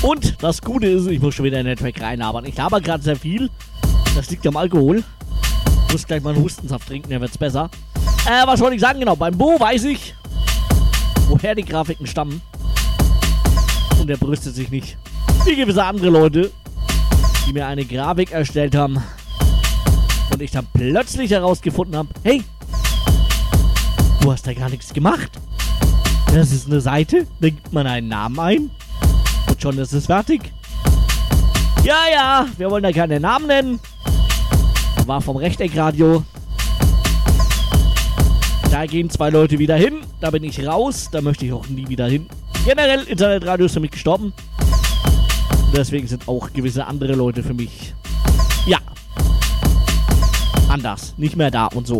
Und das Gute ist, ich muss schon wieder in den Track reinlabern. Ich laber gerade sehr viel. Das liegt am Alkohol. Ich muss gleich mal einen Hustensaft trinken, der wird's besser. Was wollte ich sagen? Genau, beim Bo weiß ich, woher die Grafiken stammen. Und er brüstet sich nicht. Wie gewisse andere Leute, die mir eine Grafik erstellt haben. Und ich dann plötzlich herausgefunden habe, hey, du hast da gar nichts gemacht. Das ist eine Seite, da gibt man einen Namen ein und schon ist es fertig. Ja, wir wollen da keine Namen nennen. War vom Rechteckradio. Da gehen 2 Leute wieder hin, da bin ich raus, da möchte ich auch nie wieder hin. Generell, Internetradio ist für mich gestorben. Und deswegen sind auch gewisse andere Leute für mich, ja, anders, nicht mehr da und so.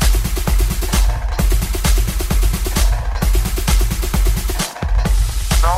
No.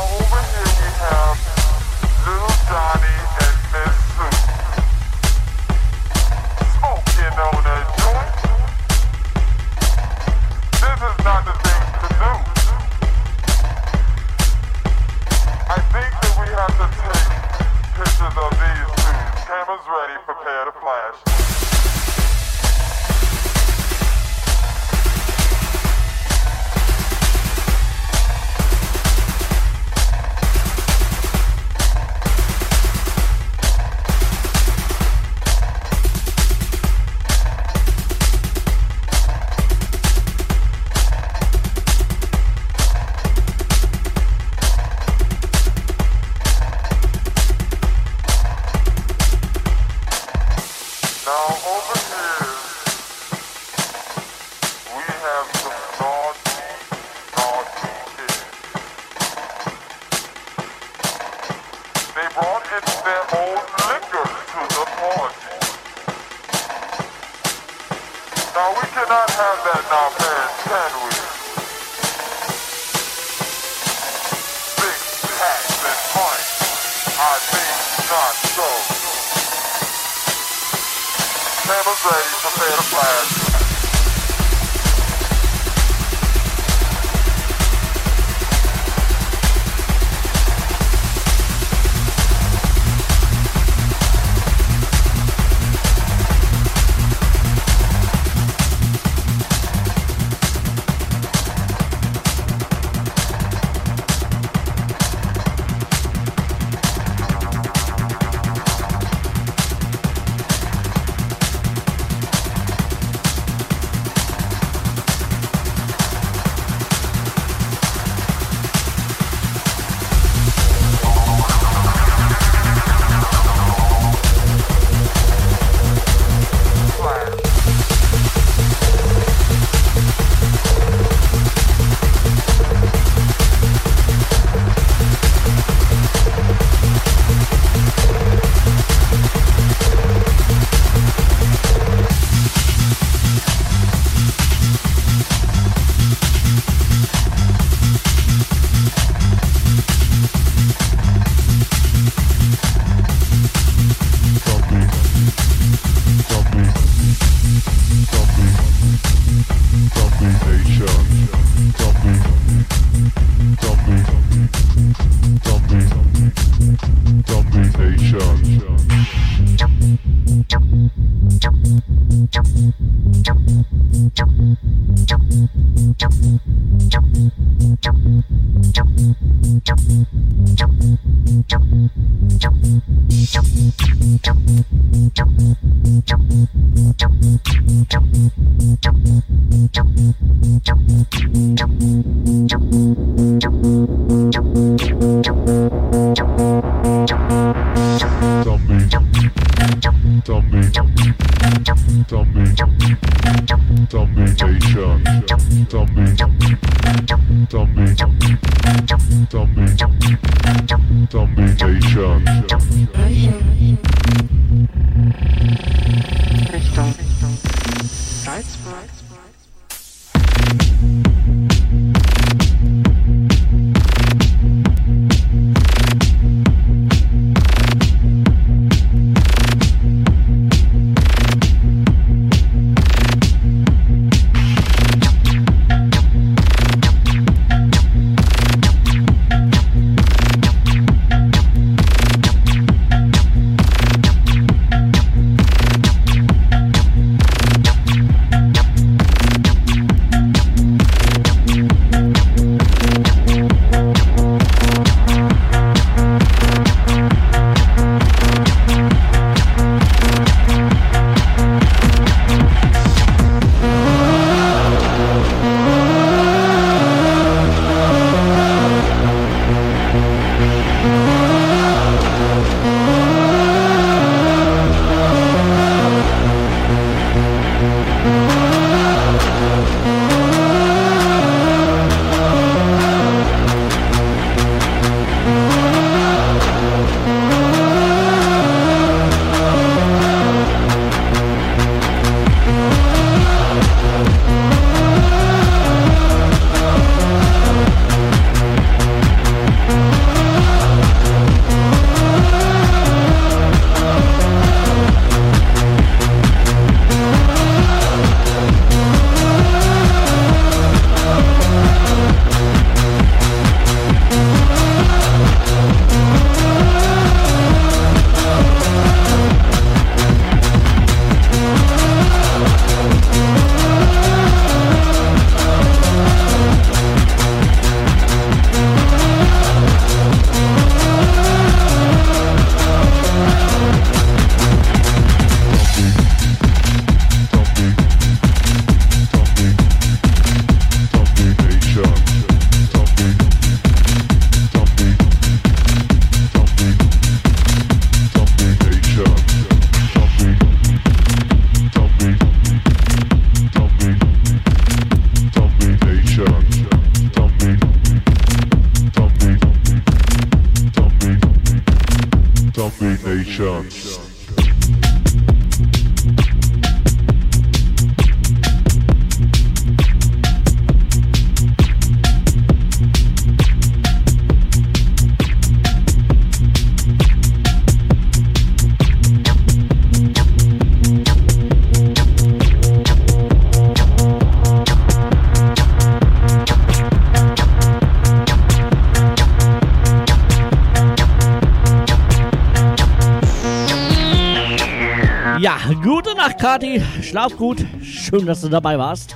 gute Nacht, Kathi. Schlaf gut. Schön, dass du dabei warst.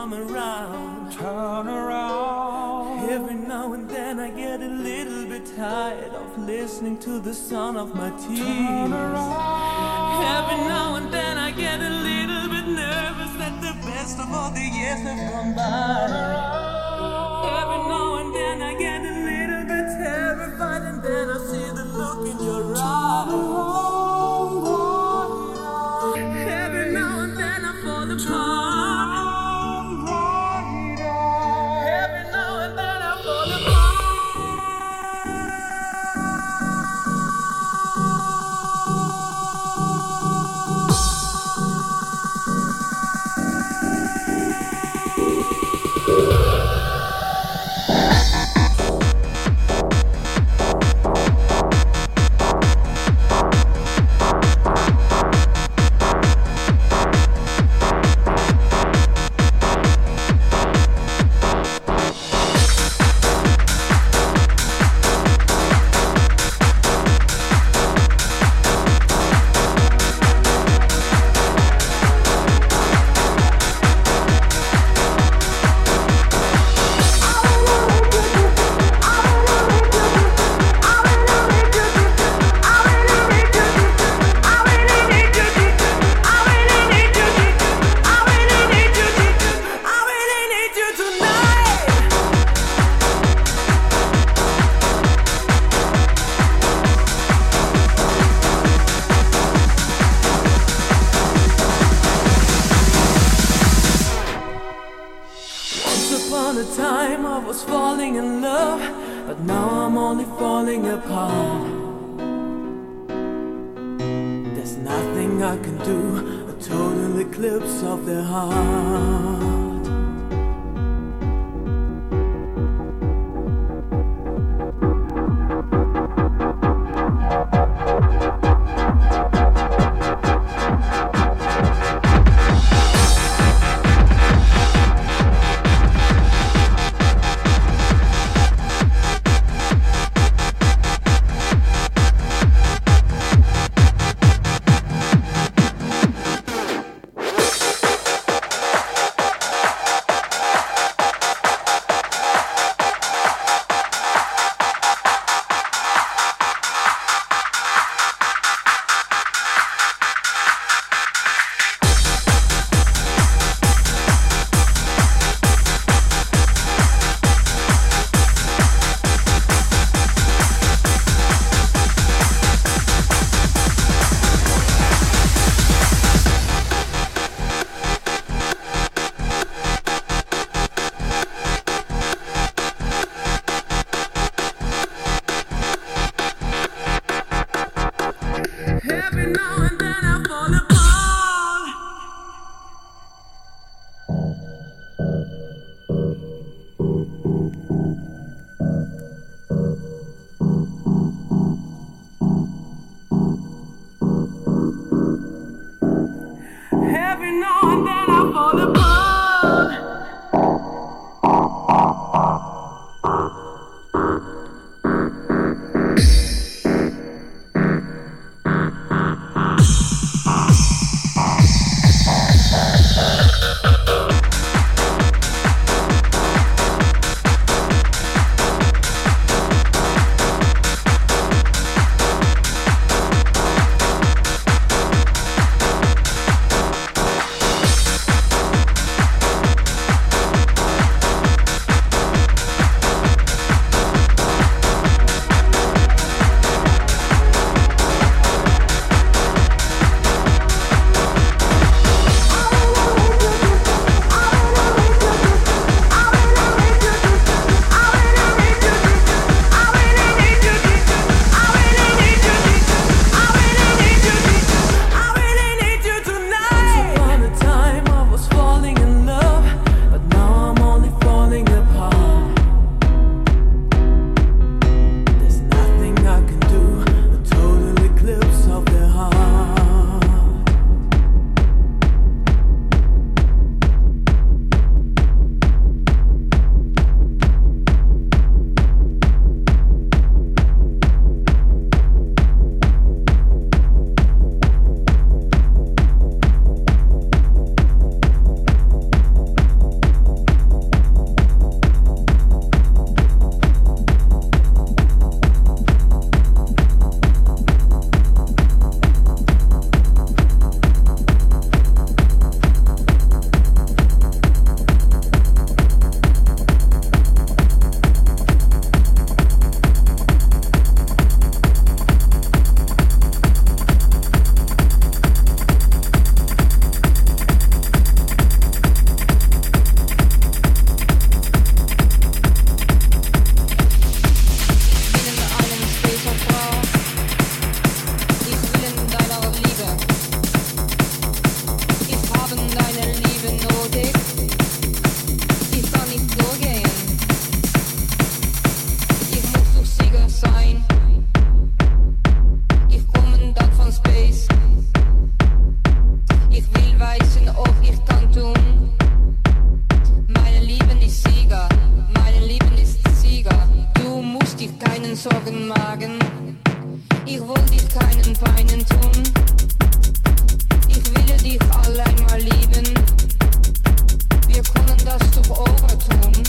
come around. Turn around. Every now and then I get a little bit tired of listening to the sound of my tears. Turn around. Every now and then I get a little bit nervous that the best of all the years have gone by. Every now and then I get a little bit terrified, and then I see the look in your eyes. Every now and then I fall apart. Every now and then I fall apart. Sorgen magen. Ich will dich keinen Peinen tun. Ich will dich allein mal lieben. Wir können das doch auch tun.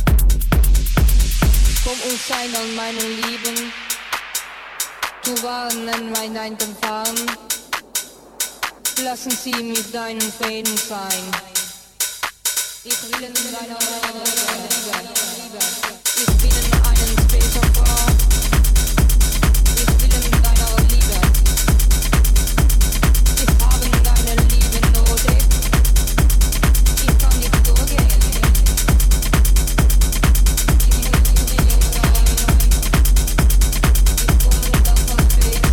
Komm und sei dann meine Lieben. Du warnen mein Einten fahren. Lassen Sie mich deinen Frieden sein. Ich will in deiner Liebe. Ich bin in einen Space of War. Ich will in deiner Liebe. Ich habe deine Liebe nötig. Ich kann nicht durchgehen. Ich muss nicht sein. Ich komme dann von Space.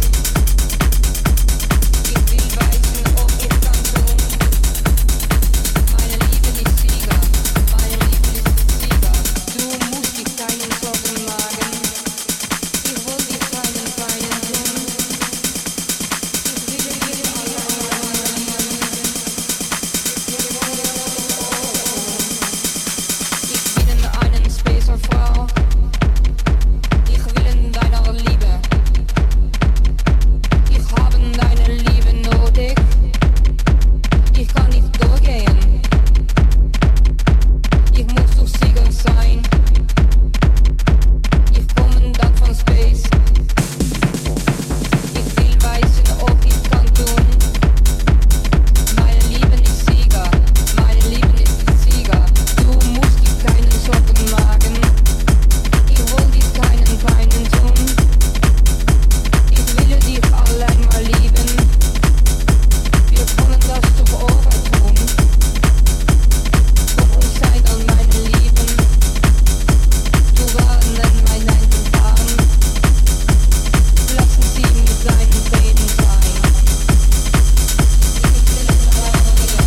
Ich will wissen, ob ich kann tun. Meine Liebe ist Sieger. Meine Liebe ist Sieger. Du musst dich keinen Sorgen machen. Ich will dir keinen Peinen tun. Ich will dir allein lieben. Ich bin in einem Spacer Frau. Ich will in deiner Liebe. Ich habe deine Liebe nötig. Ich kann nicht durchgehen. Ich muss doch Sieger sein. Ich komme dann von Space. Ich will wissen, ob ich kann tun. Meine Liebe ist Sieger. Meine Liebe ist Sieger. Du musst dich keinen Sorgen machen. Ich will dich keinen Peinen tun. Ich will dich allein mal lieben. Wir können das doch auch tun. Komm und sei dann meine Lieben. Du warnen mein Einten fahren. Lassen Sie mich deinen Frieden sein. Ich will in deiner Liebe.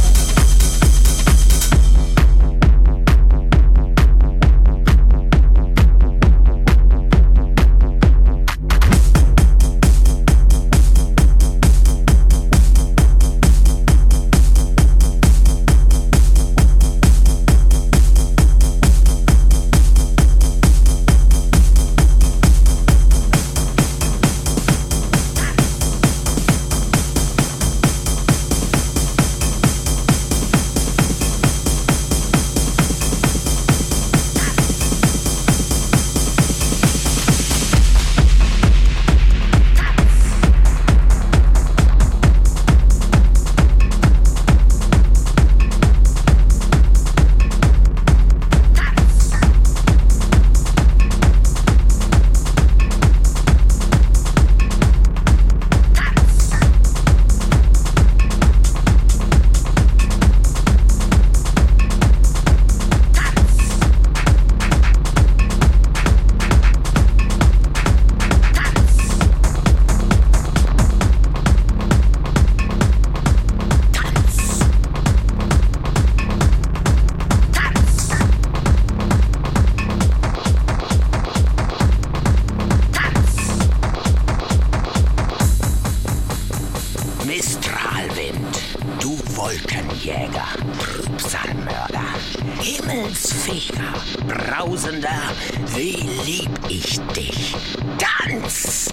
Mistralwind, du Wolkenjäger, Trübsalmörder, Himmelsfeger, Brausender, wie lieb ich dich. Tanz!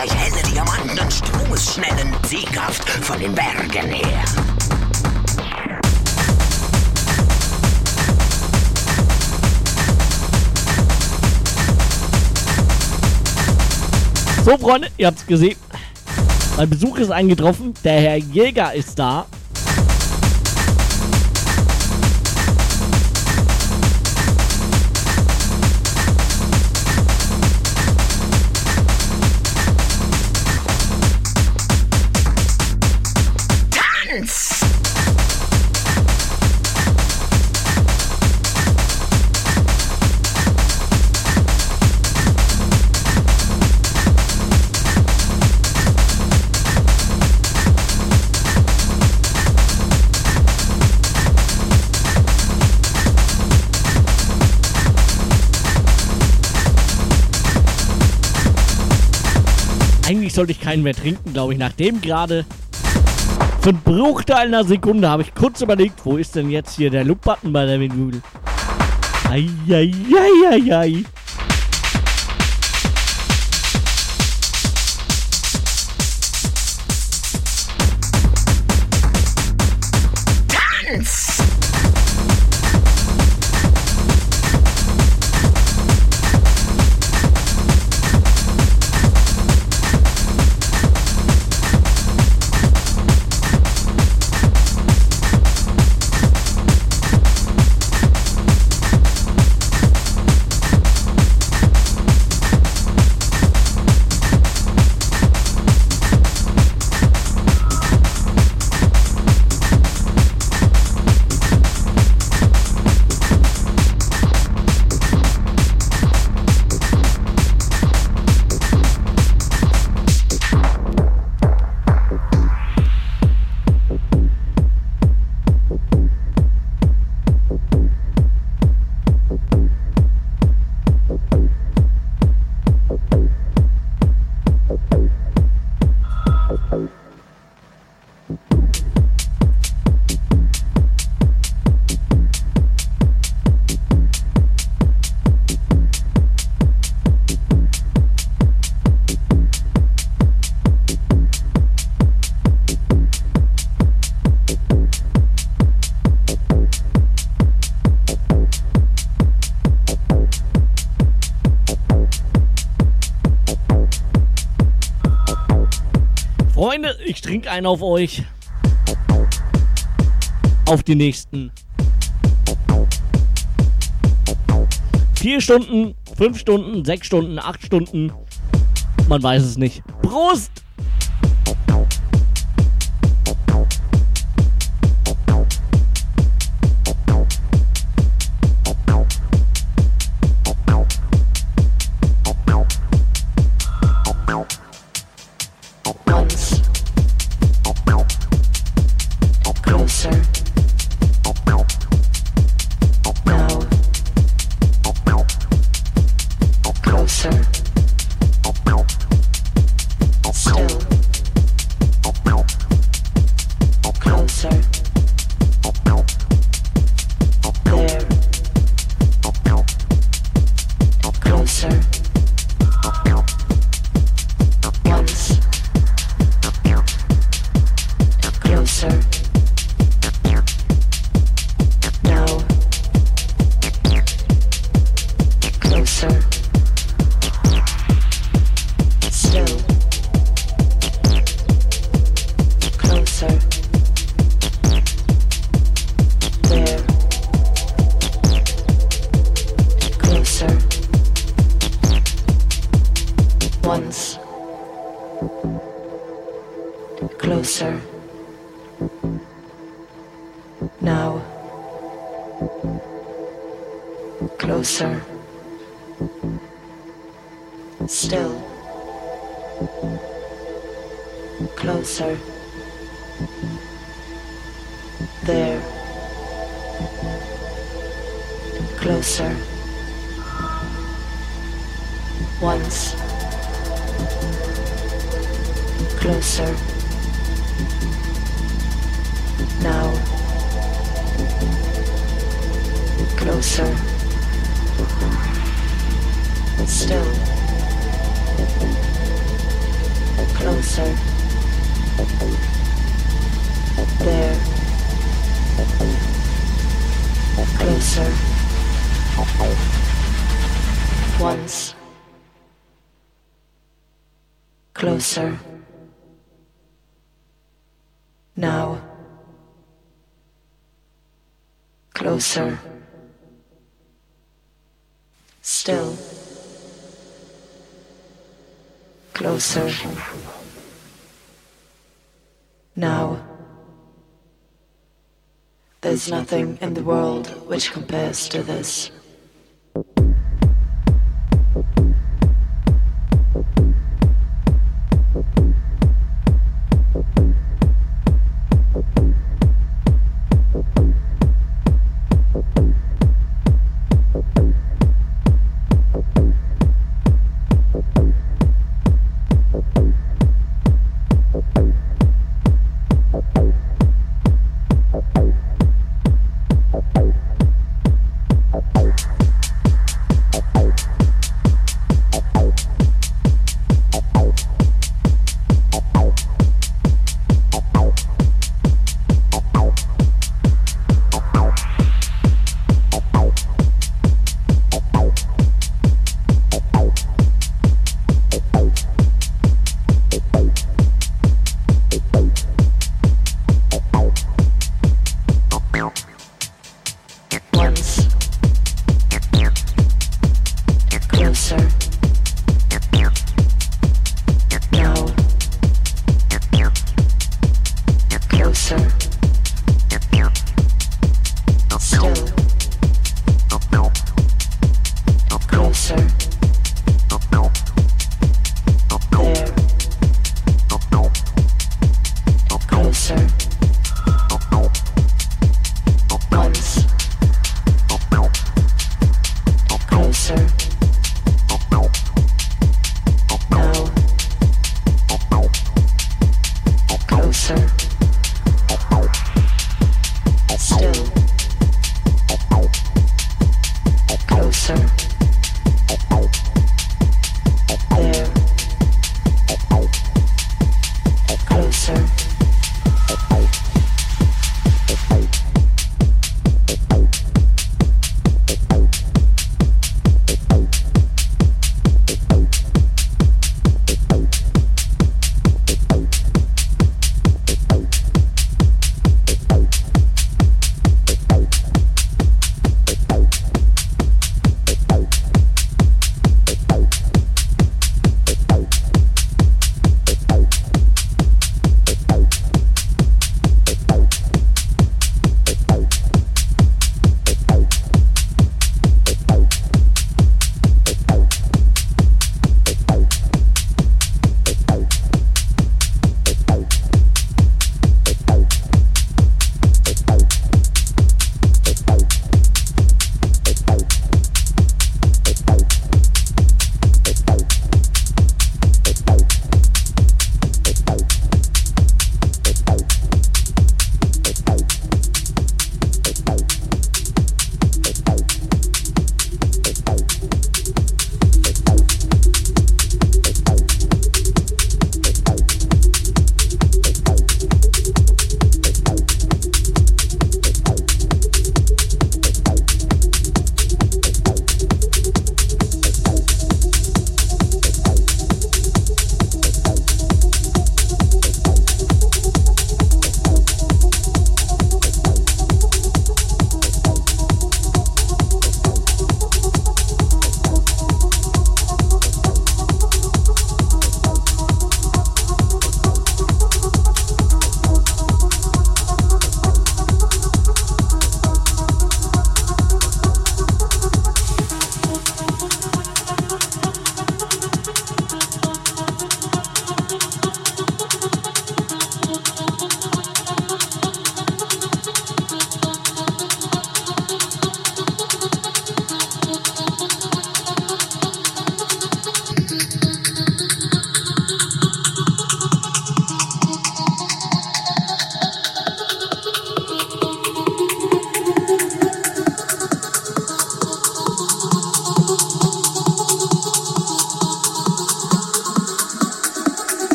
gleich helle Diamanten und stromesschnellen Sieghaft von den Bergen her. So, Freunde, ihr habt's gesehen. Mein Besuch ist eingetroffen. Der Herr Jäger ist da. Tanz! Eigentlich sollte ich keinen mehr trinken, glaube ich. Nachdem gerade für einen Bruchteil einer Sekunde habe ich kurz überlegt, wo ist denn jetzt hier der Loop-Button bei der Vinyl? Eieieiei. Tanz! Freunde, ich trinke einen auf euch. Auf die nächsten 4 Stunden, 5 Stunden, 6 Stunden, 8 Stunden. Man weiß es nicht. Prost! Closer. Now. Closer. Still. Closer. Now. There's nothing in the world which compares to this.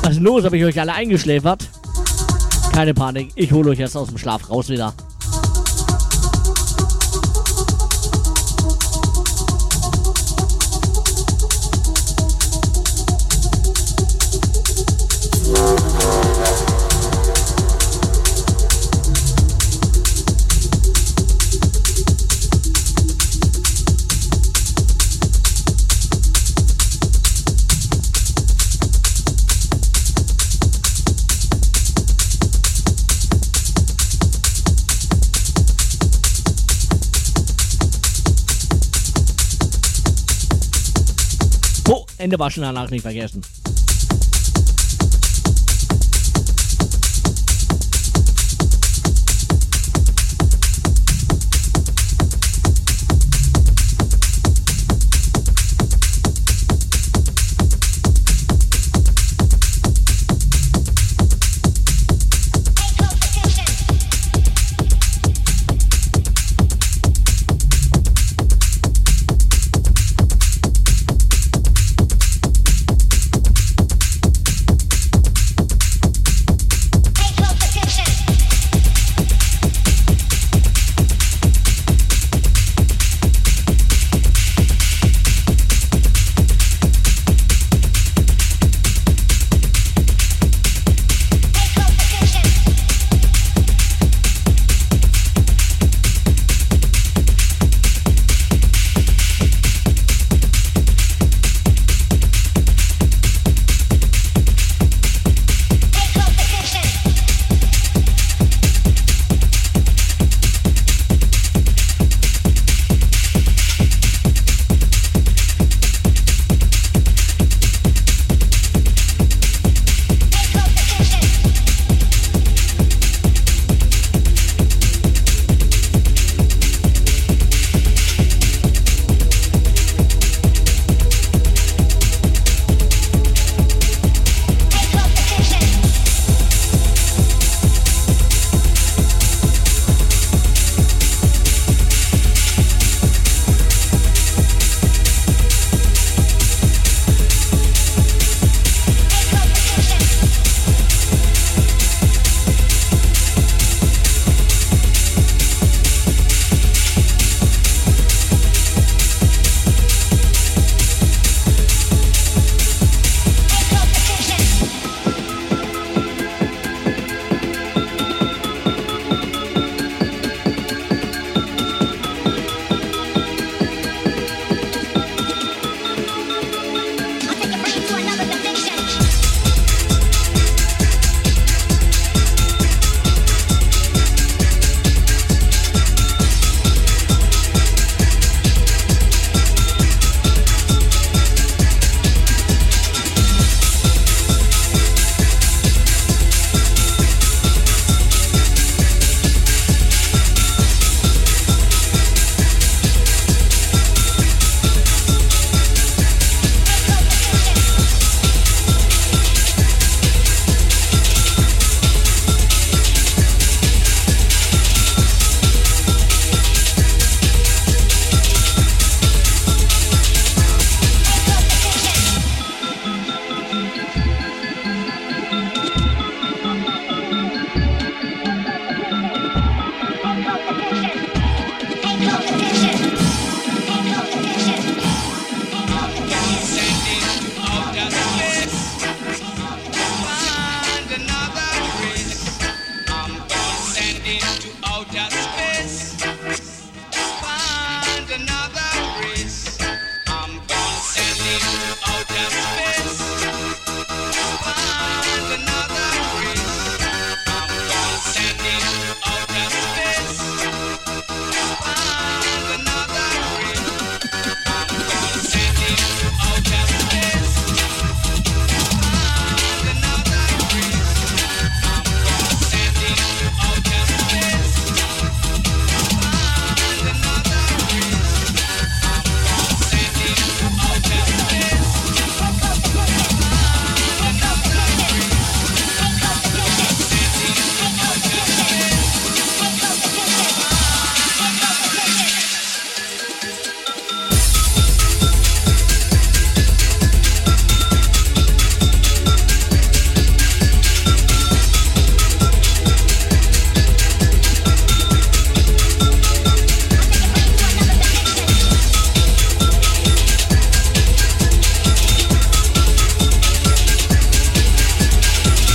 Was ist los? Habe ich euch alle eingeschläfert? Keine Panik, ich hole euch jetzt aus dem Schlaf raus wieder. Ende waschen danach nicht vergessen.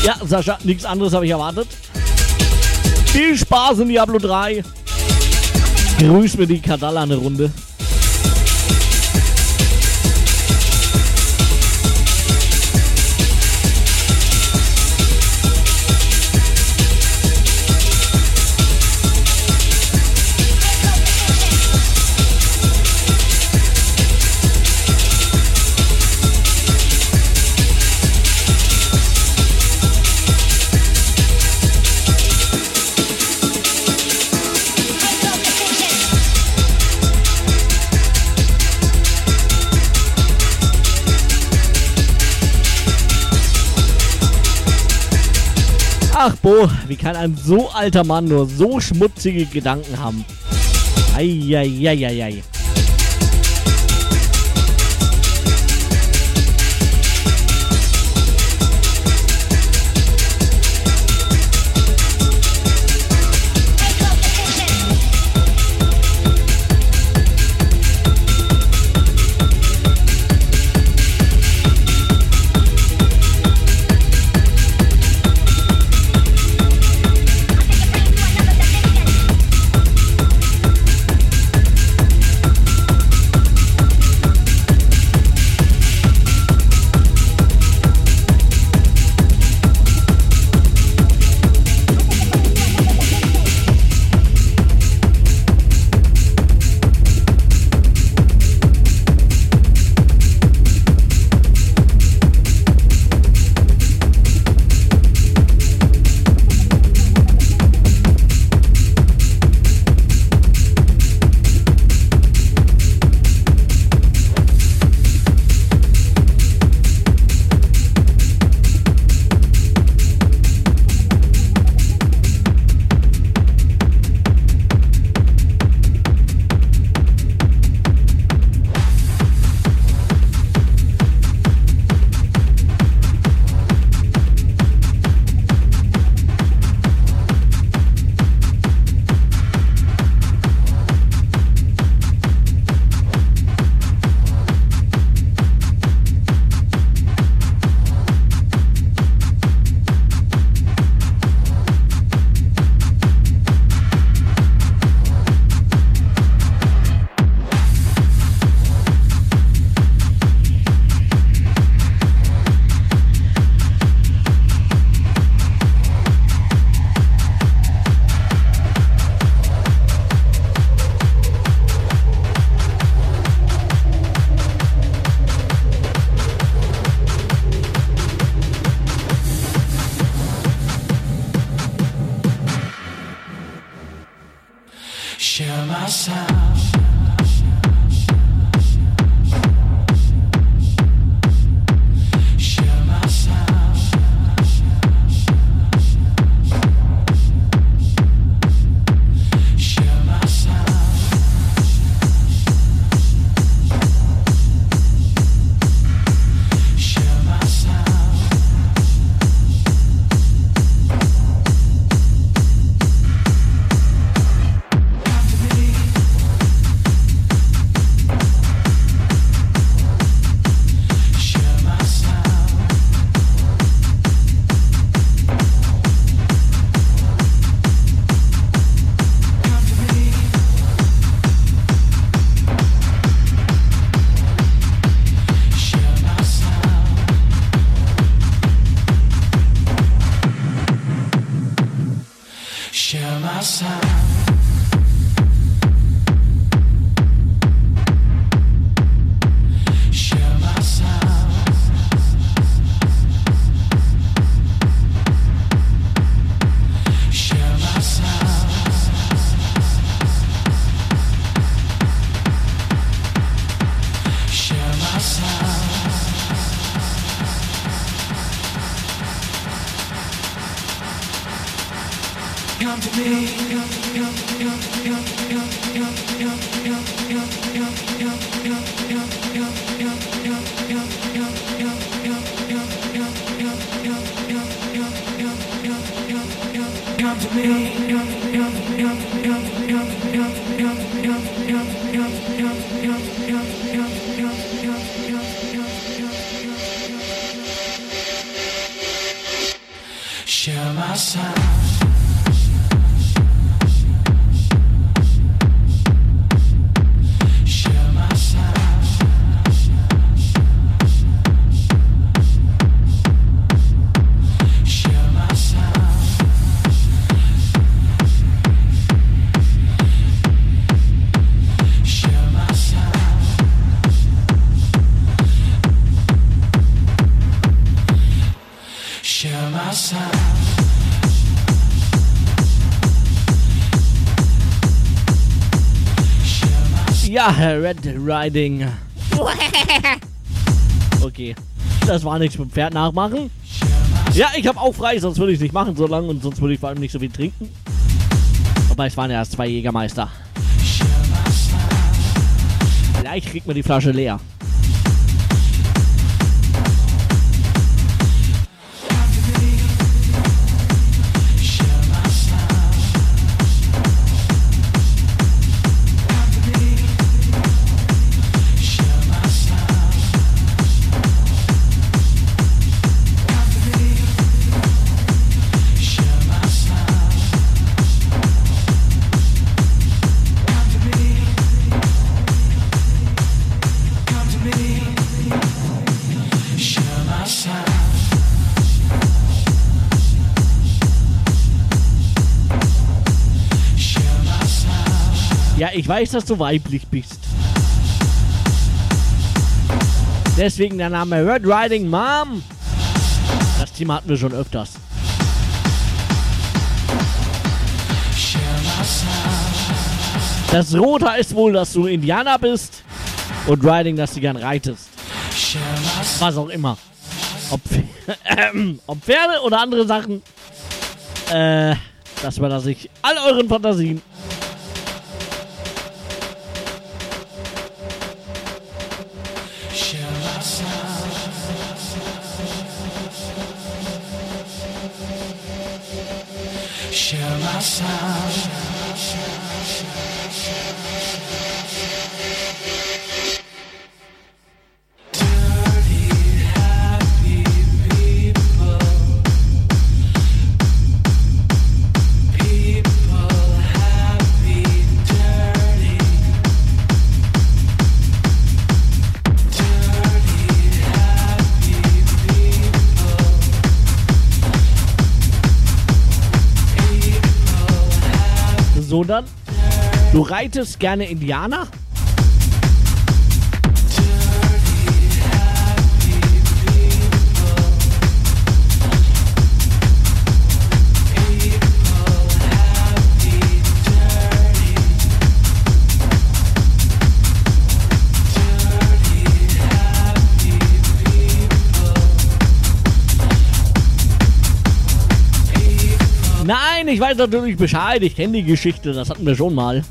Ja, Sascha, nichts anderes habe ich erwartet. Viel Spaß in Diablo 3. Grüß mir die Kadala eine Runde. Ach, Bo, wie kann ein so alter Mann nur so schmutzige Gedanken haben? Eieieiei. Share my sound. Share my sound. Share my sound. Share my sound. Share my sound. Come to me. Come to me. Share my sound. Share my sound. Share my sound. Share my sound. Share my sound. Ja, Red Riding. Okay, das war nichts mit dem Pferd nachmachen. Ja, ich habe auch frei, sonst würde ich es nicht machen so lange und sonst würde ich vor allem nicht so viel trinken. Aber es waren ja erst 2 Jägermeister. Vielleicht kriegt man die Flasche leer. Ja, ich weiß, dass du weiblich bist. Deswegen der Name Red Riding Mom. Das Thema hatten wir schon öfters. Das Rote ist wohl, dass du Indianer bist. Und Riding, dass du gern reitest. Was auch immer. Ob Pferde oder andere Sachen. Das überlasse ich all euren Fantasien. Share my sound. Dirty, happy people. People happy, dirty. Dirty, happy people. Sondern du reitest gerne Indianer? Nein, ich weiß natürlich Bescheid. Ich kenne die Geschichte. Das hatten wir schon mal.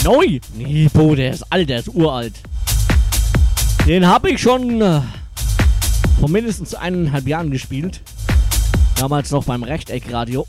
Neu? Nee, Bo, der ist alt, der ist uralt. Den habe ich schon vor mindestens 1,5 Jahren gespielt. Damals noch beim Rechteckradio.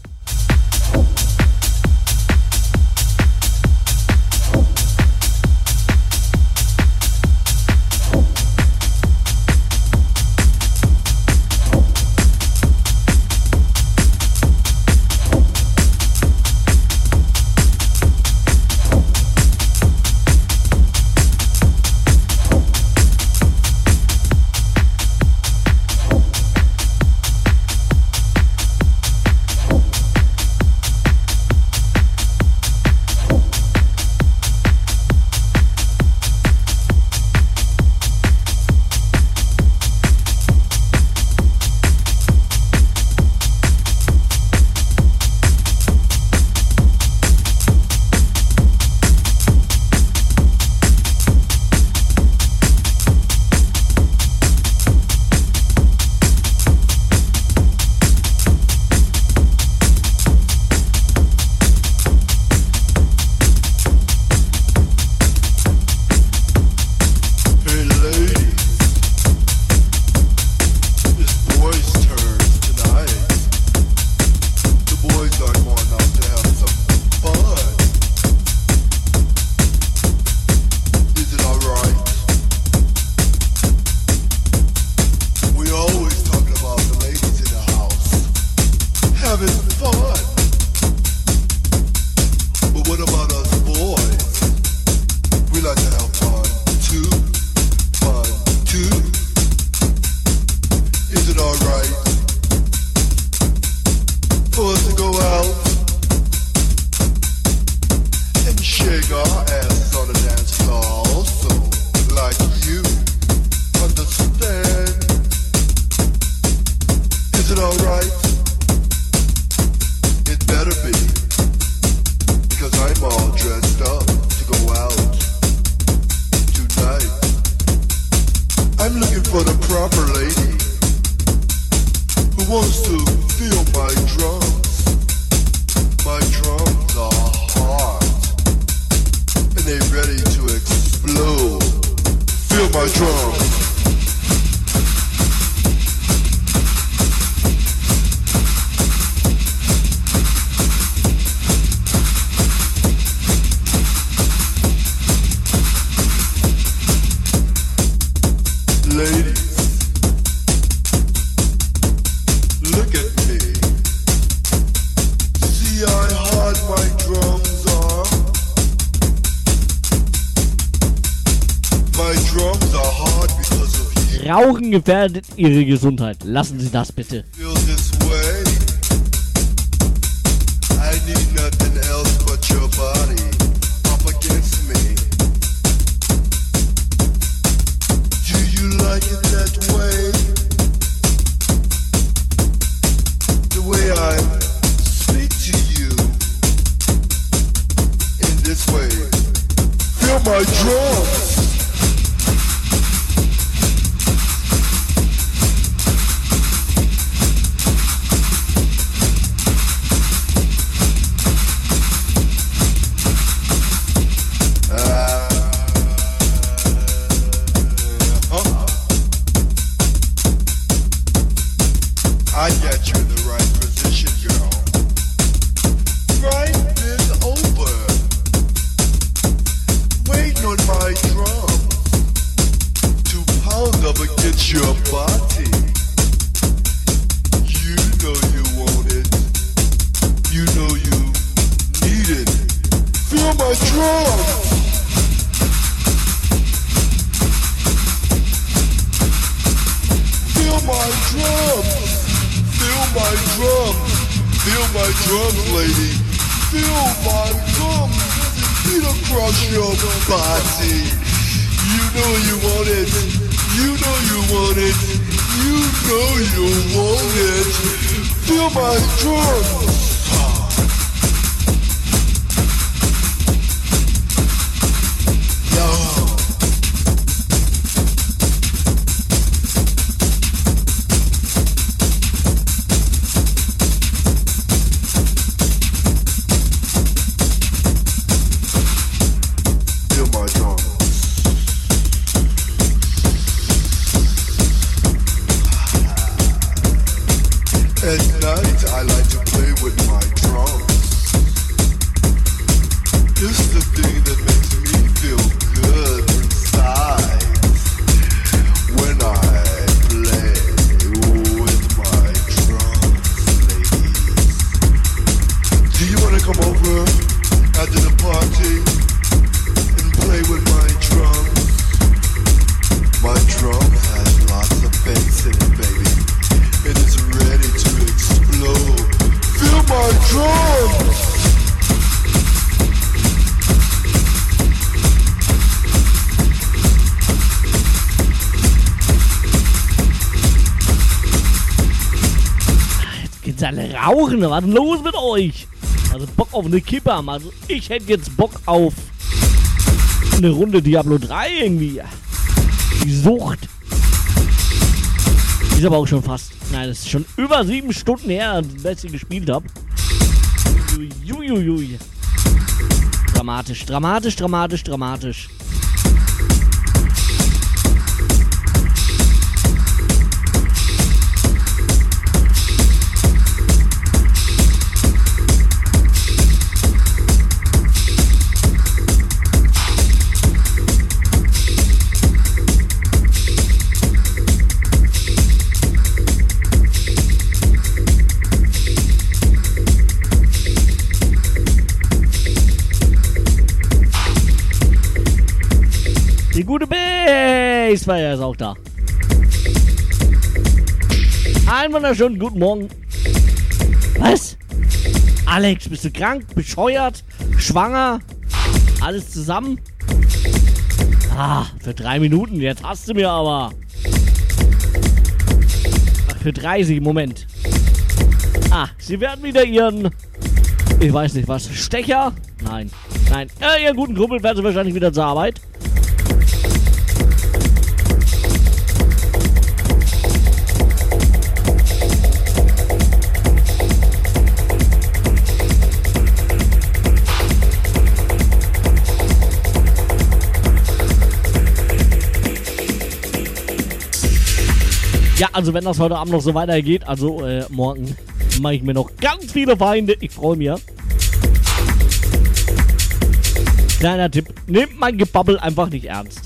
Rauchen gefährdet Ihre Gesundheit. Lassen Sie das bitte. Rauchen, was ist denn los mit euch? Also Bock auf eine Kippe haben. Also ich hätte jetzt Bock auf eine Runde Diablo 3 irgendwie. Die Sucht. Ist aber auch schon fast. Nein, das ist schon über 7 Stunden her, als ich gespielt habe. Juiuiui. Dramatisch, dramatisch, dramatisch, dramatisch. Die gute Bassfire ist auch da. Einen wunderschönen guten Morgen. Was? Alex, bist du krank? Bescheuert? Schwanger? Alles zusammen? Ah, für 3 Minuten. Jetzt hast du mir aber. Ach, für 30, Moment. Ah, sie werden wieder ihren... Ich weiß nicht was. Stecher? Nein. Nein. Ihren guten Kumpel werden sie wahrscheinlich wieder zur Arbeit. Ja, also wenn das heute Abend noch so weitergeht, also morgen mache ich mir noch ganz viele Feinde. Ich freue mich. Kleiner Tipp, nehmt mein Gebabbel einfach nicht ernst.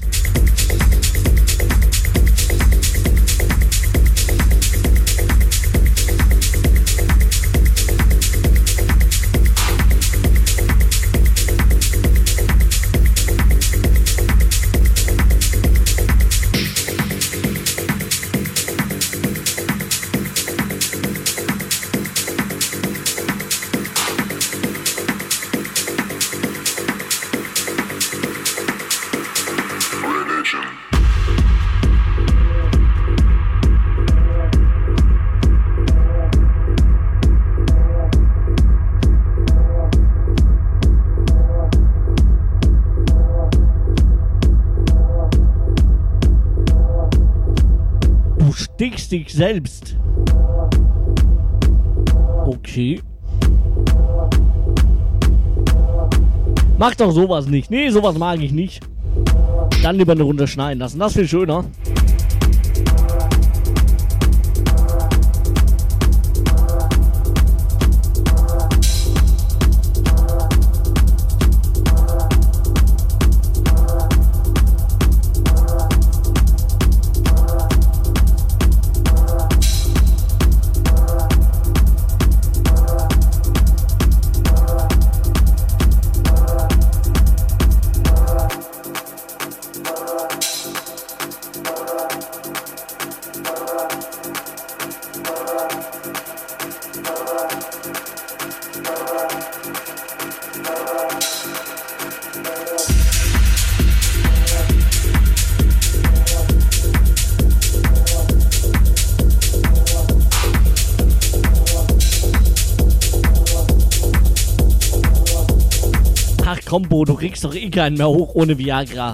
Stichst dich selbst. Okay. Mach doch sowas nicht. Nee, sowas mag ich nicht. Dann lieber eine Runde schneiden lassen. Das ist viel schöner. Kombo, du kriegst doch eh keinen mehr hoch ohne Viagra.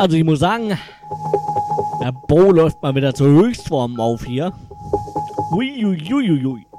Also ich muss sagen, der Bo läuft mal wieder zur Höchstform auf hier. Uiuiuiui.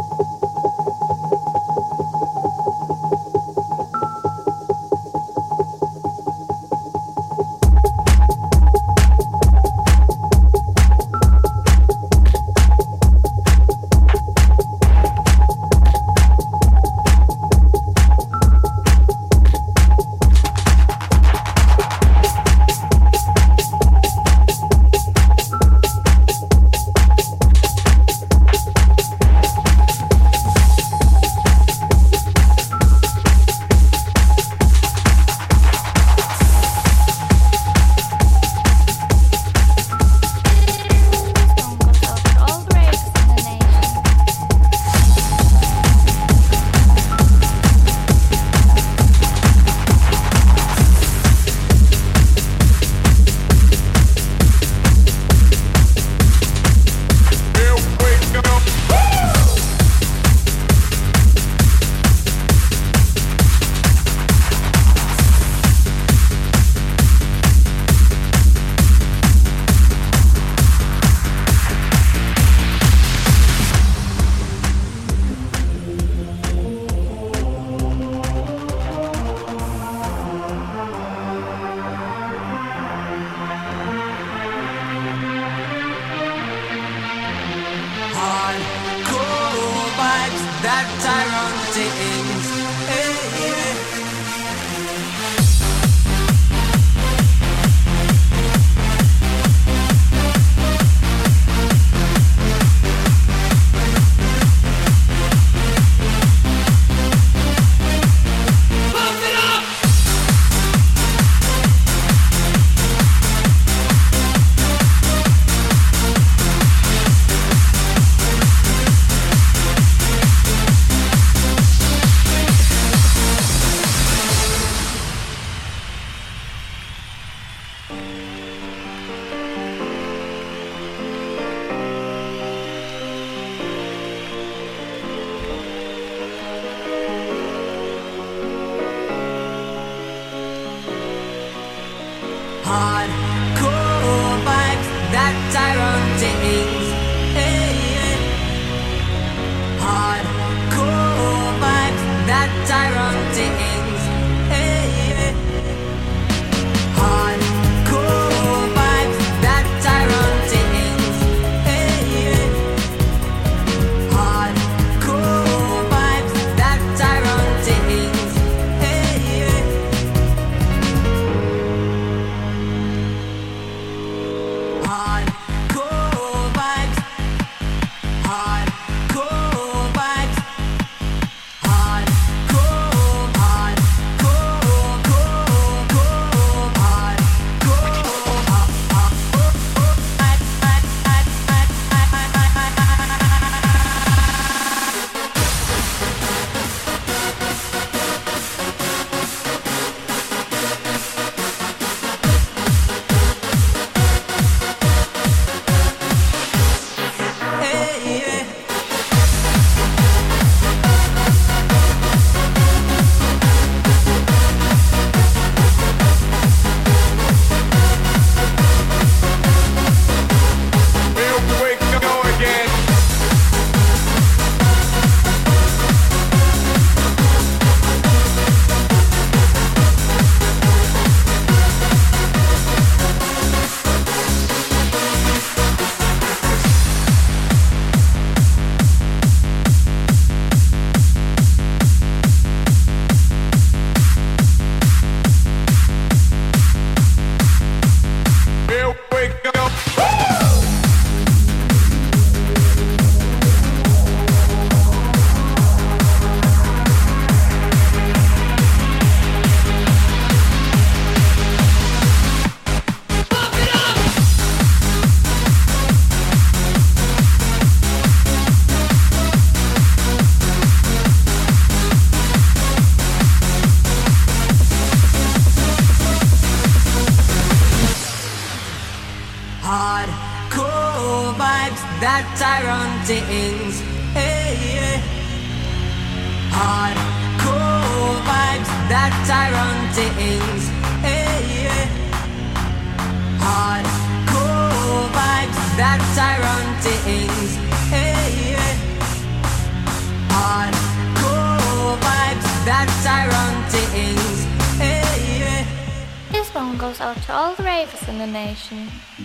that tyrant ends. Hey, yeah. Hardcore vibes, that tyrant ends. Hey, yeah. Hardcore vibes, that's iron things. Hey, yeah. Hardcore vibes, that's iron things. Hey, yeah. This one goes out to all the ravers in the nation.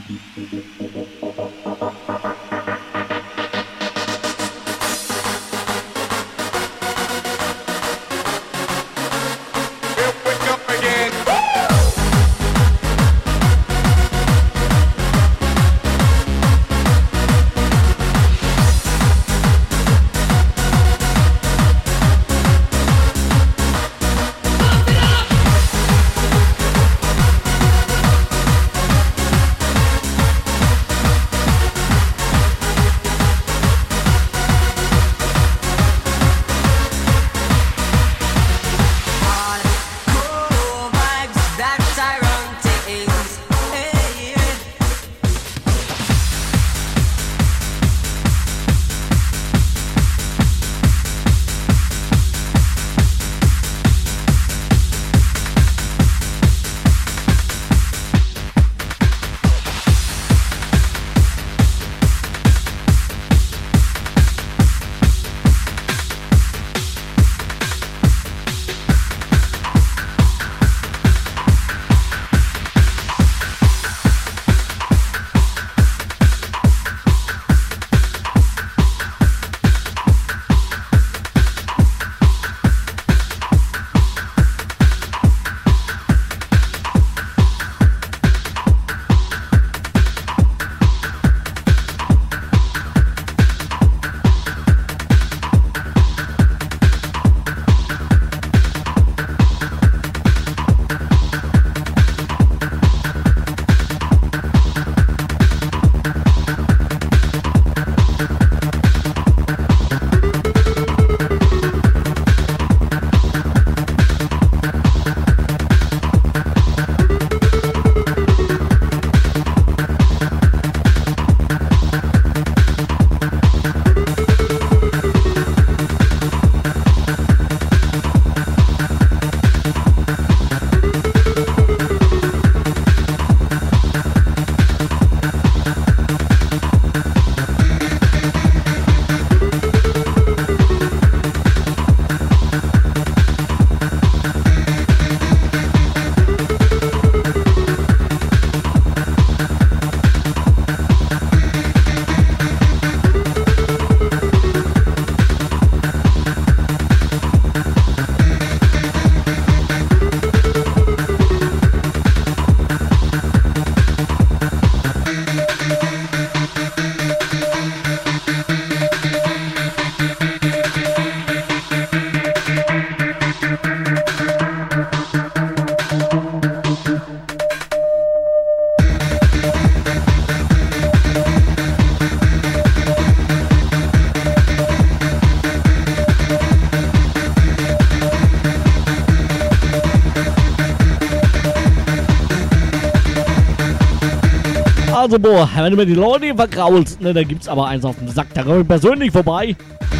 Also, boah, wenn du mir die Leute vergraulst, ne, da gibt's aber eins auf dem Sack. Da komme ich persönlich vorbei.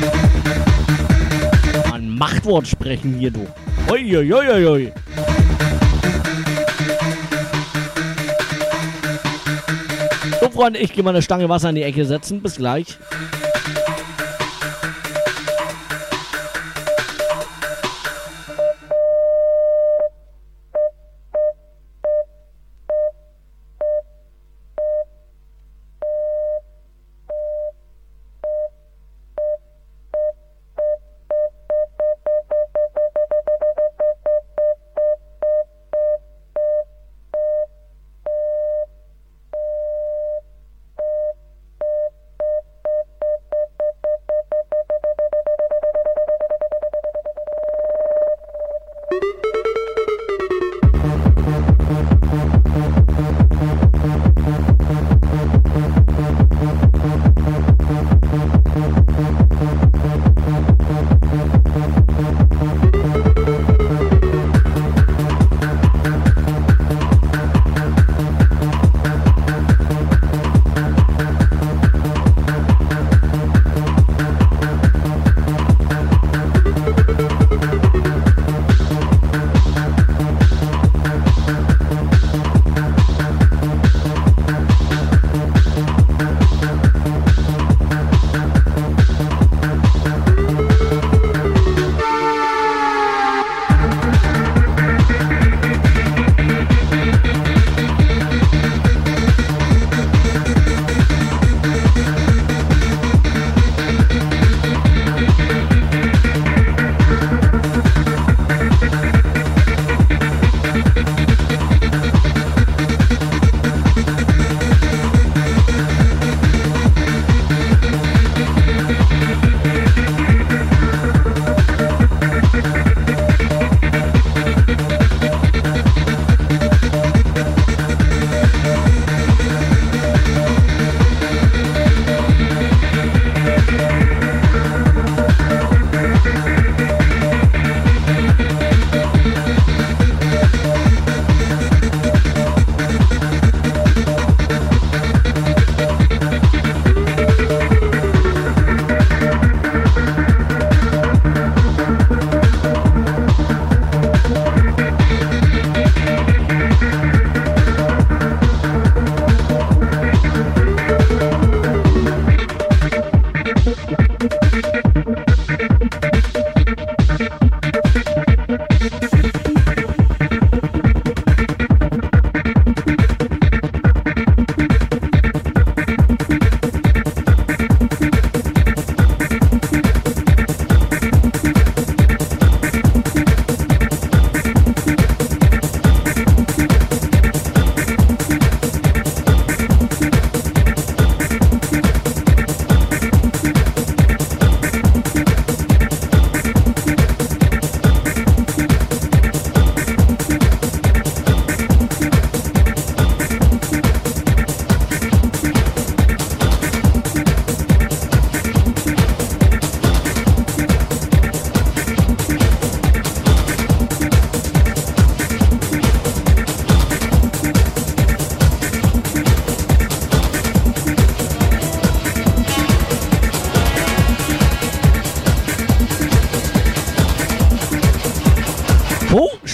Ein Machtwort sprechen hier, du. Uiuiuiui. So, Freunde, ich gehe mal eine Stange Wasser in die Ecke setzen. Bis gleich.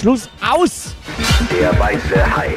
Schluss aus. Der weiße Hai.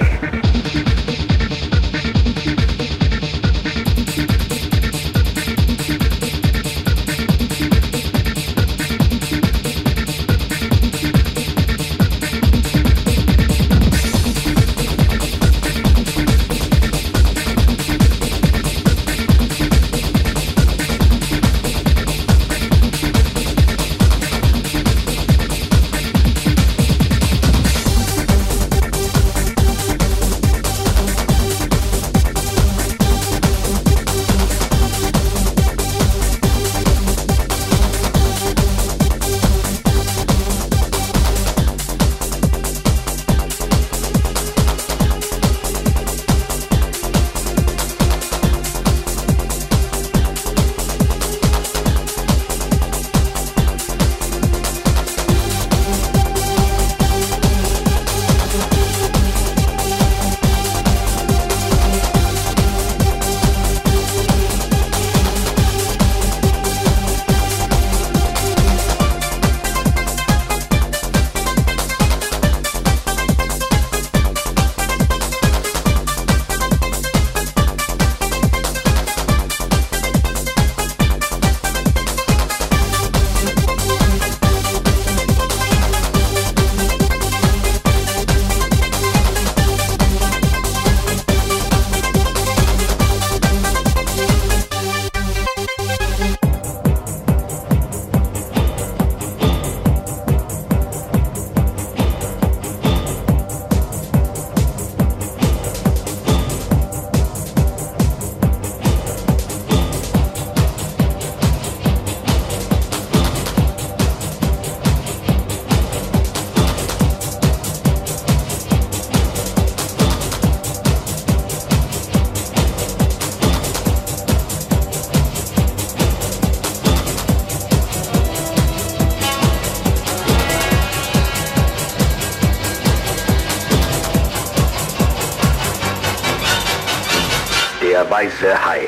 Der weiße Hai.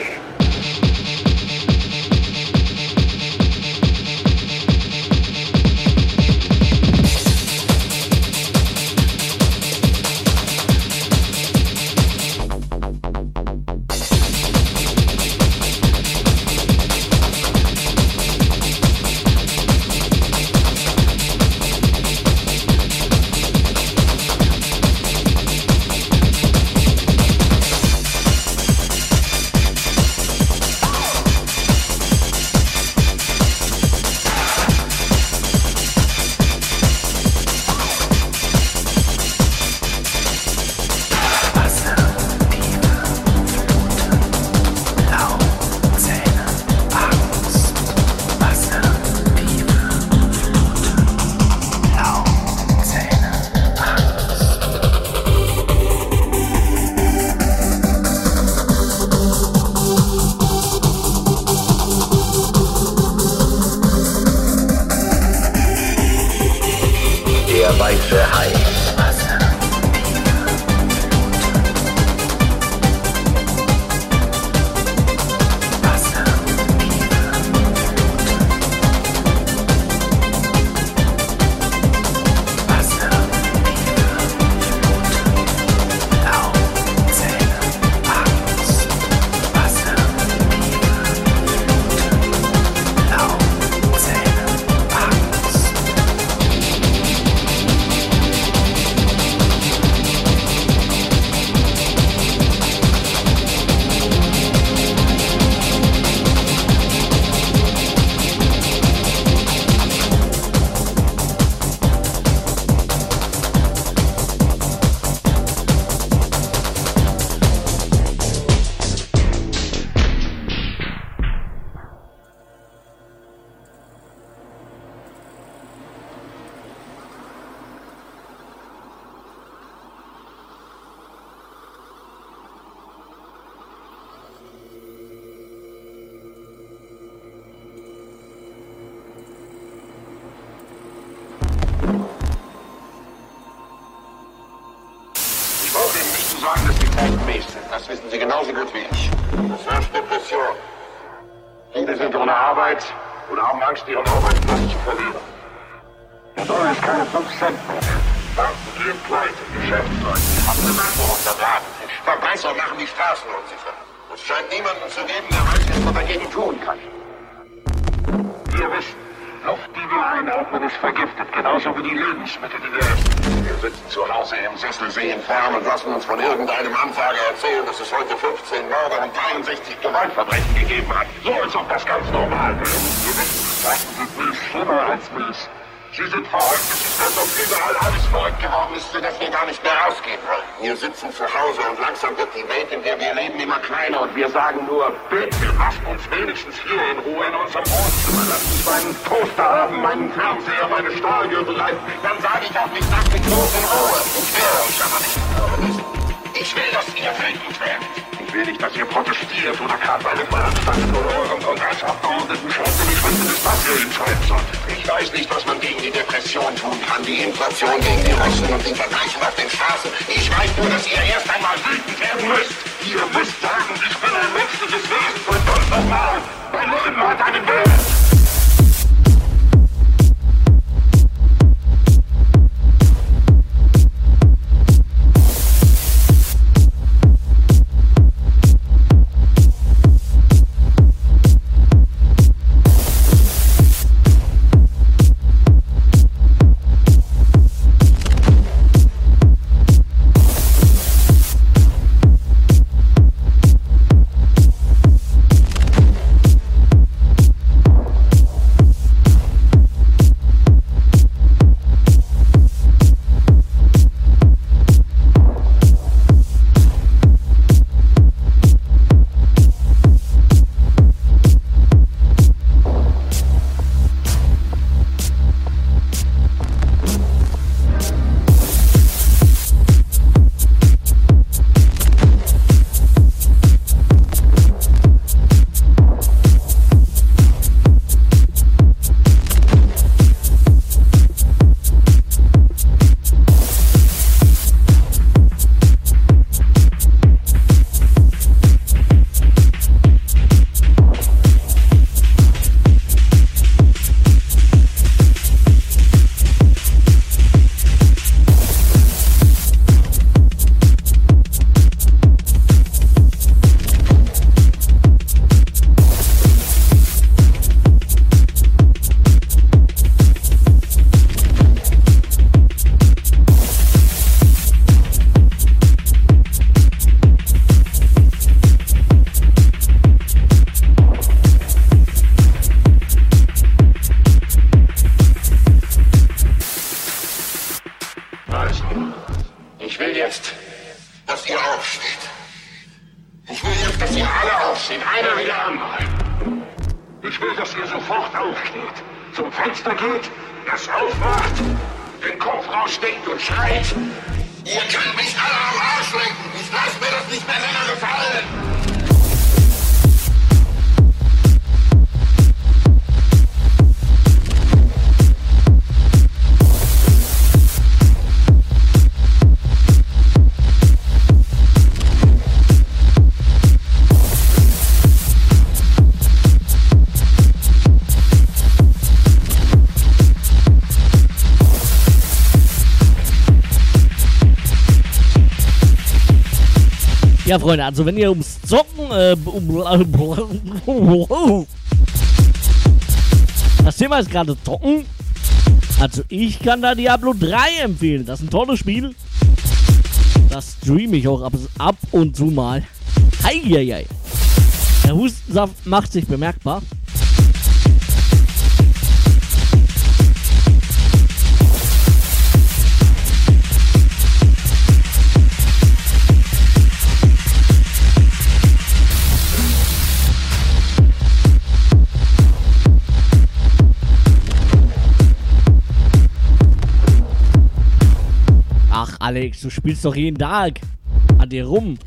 Der weiße Hai. sagen, dass die Zeiten mies sind. Das wissen Sie genauso gut wie ich. Das herrscht Depression. Viele sind ohne Arbeit oder haben Angst, ihren Arbeitsplatz zu verlieren. Der Dollar ist keine 5 Cent mehr. Banken gehen pleite, Geschäftsleute haben Bemerkungen unter Daten. Verbreißer machen die Straßen unsicher. Es scheint niemanden zu geben, der weiß, was man dagegen tun kann. Wir wissen, Luft, die wir einatmen, ist vergiftet, genauso wie die Lebensmittel, die wir essen. Wir sitzen zu Hause im Sessel, sehen fern und lassen uns von irgendeinem Ansager erzählen, dass es heute 15 Morde und 63 Gewaltverbrechen gegeben hat. So als ob das ganz normal wäre. Wir wissen, Straßen sind mies, schlimmer als mies. Sie sind verrückt, es ist, als ob überall alles verrückt geworden ist, sodass wir gar nicht mehr rausgehen wollen. Wir sitzen zu Hause und langsam wird die Welt, in der wir leben, immer kleiner und wir sagen nur, bitte lasst uns wenigstens hier in Ruhe in unserem Wohnzimmer. Lasst uns meinen Toaster haben, meinen Fernseher, meine Stahlgürtelei. Dann sage ich auch nicht, lasst mich bloß in Ruhe. Ich will euch aber nicht. Ich will, dass ihr wütend werdet. Ich will nicht, dass ihr protestiert oder gerade bei einem Markt oder eurem Kongressabgeordneten schaut und ich wüsste nicht, was ihr entscheiden solltet. Ich weiß nicht, was man gegen die Depression tun kann, die Inflation gegen die Russen und den Verbrechen auf den Straßen. Ich weiß nur, dass ihr erst einmal wütend werden müsst. Ihr müsst sagen, ich bin ein menschliches Wesen und sonst nochmal. Mein Leben hat einen Wert. Ich will jetzt, dass ihr aufsteht. Ich will jetzt, dass ihr alle aufsteht, einer wie der andere. Ich will, dass ihr sofort aufsteht, zum Fenster geht, das aufmacht, den Kopf raussteckt und schreit. Ihr könnt mich alle am Arsch lenken. Ich lasse mir das nicht mehr länger gefallen. Ja, Freunde, also wenn ihr ums Zocken, das Thema ist gerade Zocken. Also ich kann da Diablo 3 empfehlen. Das ist ein tolles Spiel. Das streame ich auch ab und zu mal. Heieiei. Der Hustensaft macht sich bemerkbar. Ach, Alex, du spielst doch jeden Tag an dir rum.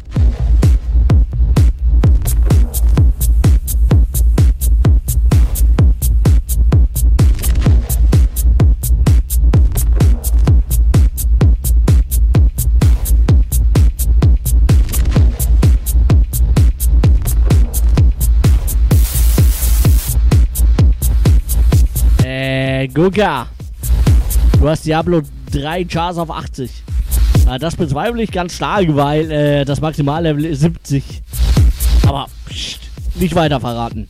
Gucka, du hast Diablo 3 Charts auf 80. Das bezweifle ich ganz stark, weil das Maximallevel ist 70. Aber pst, nicht weiter verraten.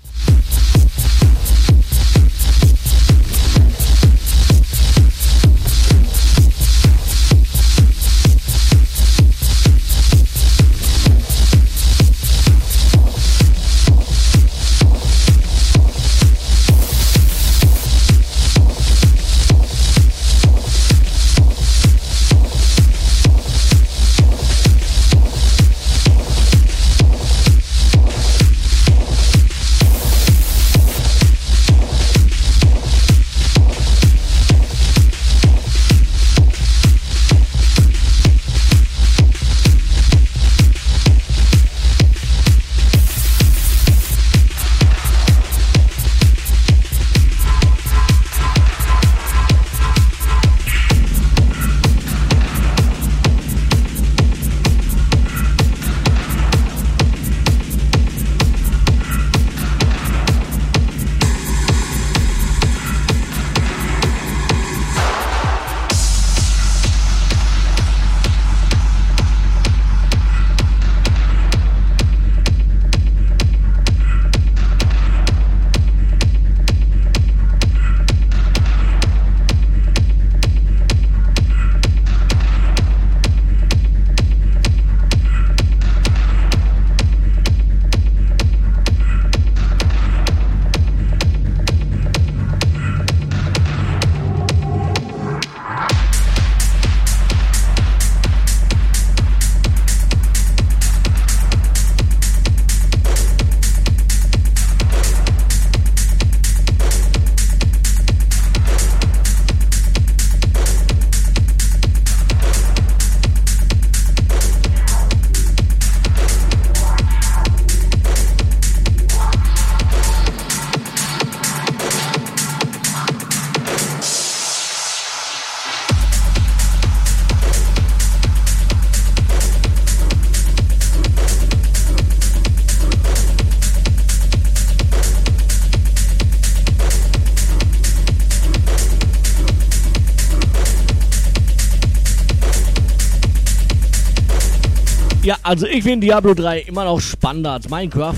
Ja, also ich finde Diablo 3 immer noch spannender als Minecraft.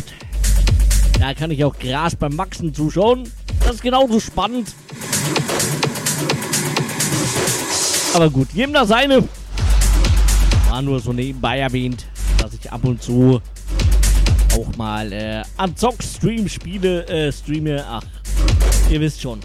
Da kann ich auch Gras beim Wachsen zuschauen. Das ist genauso spannend. Aber gut, jedem das seine. War nur so nebenbei erwähnt, dass ich ab und zu auch mal an Zock-Stream streame. Ach, ihr wisst schon.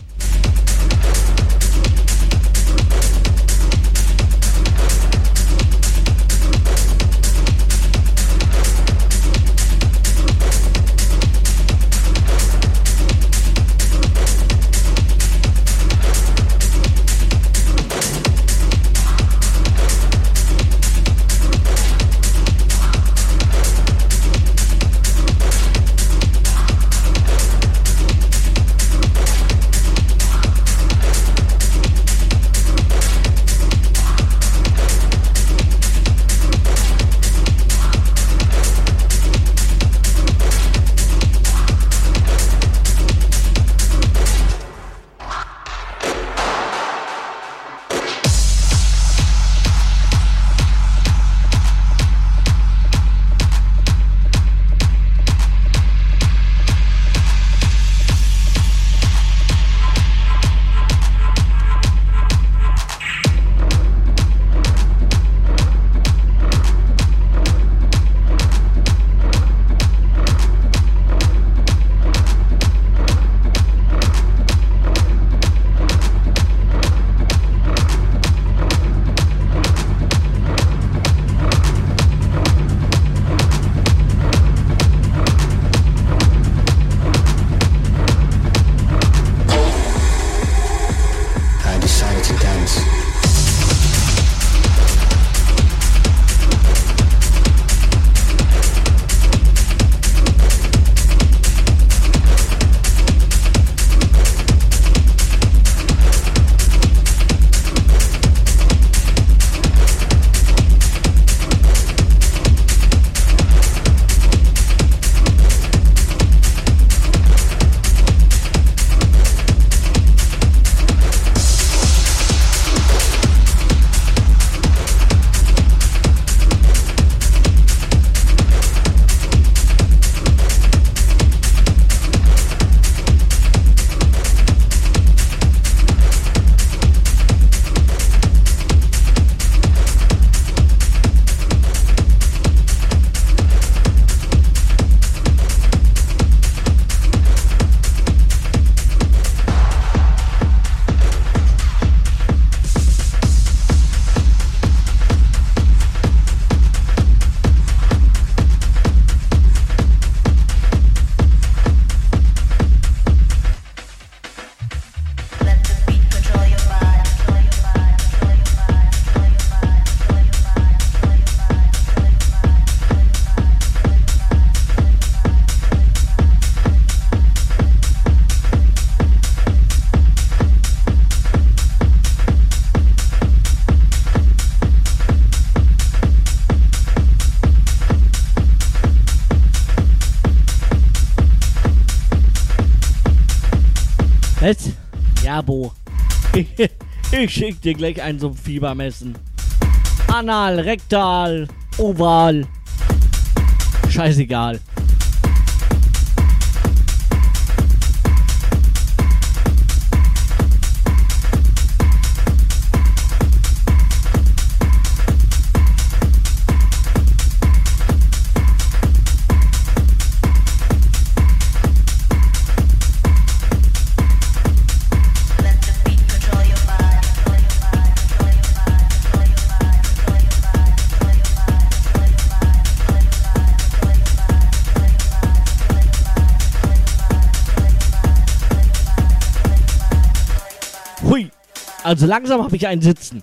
Was? Ja, Bo. Ich schick dir gleich ein so Fiebermessen. Anal, rektal, oval. Scheißegal. Also langsam habe ich einen Sitzen.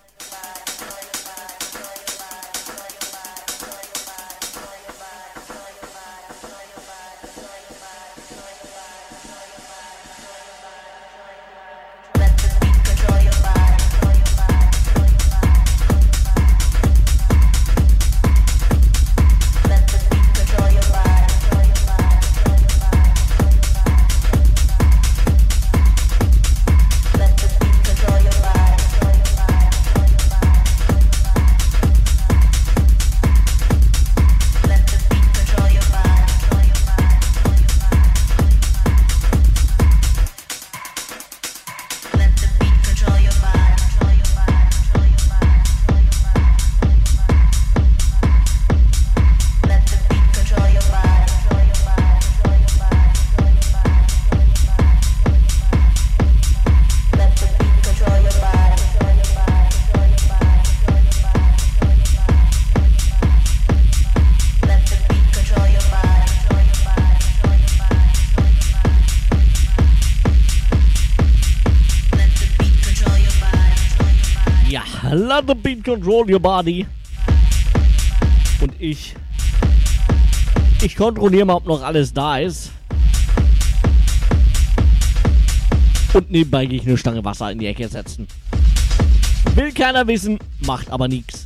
Let the beat control your body. Und ich kontrolliere mal, ob noch alles da ist. Und nebenbei gehe ich eine Stange Wasser in die Ecke setzen. Will keiner wissen, macht aber nichts.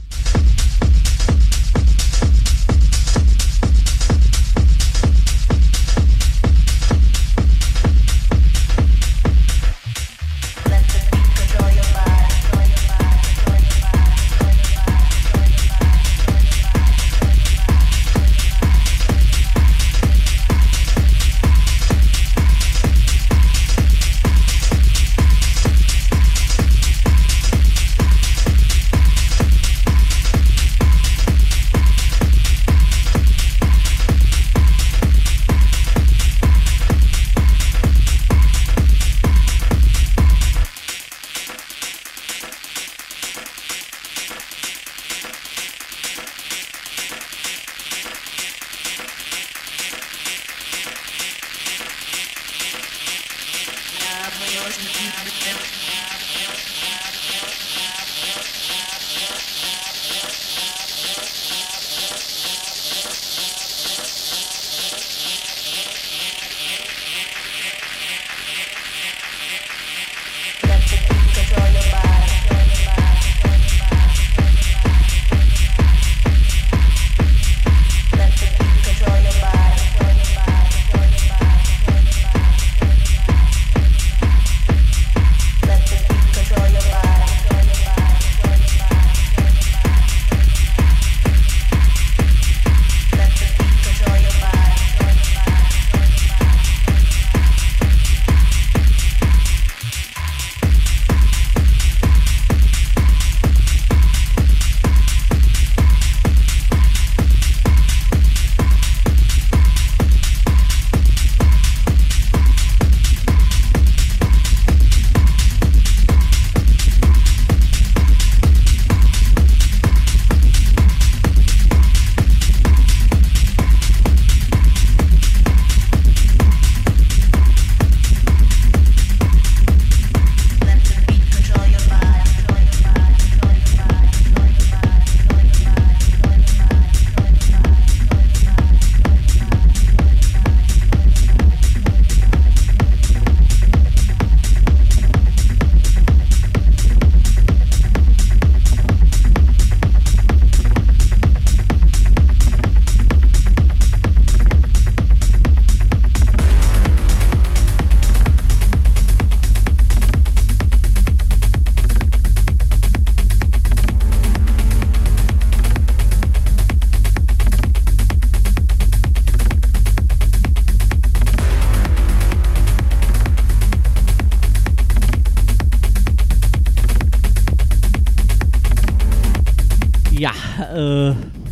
Ja,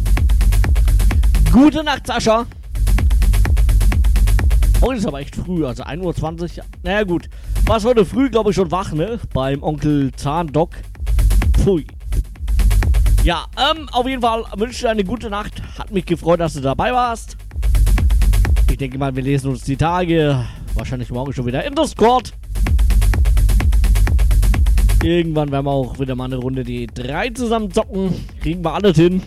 gute Nacht, Sascha. Heute ist aber echt früh, also 1:20 Uhr. Naja gut, warst heute früh, glaube ich, schon wach, ne? Beim Onkel Zahndoc. Pfui. Ja, auf jeden Fall wünsche ich dir eine gute Nacht. Hat mich gefreut, dass du dabei warst. Ich denke mal, wir lesen uns die Tage. Wahrscheinlich morgen schon wieder in Discord. Irgendwann werden wir auch wieder mal eine Runde die 3 zusammen zocken. Kriegen wir alles hin.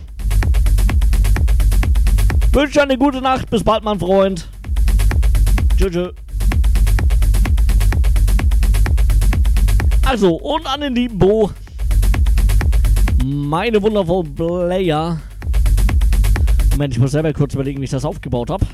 Wünsche dir eine gute Nacht. Bis bald, mein Freund. Tschüss. Also, und an den lieben Bo. Meine wundervollen Player. Moment, ich muss selber kurz überlegen, wie ich das aufgebaut habe.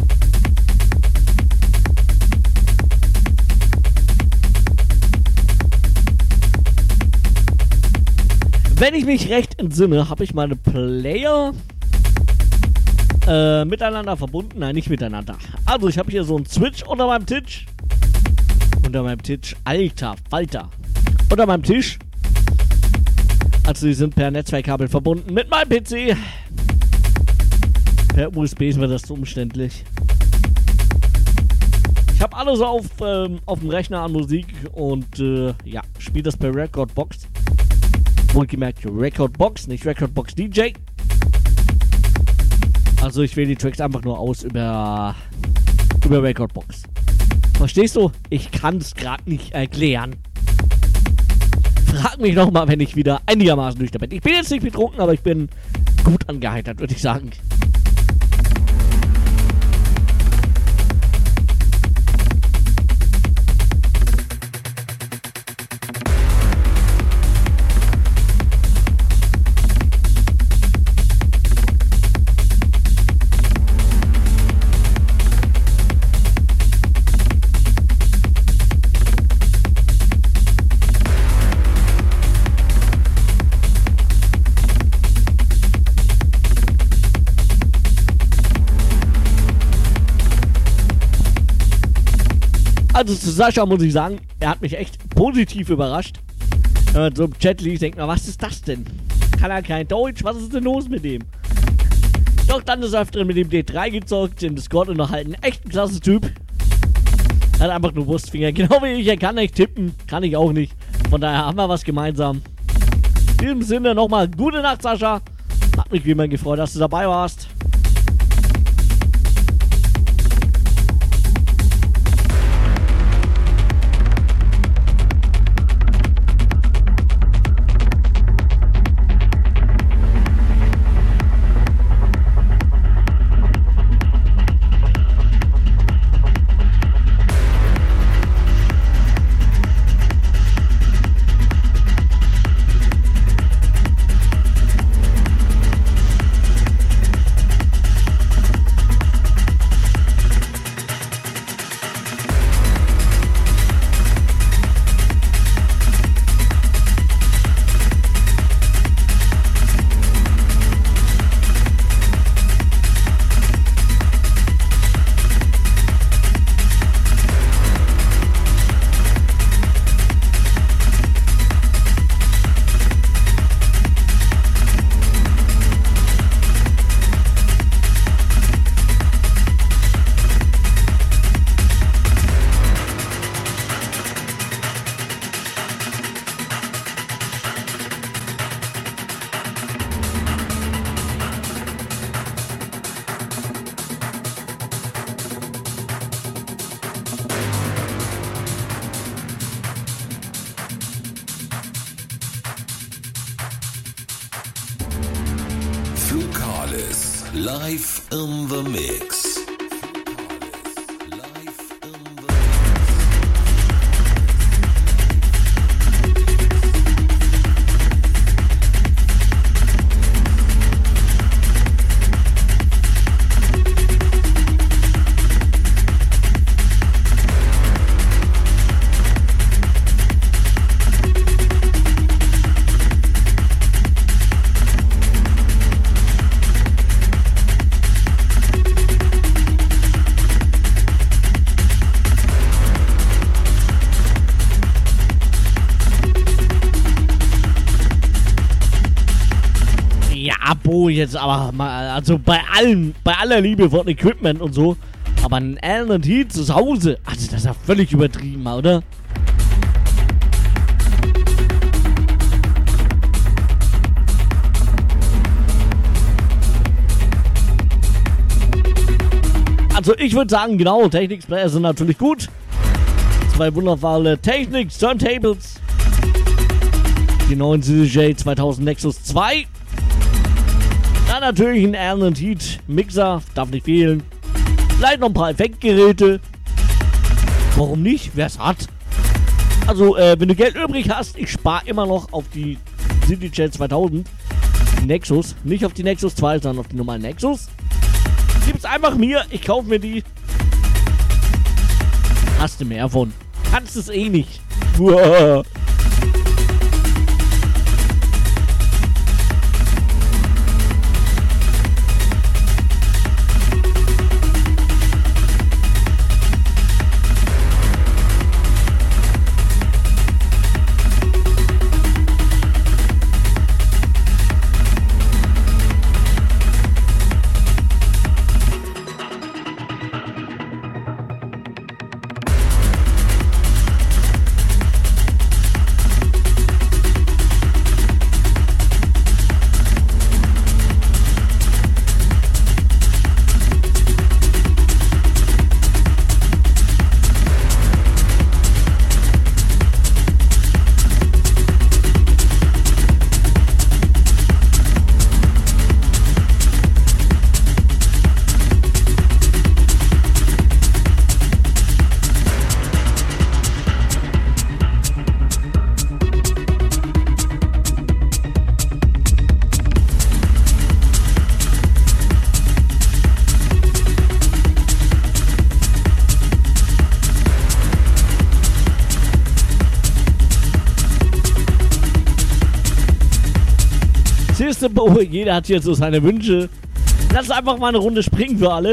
Wenn ich mich recht entsinne, habe ich meine Player miteinander verbunden. Nein, nicht miteinander. Also, ich habe hier so einen Switch unter meinem Tisch. Unter meinem Tisch. Alter Falter. Unter meinem Tisch. Also, die sind per Netzwerkkabel verbunden mit meinem PC. Per USB ist mir das zu umständlich. Ich habe alles auf dem Rechner an Musik und ja, spiele das per Recordbox. Wohlgemerkt Recordbox, nicht Recordbox DJ. Also ich wähle die Tracks einfach nur aus über Recordbox. Verstehst du? Ich kann es gerade nicht erklären. Frag mich nochmal, wenn ich wieder einigermaßen nüchtern bin. Ich bin jetzt nicht betrunken, aber ich bin gut angeheitert, würde ich sagen. Also zu Sascha muss ich sagen, er hat mich echt positiv überrascht. So im Chat liegt, denkt man, was ist das denn? Kann er kein Deutsch? Was ist denn los mit dem? Doch dann ist er öfter mit dem D3 gezockt, in Discord unterhalten. Echt ein klasse Typ. Hat einfach nur Wurstfinger. Genau wie ich, er kann nicht tippen. Kann ich auch nicht. Von daher haben wir was gemeinsam. In diesem Sinne nochmal gute Nacht, Sascha. Hat mich wie immer gefreut, dass du dabei warst. Flukalis, live in the mix. jetzt aber mal, also bei aller Liebe von Equipment und so, aber ein Alan Heat zu Hause, also das ist ja völlig übertrieben, oder? Also ich würde sagen, genau, Technics-Player sind natürlich gut. 2 wunderbare Technics-Turntables. Die neuen CDJ 2000 Nexus 2. Dann natürlich ein Alan Heat Mixer, darf nicht fehlen. Vielleicht noch ein paar Effektgeräte. Warum nicht? Wer es hat. Also, wenn du Geld übrig hast, ich spare immer noch auf die CDJ 2000 Nexus. Nicht auf die Nexus 2, sondern auf die normalen Nexus. Gib's einfach mir, ich kaufe mir die. Hast du mehr von. Kannst es eh nicht. Uah. Jeder hat hier so seine Wünsche. Lass einfach mal eine Runde springen für alle.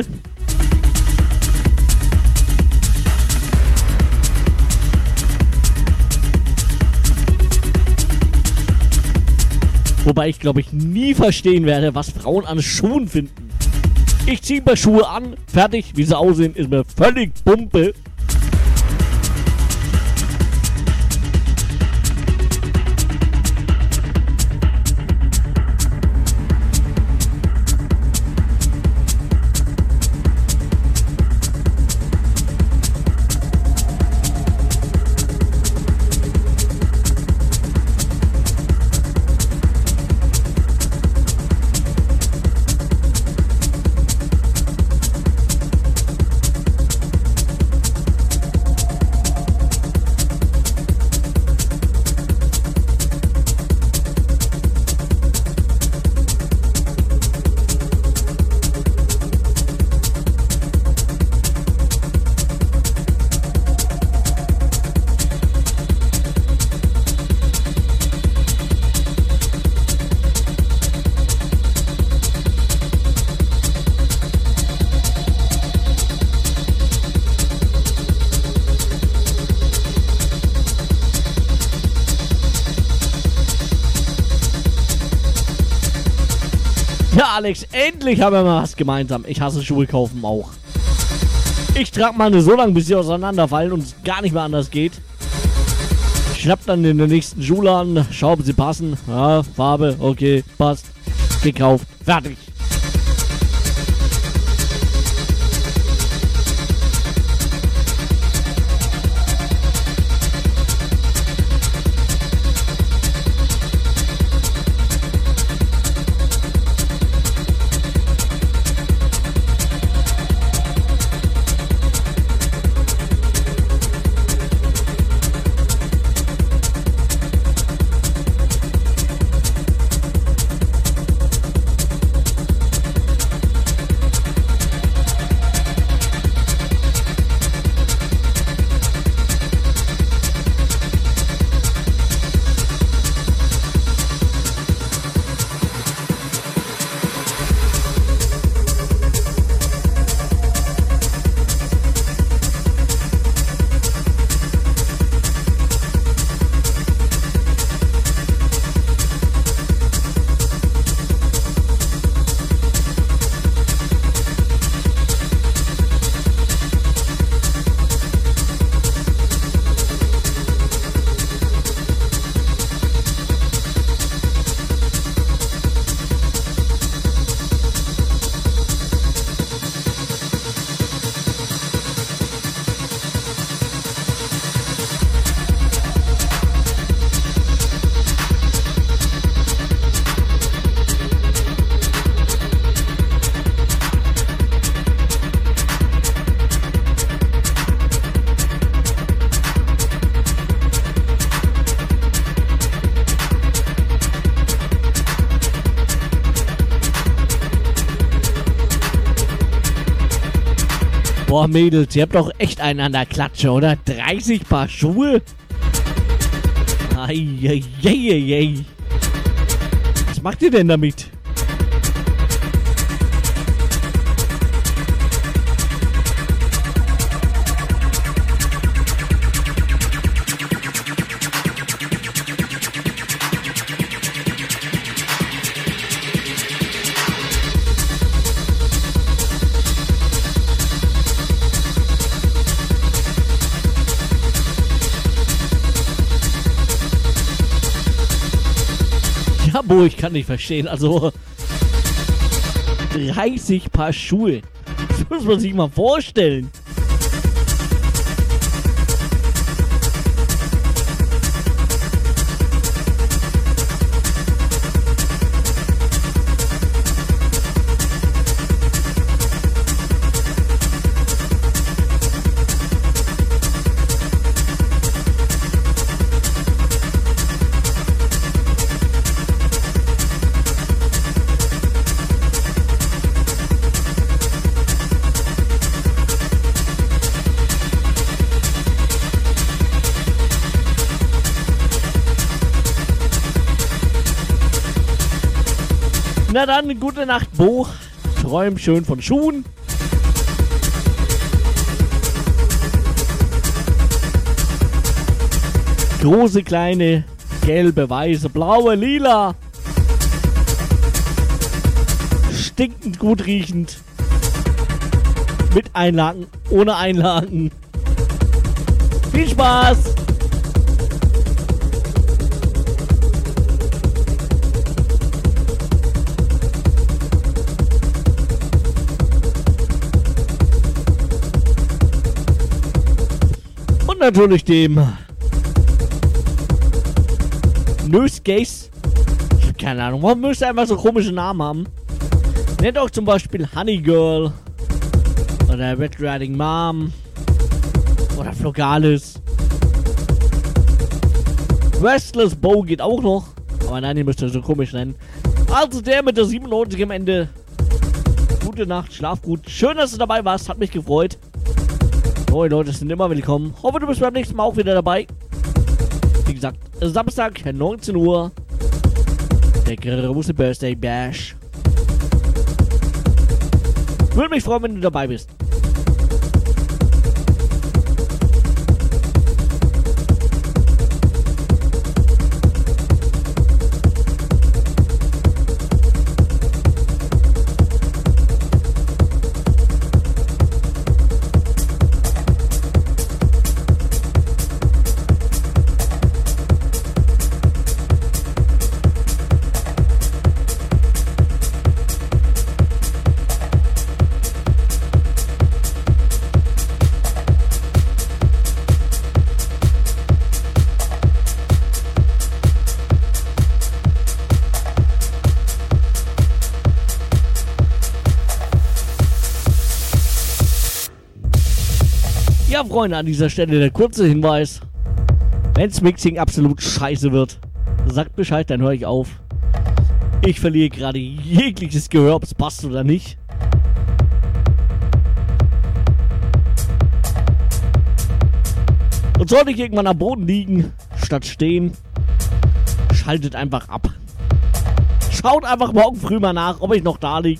Wobei ich glaube ich nie verstehen werde, was Frauen an Schuhen finden. Ich ziehe mir Schuhe an, fertig, wie sie aussehen, ist mir völlig Pumpe. Ja, Alex, endlich haben wir mal was gemeinsam. Ich hasse Schuhe kaufen auch. Ich trage meine so lange, bis sie auseinanderfallen und es gar nicht mehr anders geht. Ich schnapp dann in den nächsten Schuhladen, schau, ob sie passen. Ja, Farbe, okay, passt. Gekauft, fertig. Boah, Mädels, ihr habt doch echt einen an der Klatsche, oder? 30 Paar Schuhe? Eieieiei. Was macht ihr denn damit? Bo, ich kann nicht verstehen. Also 30 Paar Schuhe. Das muss man sich mal vorstellen. Na dann, gute Nacht, Bo. Träum schön von Schuhen. Große, kleine, gelbe, weiße, blaue, lila. Stinkend gut riechend. Mit Einlagen, ohne Einlagen. Viel Spaß! Und natürlich dem Nösgace. Ich hab keine Ahnung, warum müsst ihr einfach so komische Namen haben? Nennt auch zum Beispiel Honey Girl oder Red Riding Mom oder Flogalis. Restless Bow geht auch noch, aber nein, ihr müsst ihr so komisch nennen. Also der mit der 97 am Ende. Gute Nacht, schlaf gut. Schön, dass du dabei warst, hat mich gefreut. Neue Leute sind immer willkommen. Hoffe, du bist beim nächsten Mal auch wieder dabei. Wie gesagt, Samstag, 19 Uhr. Der große Birthday Bash. Würde mich freuen, wenn du dabei bist. Ja, Freunde, an dieser Stelle der kurze Hinweis. Wenn's Mixing absolut scheiße wird, sagt Bescheid, dann höre ich auf. Ich verliere gerade jegliches Gehör, ob es passt oder nicht. Und sollte ich irgendwann am Boden liegen, statt stehen, schaltet einfach ab. Schaut einfach morgen früh mal nach, ob ich noch da liege.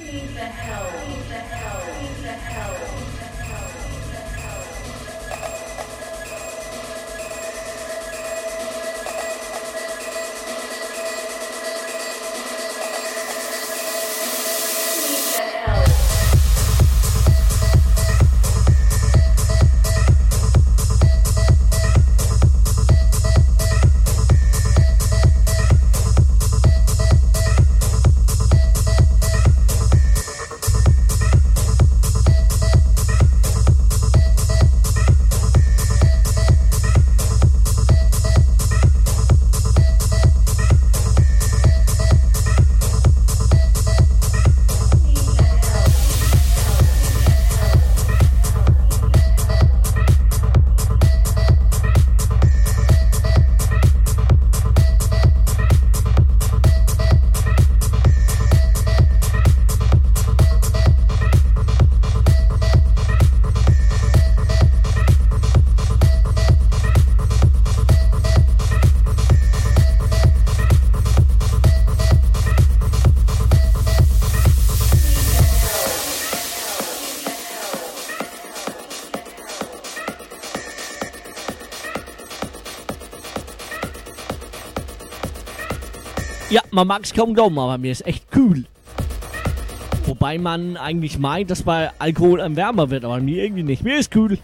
Ja, man mag es kaum glauben, aber mir ist echt kühl. Wobei man eigentlich meint, dass bei Alkohol einem wärmer wird, aber mir irgendwie nicht. Mir ist kühl.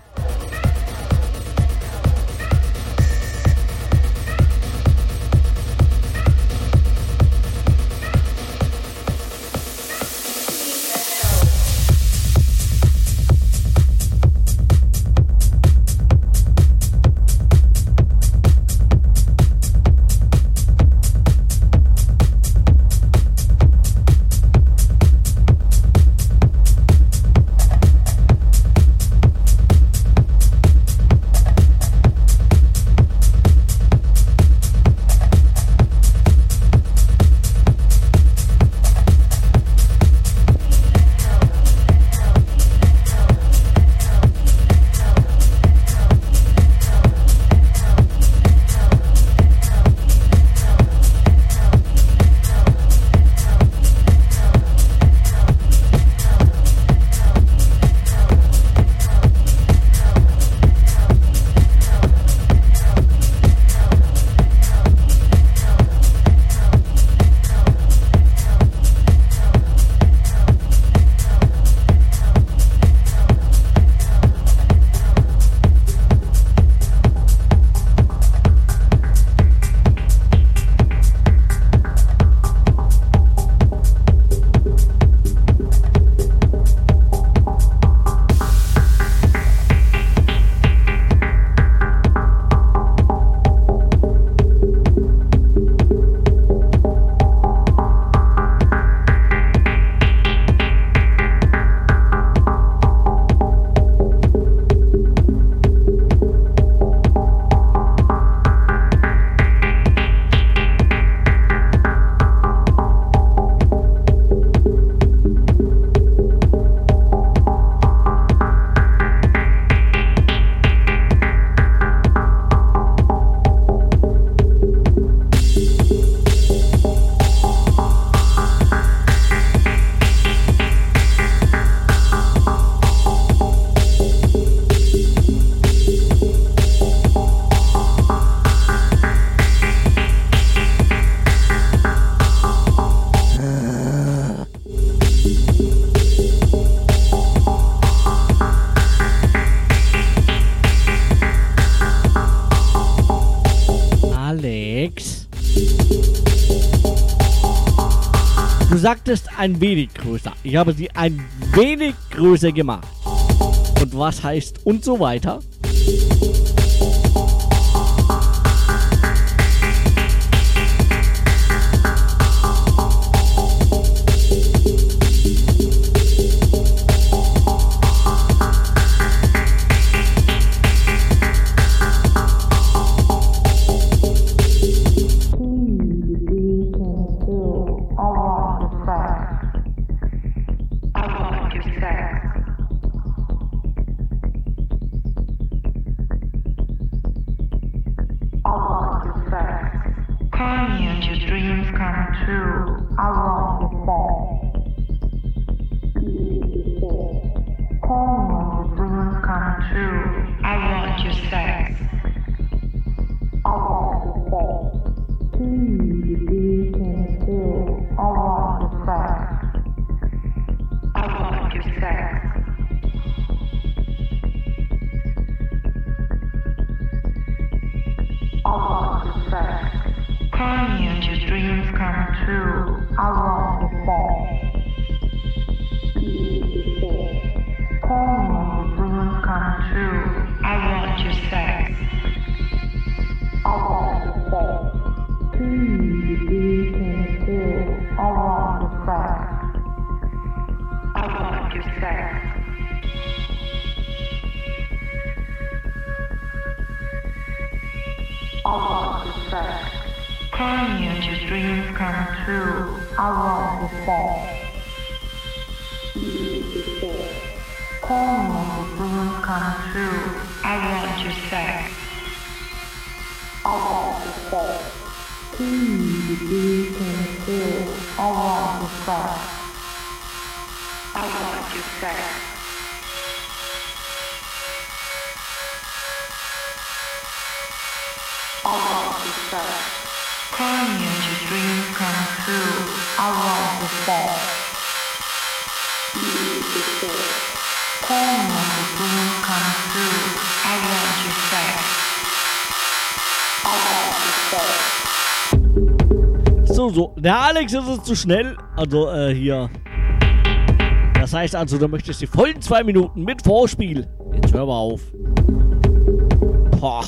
Du sagtest ein wenig größer. Ich habe sie ein wenig größer gemacht. Und was heißt und so weiter? true. I want your sex. I want your sex. You can feel. I want your sex. I want your sex. I want your sex. Call me and your dreams come true. I want your sex. Call me and your dreams come true. I want your sex. I want your sex. You can feel. I want your sex. I want your sex. I want your sex. Call me and your dreams come true. I want your sex. Call me and your dreams come true. I want your sex. I want your sex. You can feel. I want your sex. I want your sex. I want your sex. Call me and your dreams come true. I want your sex. Call me and your dreams come true. I want your sex. I want your sex. So. Der Alex ist es zu schnell. Also, hier. Das heißt also, du möchtest die vollen 2 Minuten mit Vorspiel. Jetzt hör mal auf. Boah.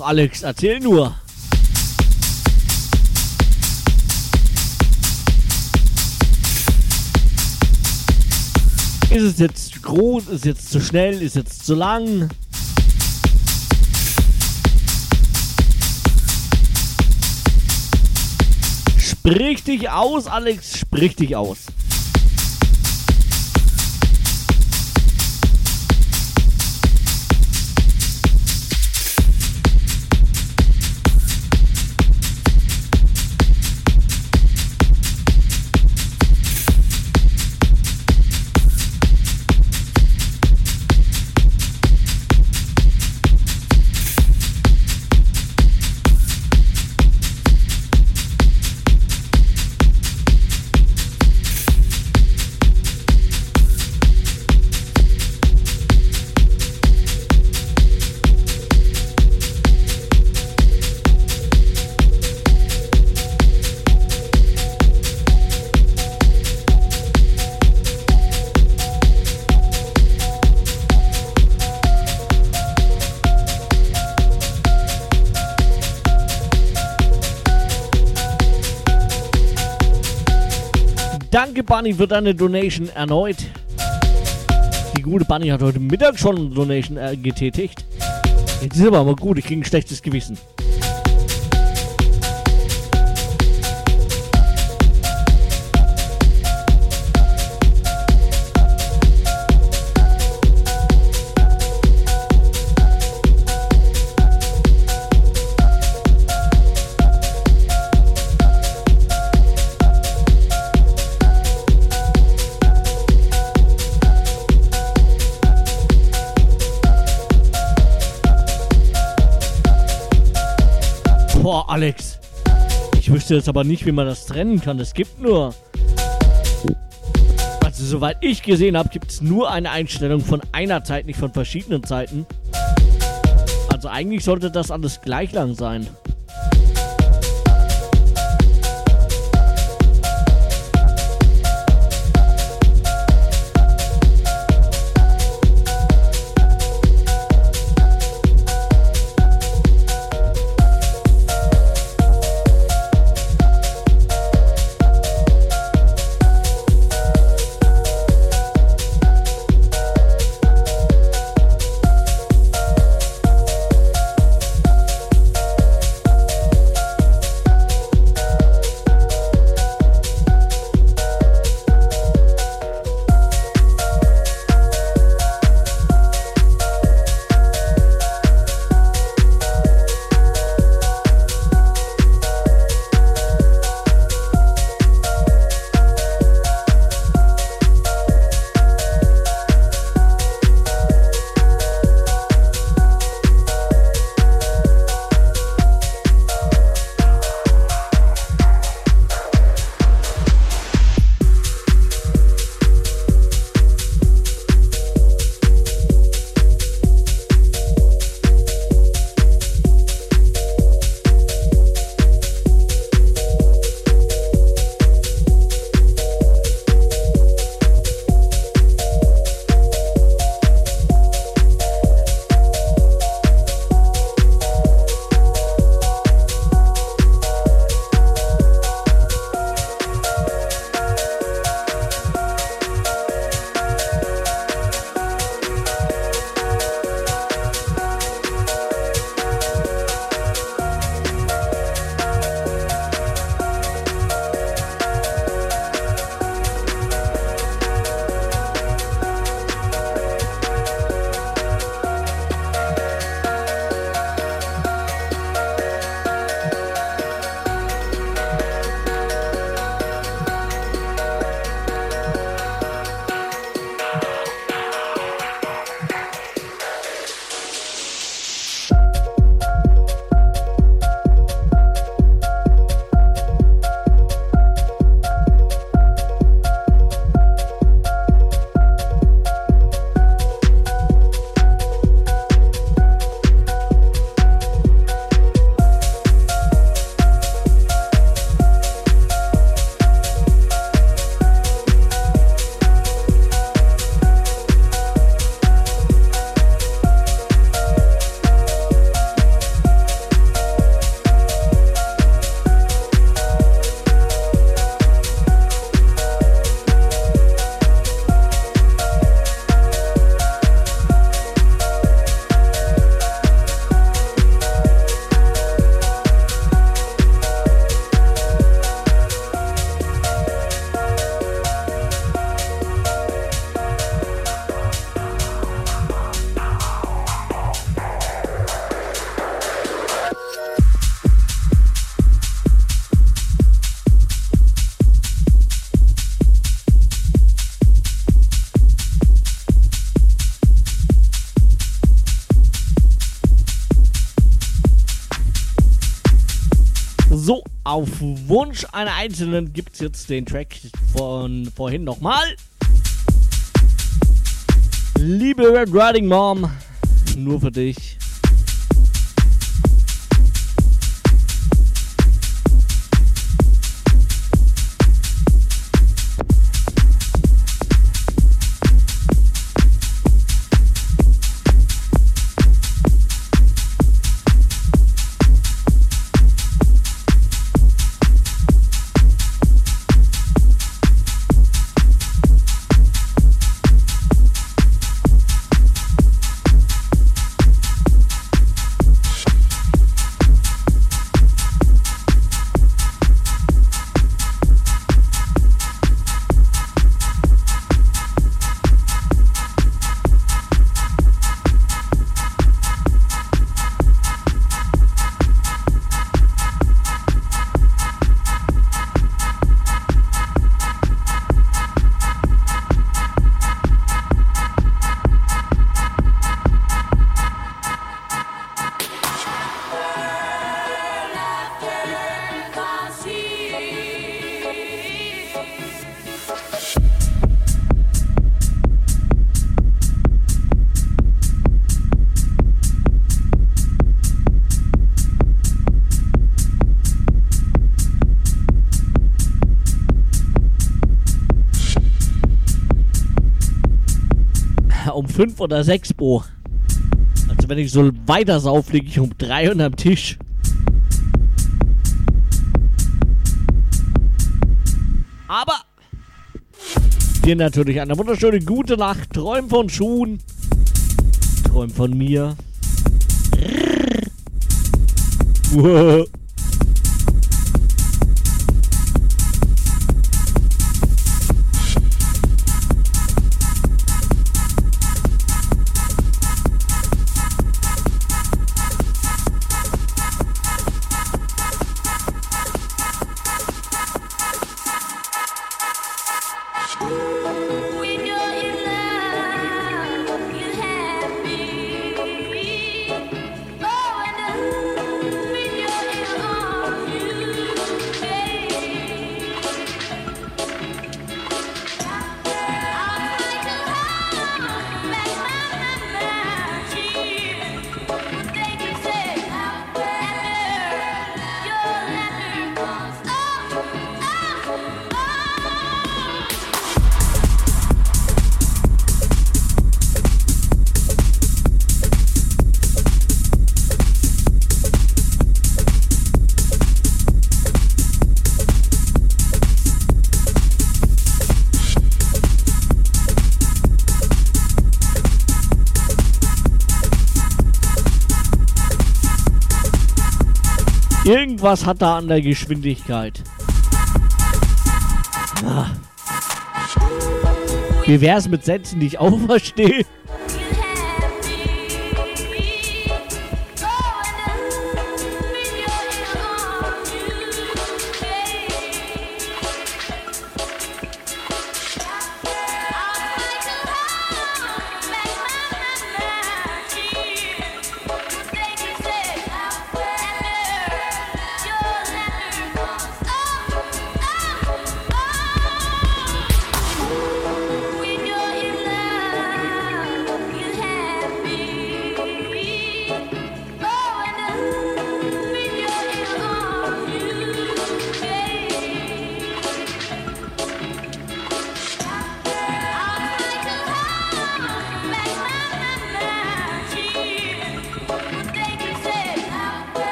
doch, Alex, erzähl nur. Ist es jetzt zu groß, ist es jetzt zu schnell, ist es jetzt zu lang? Sprich dich aus, Alex, sprich dich aus. Danke, Bunny, für deine Donation erneut. Die gute Bunny hat heute Mittag schon eine Donation getätigt. Jetzt ist aber gut, ich kriege ein schlechtes Gewissen. Boah, Alex. Ich wüsste jetzt aber nicht, wie man das trennen kann. Es gibt nur... Also, soweit ich gesehen habe, gibt es nur eine Einstellung von einer Zeit, nicht von verschiedenen Zeiten. Also eigentlich sollte das alles gleich lang sein. So, auf Wunsch einer Einzelnen gibt es jetzt den Track von vorhin nochmal. Liebe Red Riding Mom, nur für dich. Um 5 oder 6 Bo. Also wenn ich so weiter sauf, liege ich um 3 unterm Tisch. Aber dir natürlich eine wunderschöne gute Nacht. Träum von Schuhen. Träum von mir. Irgendwas hat da an der Geschwindigkeit. Ah. Wie wär's mit Sätzen, die ich auch verstehe?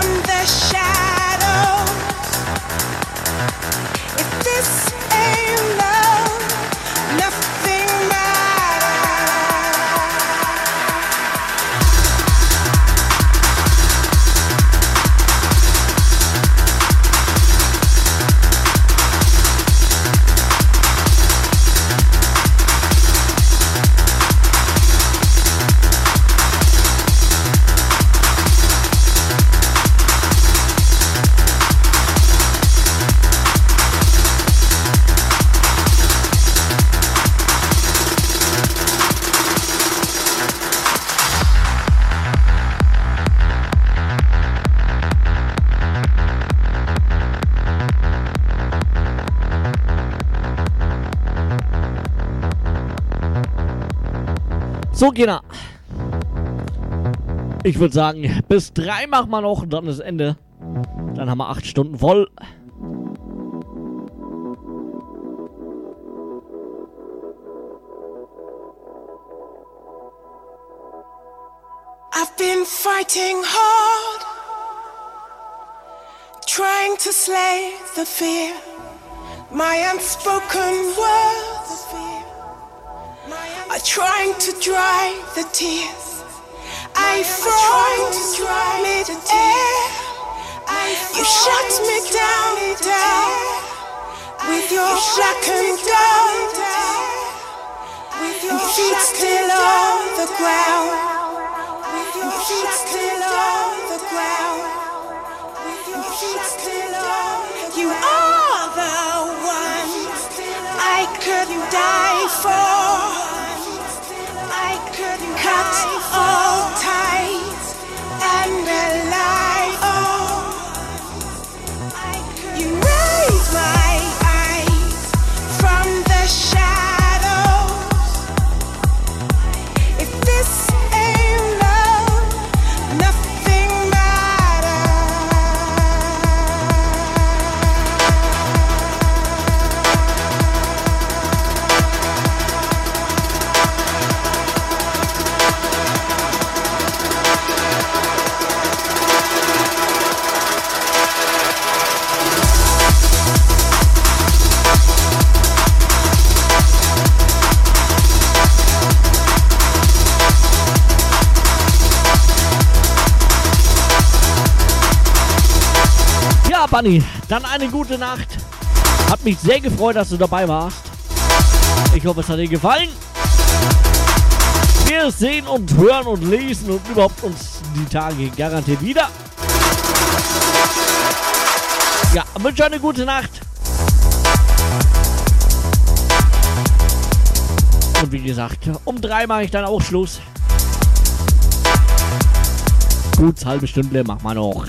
So, Kinder. Ich würde sagen, bis 3 machen wir noch und dann ist Ende. Dann haben wir 8 Stunden voll. I've been fighting hard, trying to slay the fear, my unspoken words are trying to dry the tears. I froze mid-air, you shut me down, with your blackened eyes, and feet still on the ground, feet still on the ground, feet still on the ground. You are the one I could die for. I could cut all ties and rely on. You raise my eyes from the shadows. If this ain't love, nothing matters. Ja, Bunny, dann eine gute Nacht. Hat mich sehr gefreut, dass du dabei warst. Ich hoffe, es hat dir gefallen. Wir sehen und hören und lesen und überhaupt uns die Tage garantiert wieder. Ja, wünsche eine gute Nacht. Und wie gesagt, um 3 mache ich dann auch Schluss. Gut, halbe Stunde machen wir noch.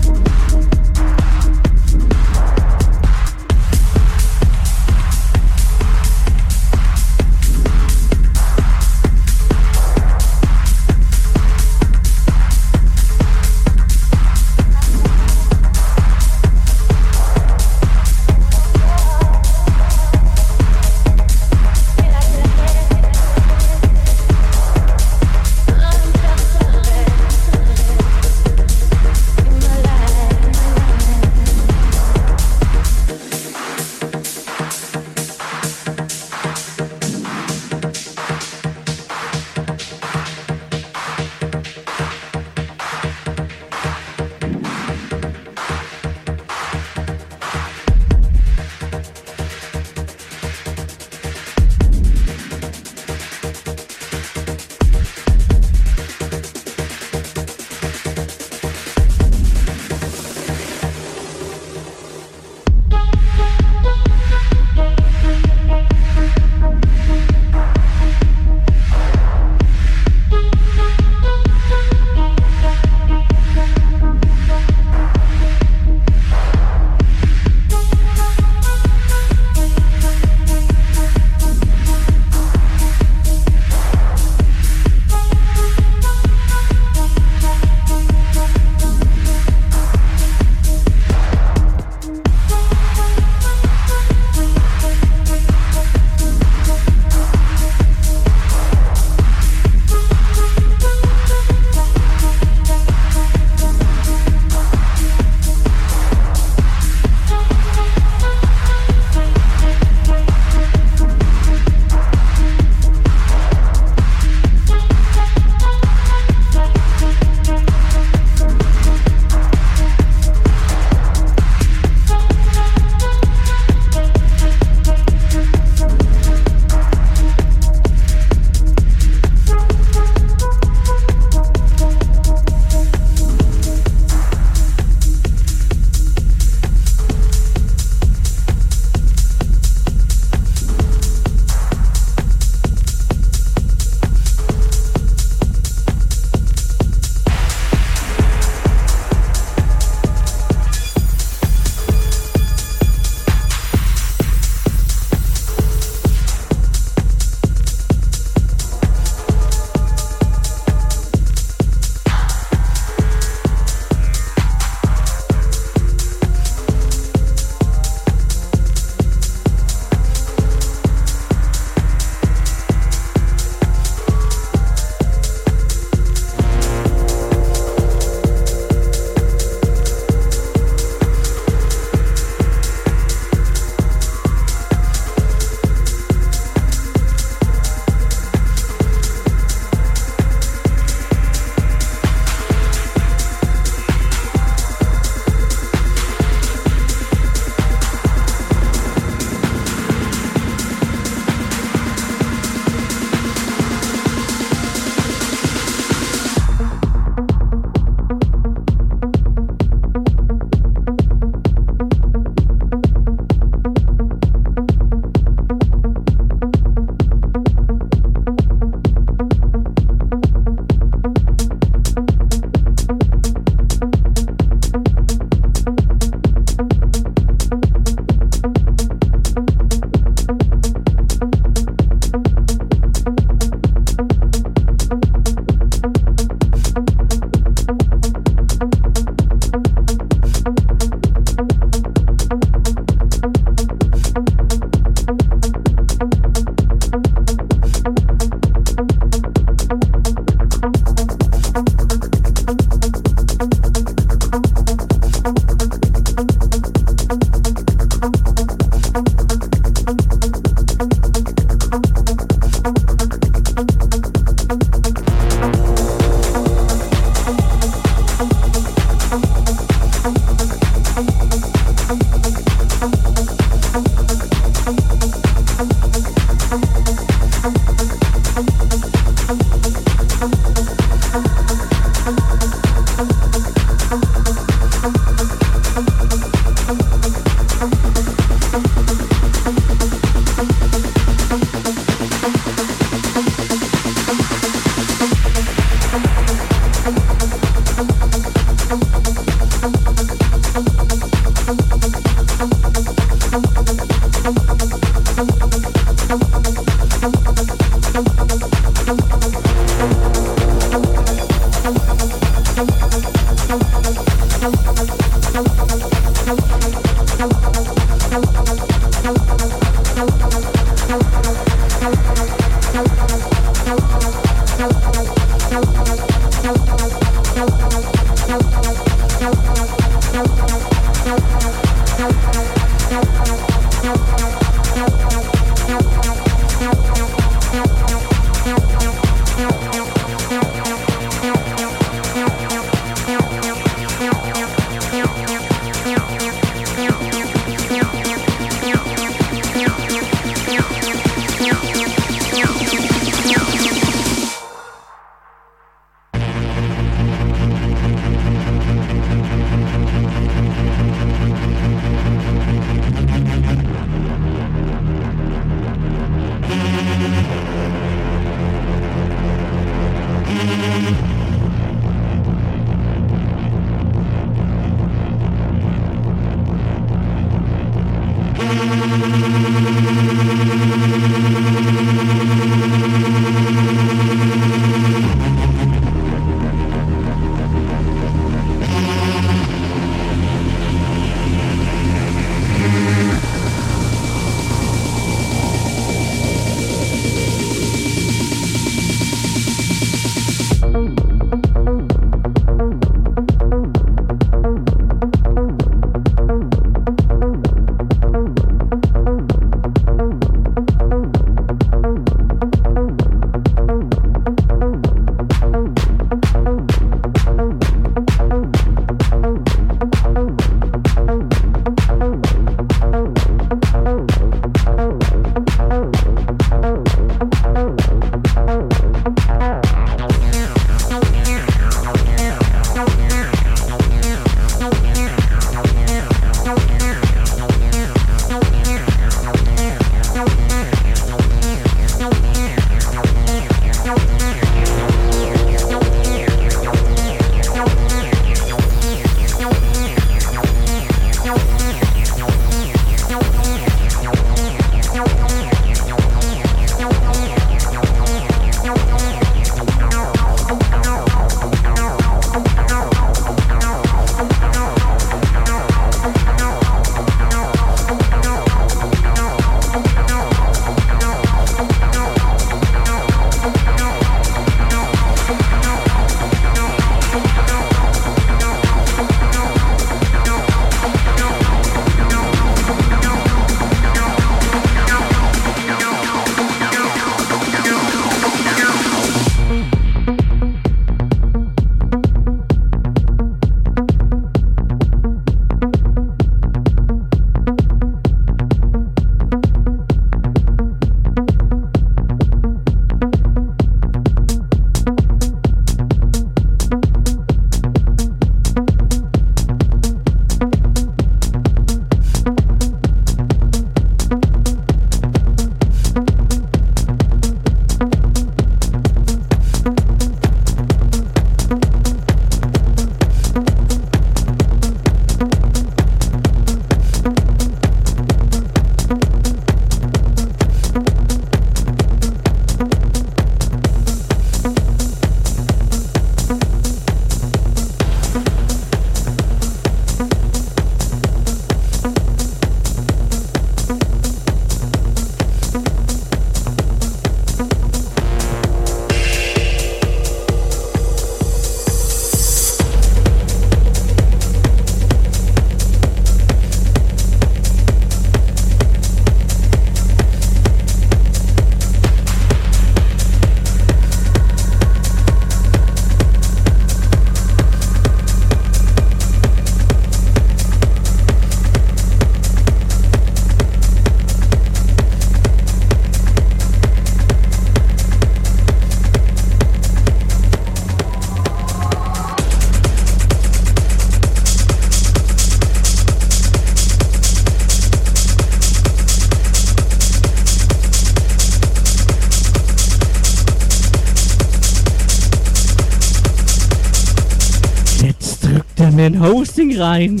ein Hosting rein.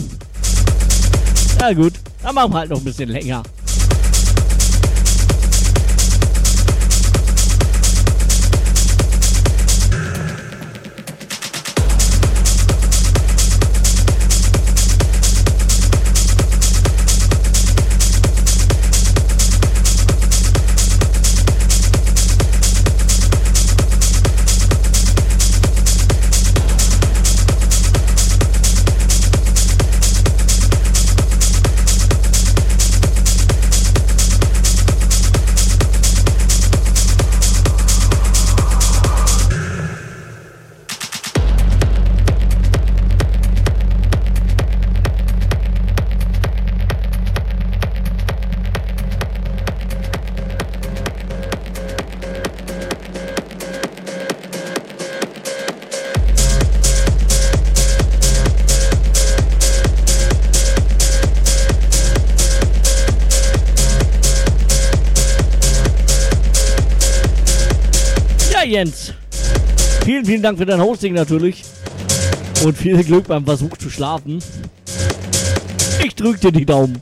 Na gut, dann machen wir halt noch ein bisschen länger. Ja, Jens. Vielen, vielen Dank für dein Hosting natürlich. Und viel Glück beim Versuch zu schlafen. Ich drück dir die Daumen.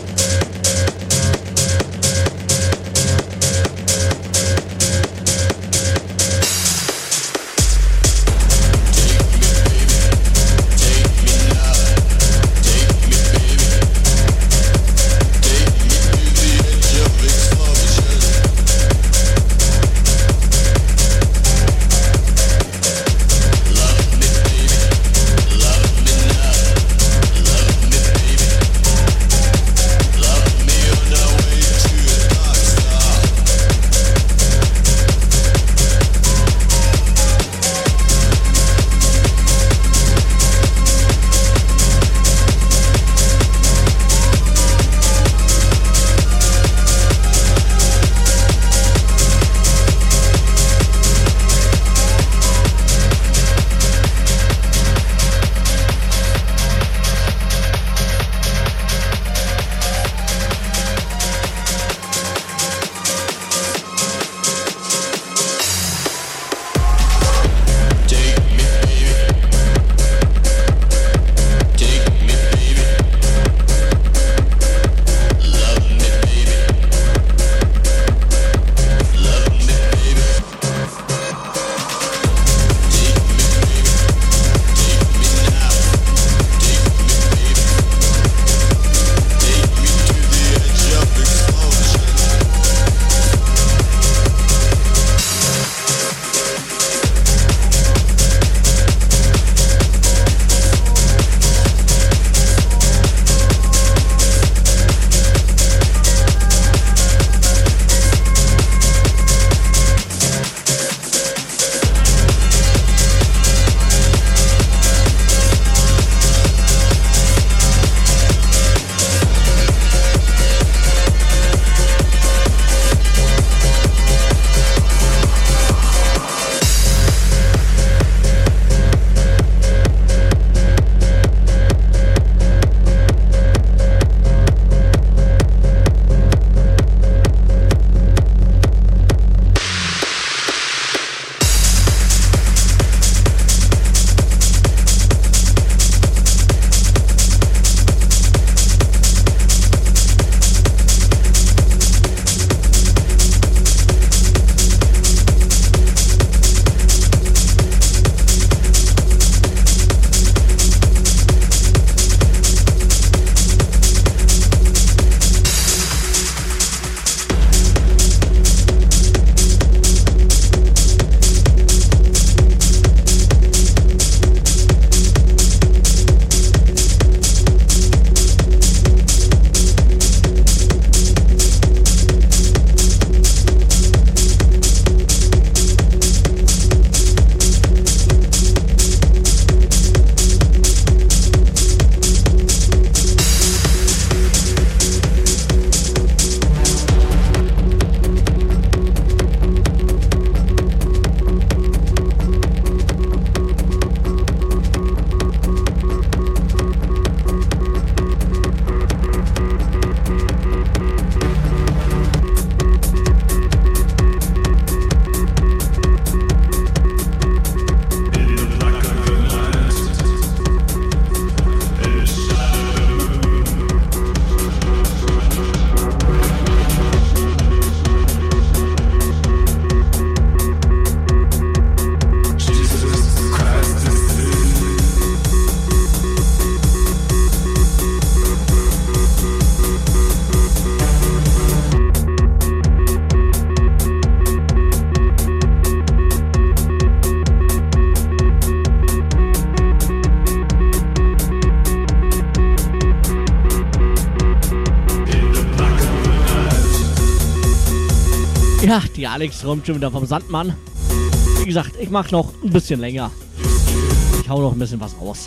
Ja, die Alex träumt schon wieder vom Sandmann. Wie gesagt, ich mach noch ein bisschen länger. Ich hau noch ein bisschen was raus.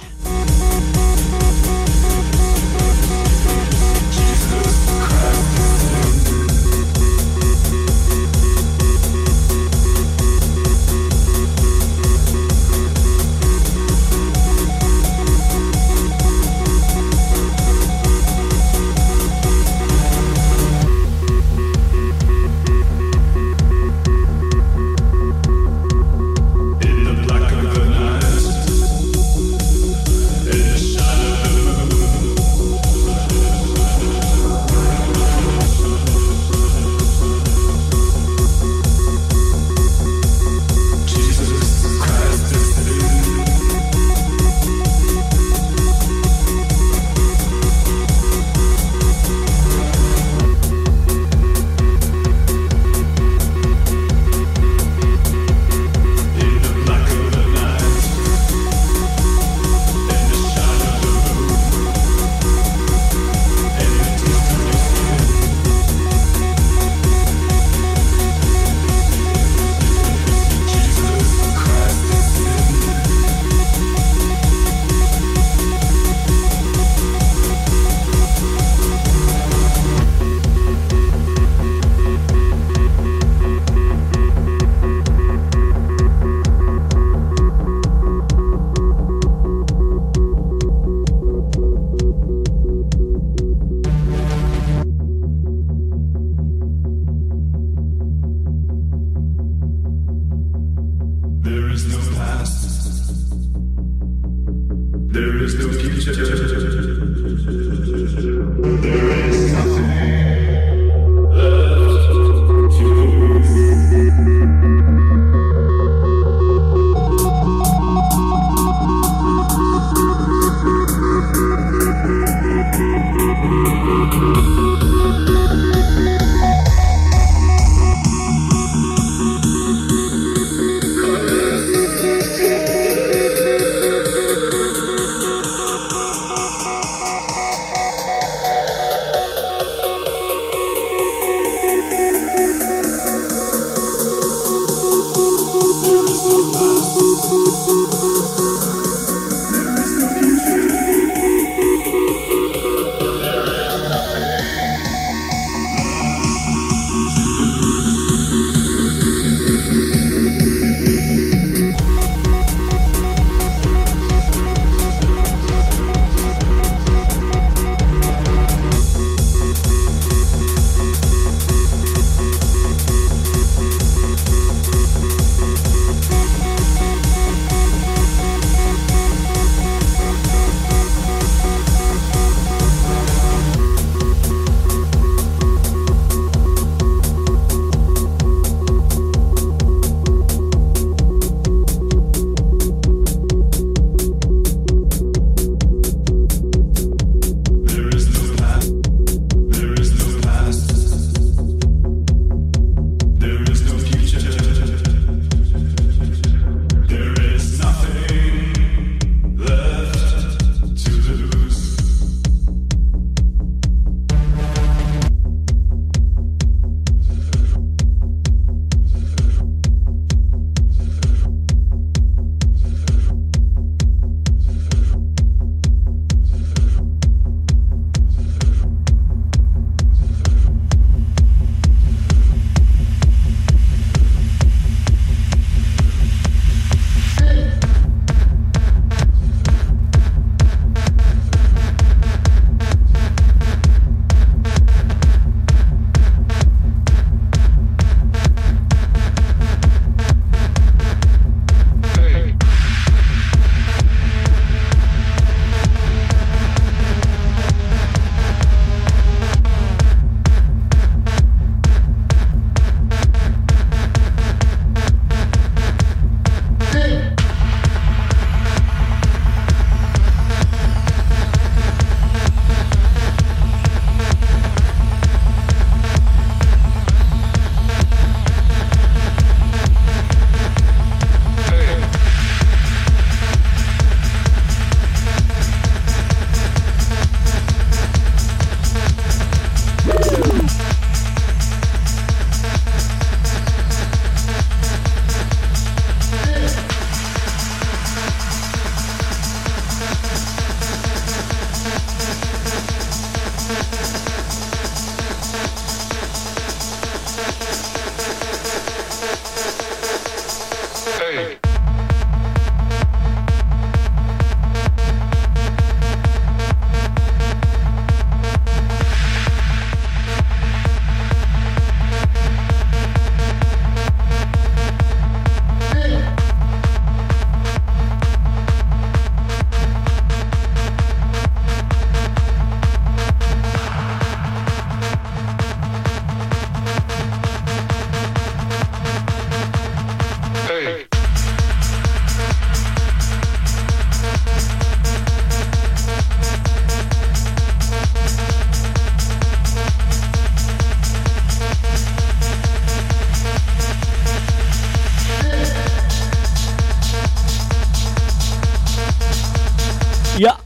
Ja.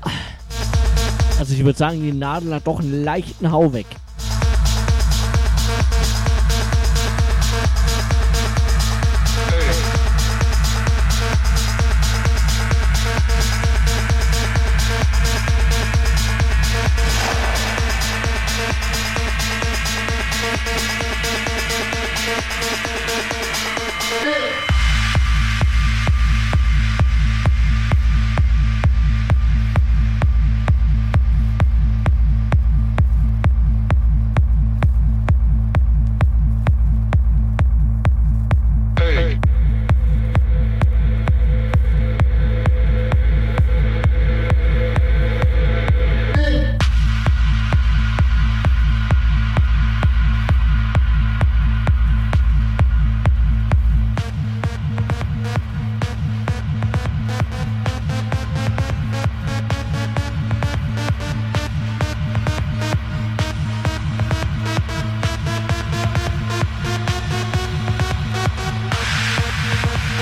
Also ich würde sagen, die Nadel hat doch einen leichten Hau weg.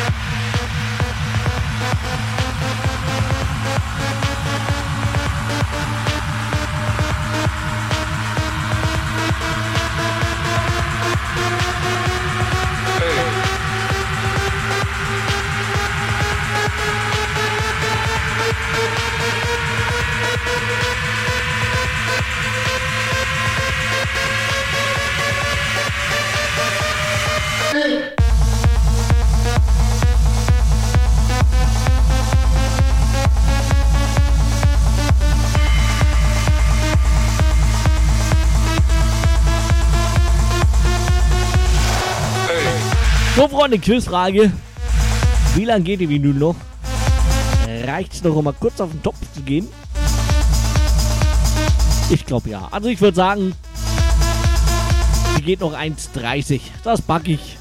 So, Freunde, Quizfrage. Wie lange geht die Vinyl noch? Reicht's noch, um mal kurz auf den Topf zu gehen? Ich glaube ja. Also ich würde sagen, die geht noch 1,30. Das packe ich.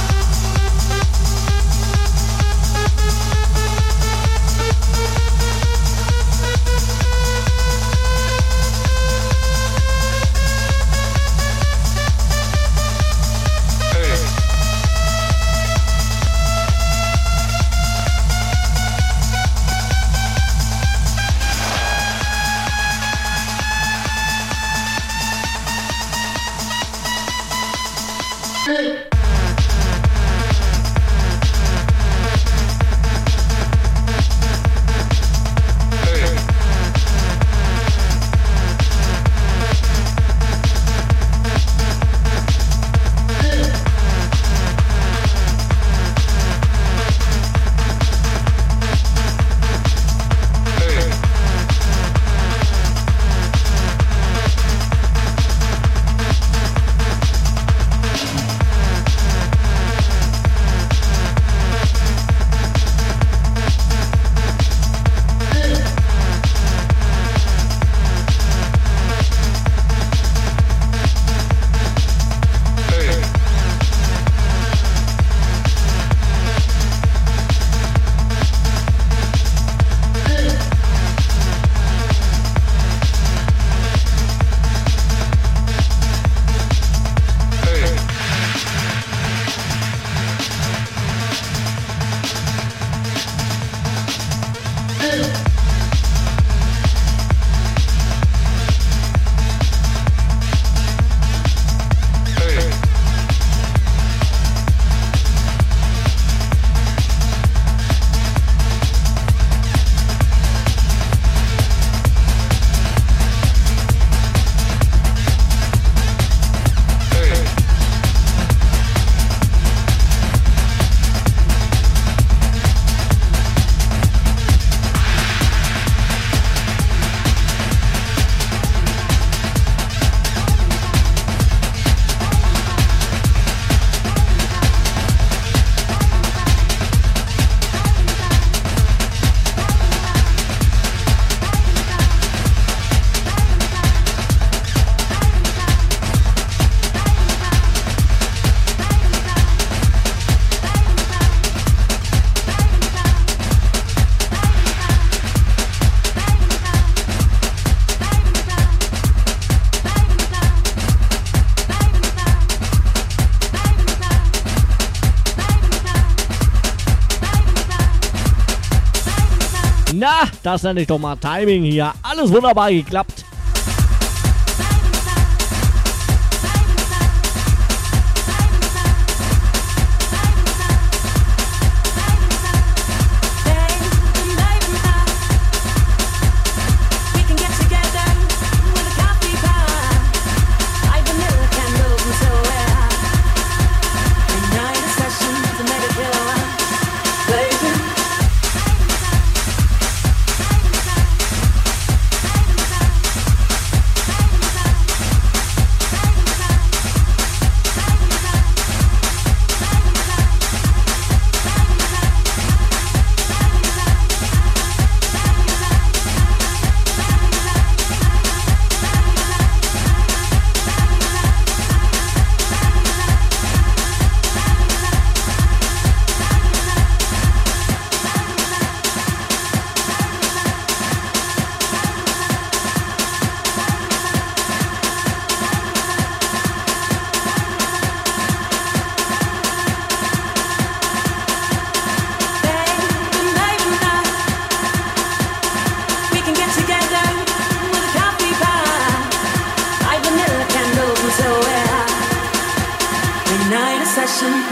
Na, das nenne ich doch mal Timing hier. Alles wunderbar geklappt.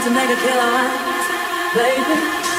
to make a kilowatt, baby.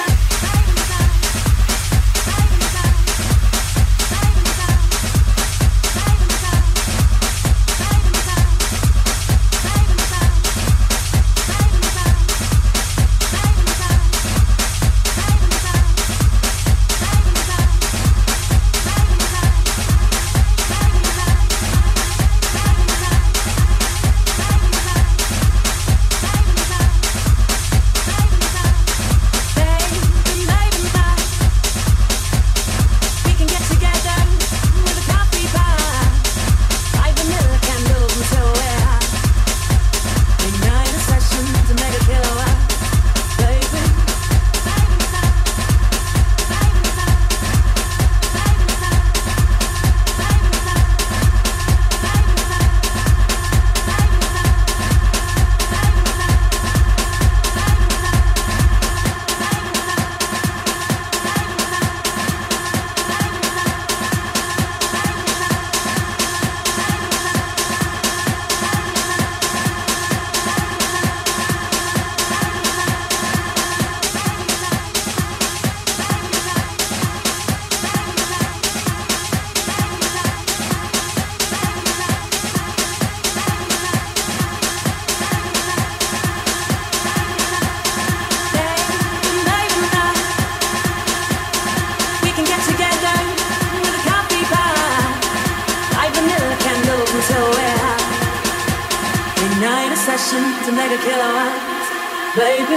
To make a kilowatt, baby.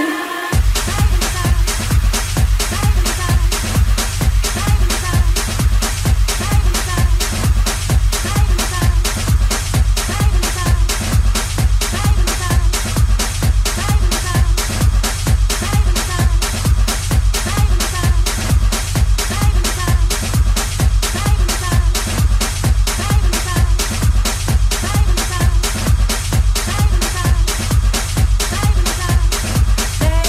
Hey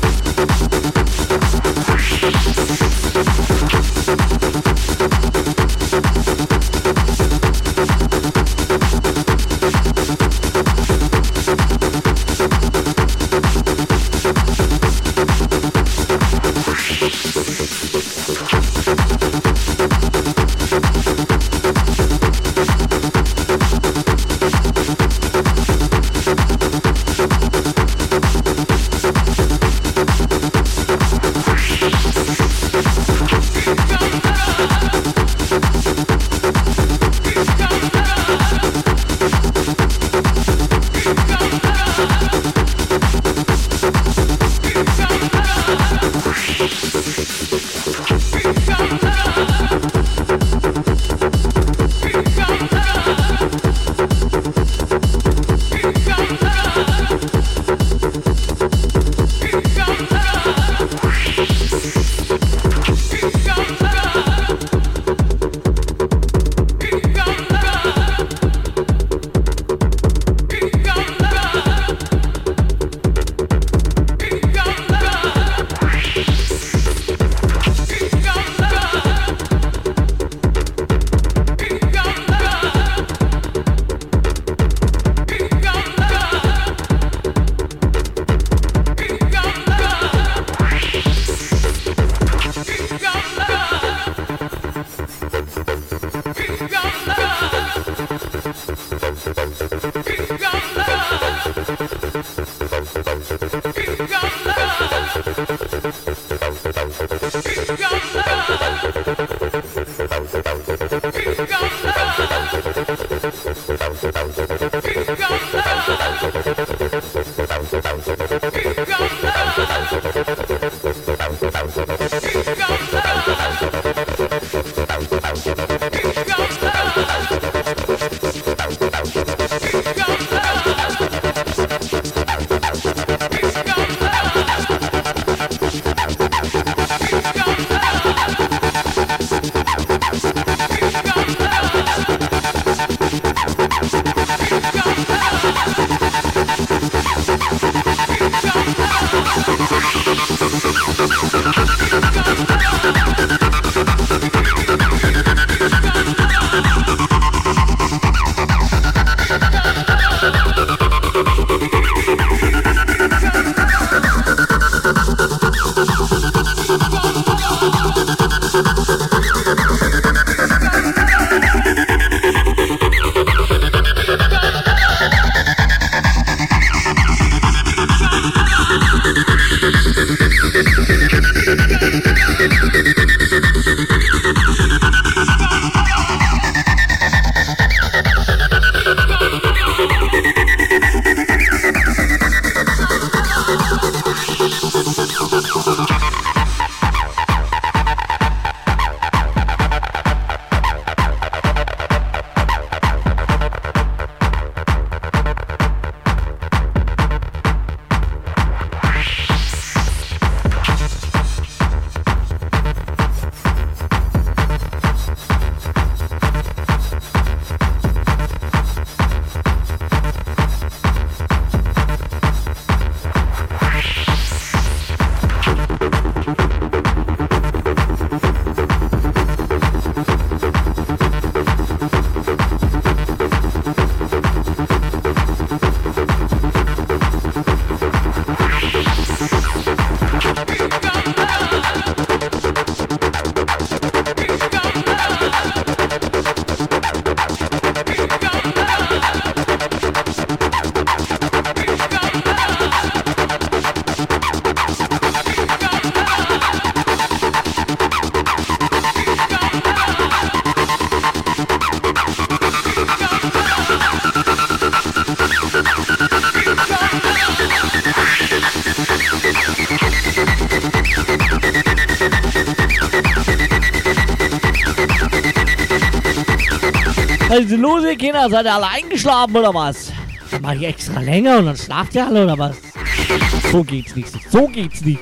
Also los, ihr Kinder, seid ihr alle eingeschlafen oder was? Dann mach ich extra länger und dann schlaft ihr alle oder was? So geht's nicht. So geht's nicht.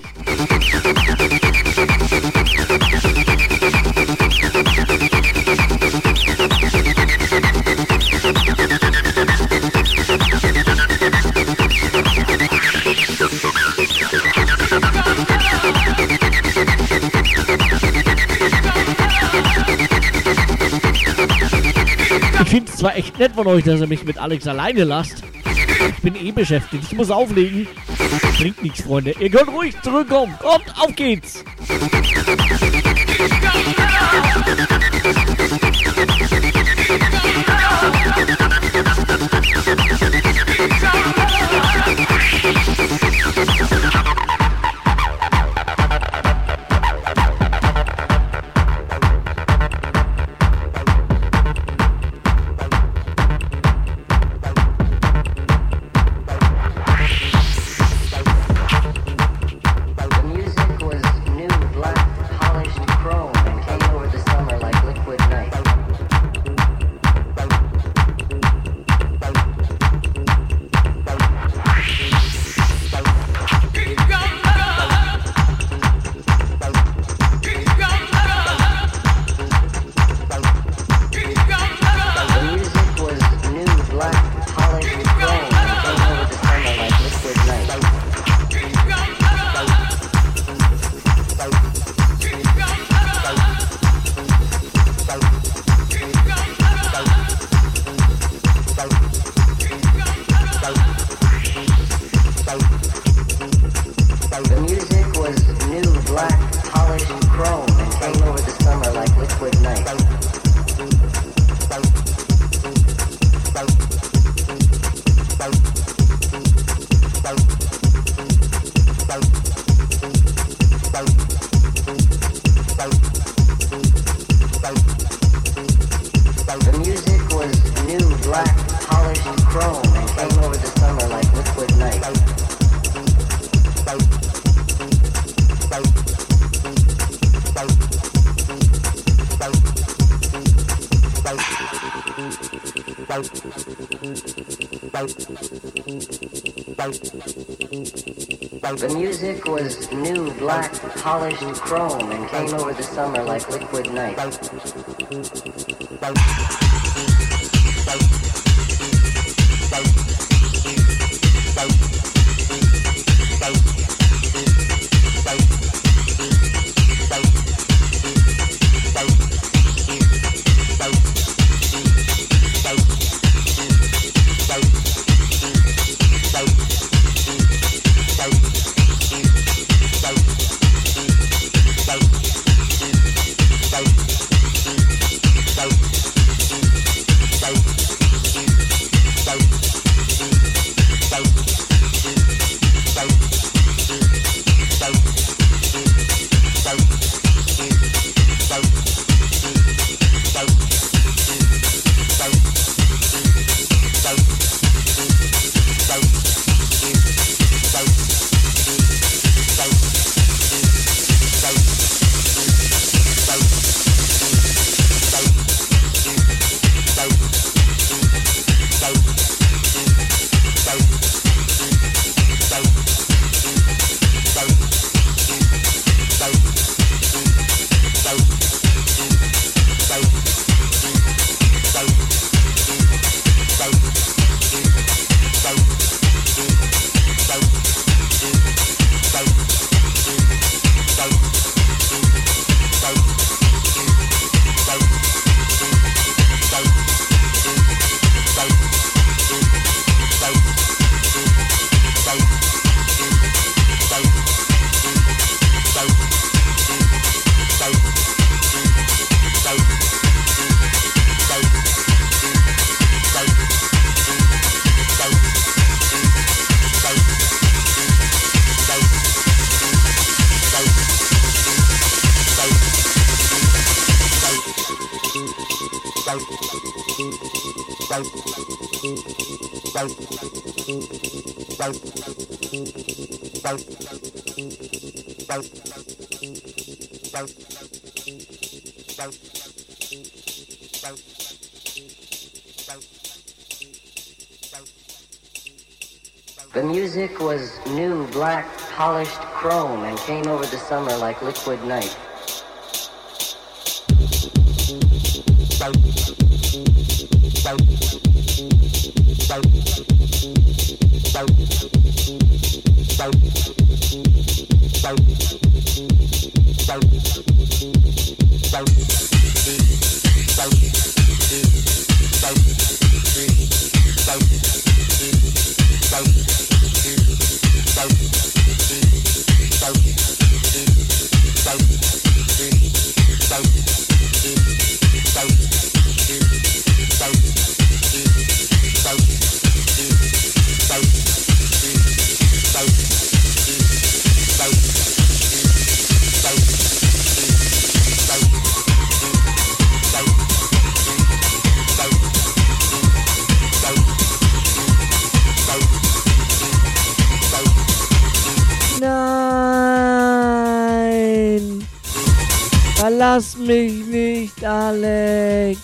echt nett von euch, dass ihr mich mit Alex alleine lasst. Ich bin eh beschäftigt, ich muss auflegen. Bringt nichts, Freunde. Ihr könnt ruhig zurückkommen. Kommt, auf geht's. The music was new, black, polished chrome and came over the summer like liquid night. The music was new, black, polished chrome and came over the summer like liquid night. Verlass mich nicht, Alex.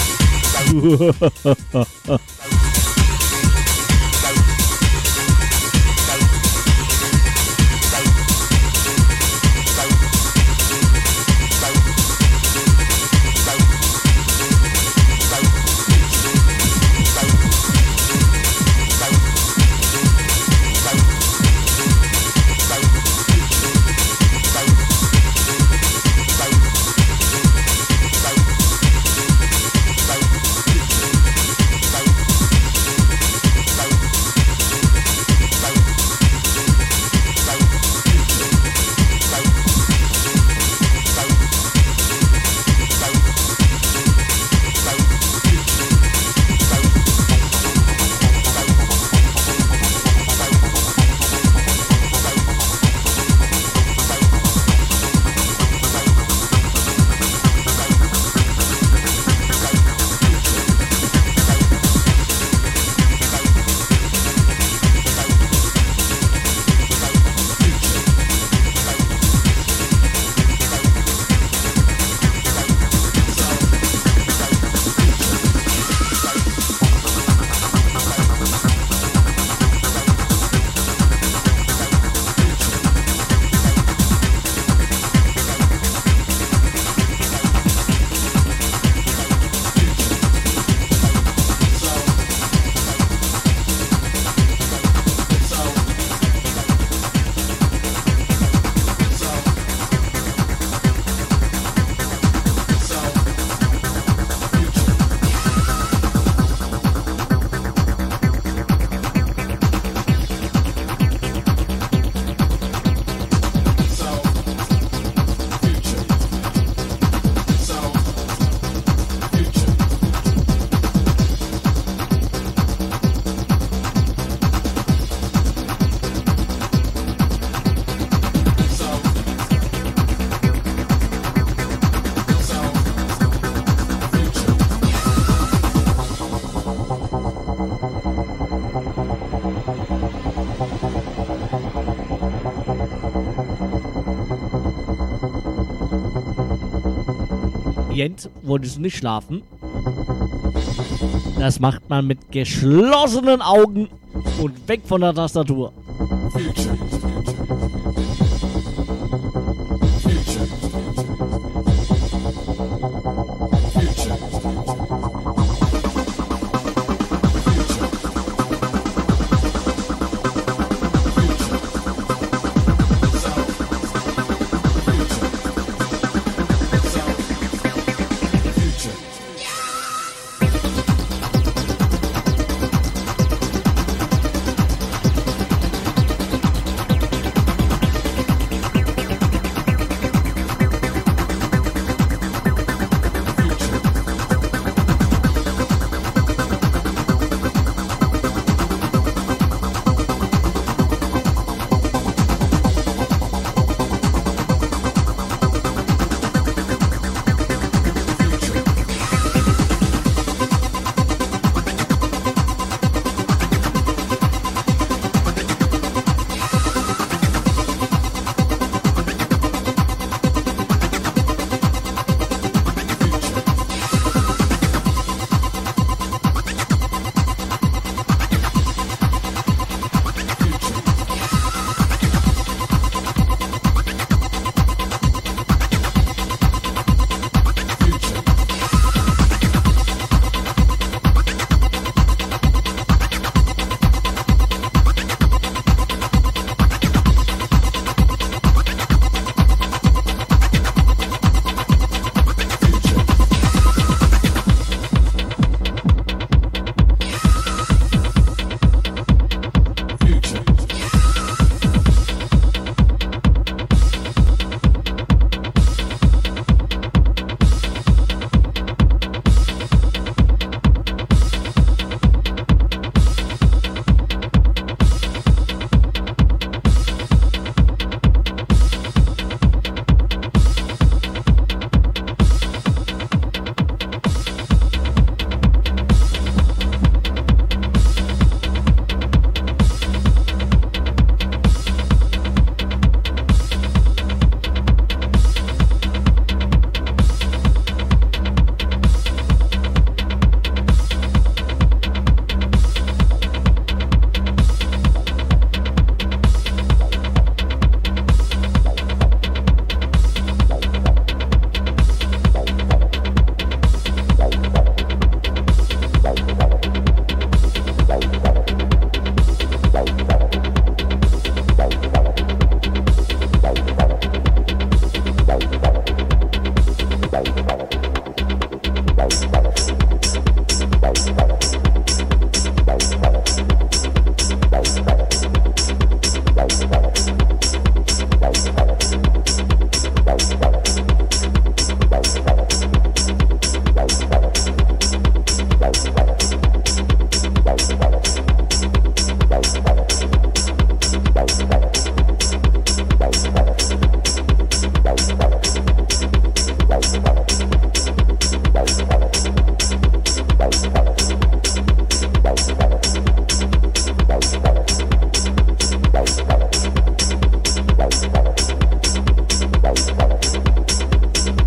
Jens, wolltest du nicht schlafen? Das macht man mit geschlossenen Augen und weg von der Tastatur.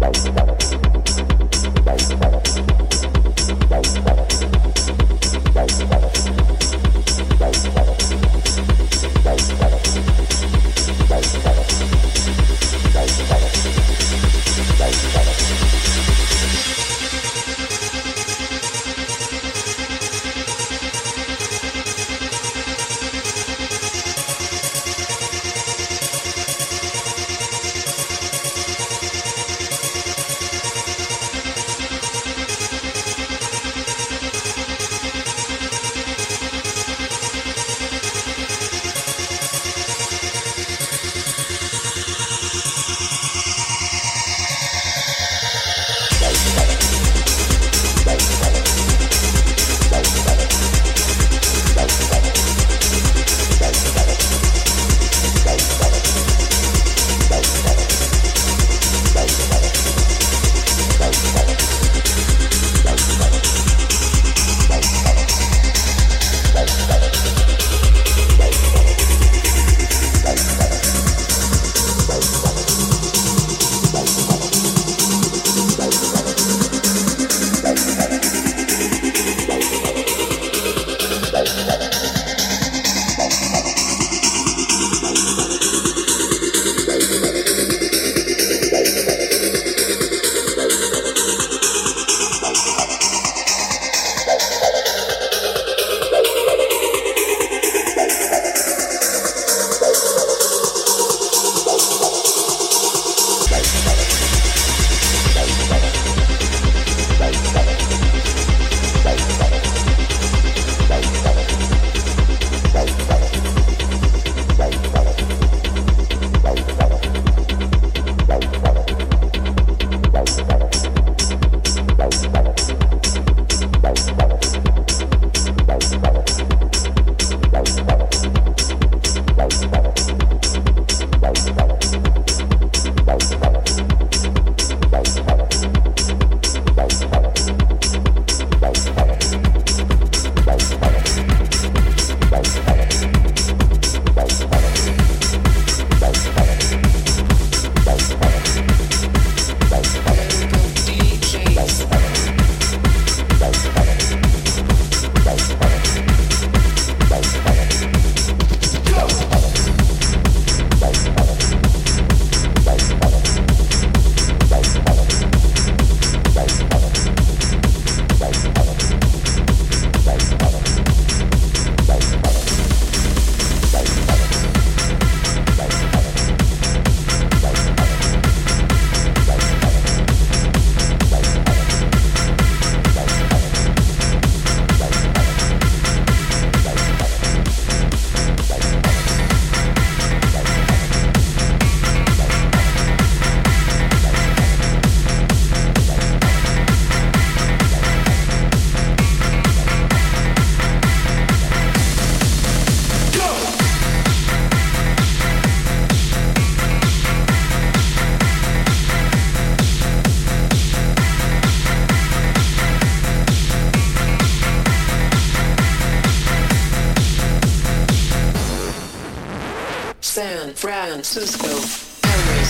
San Francisco, Paris,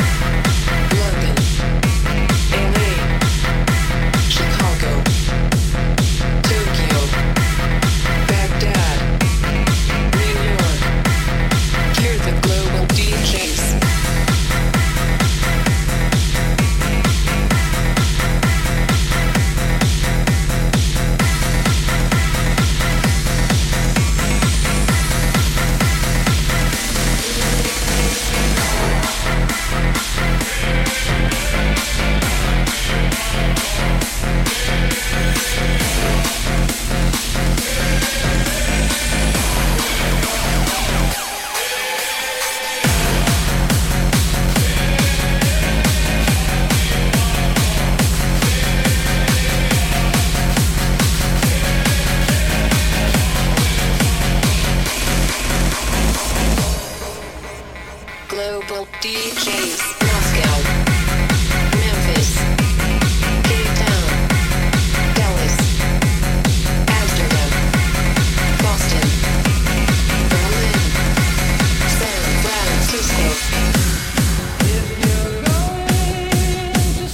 London, LA, Chicago, Tokyo, Baghdad, New York. Hear the global DJs. Global DJs, Moscow, Memphis, Cape Town, Dallas, Amsterdam, Boston, Berlin, San Francisco. If you're going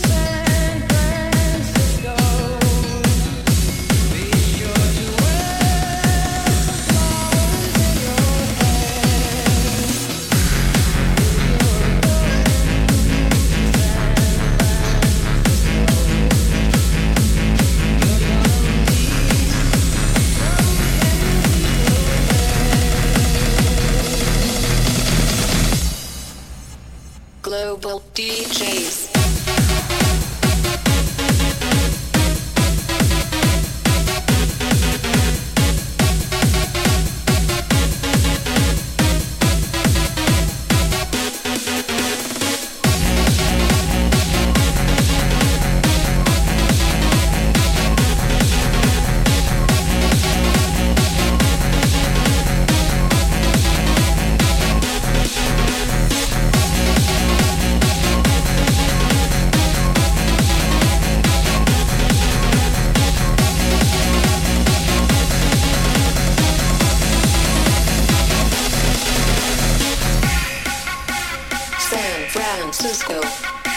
Global DJs. Francisco.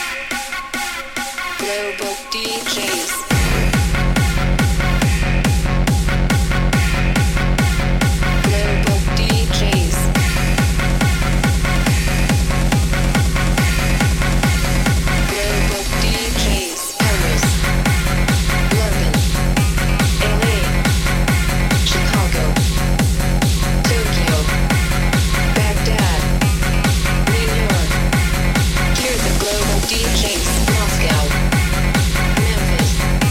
Global DJs. Global DJs. Global DJs. Paris, London, LA, Chicago, Tokyo, Baghdad, New York. Hear the global DJs. Moscow, Memphis,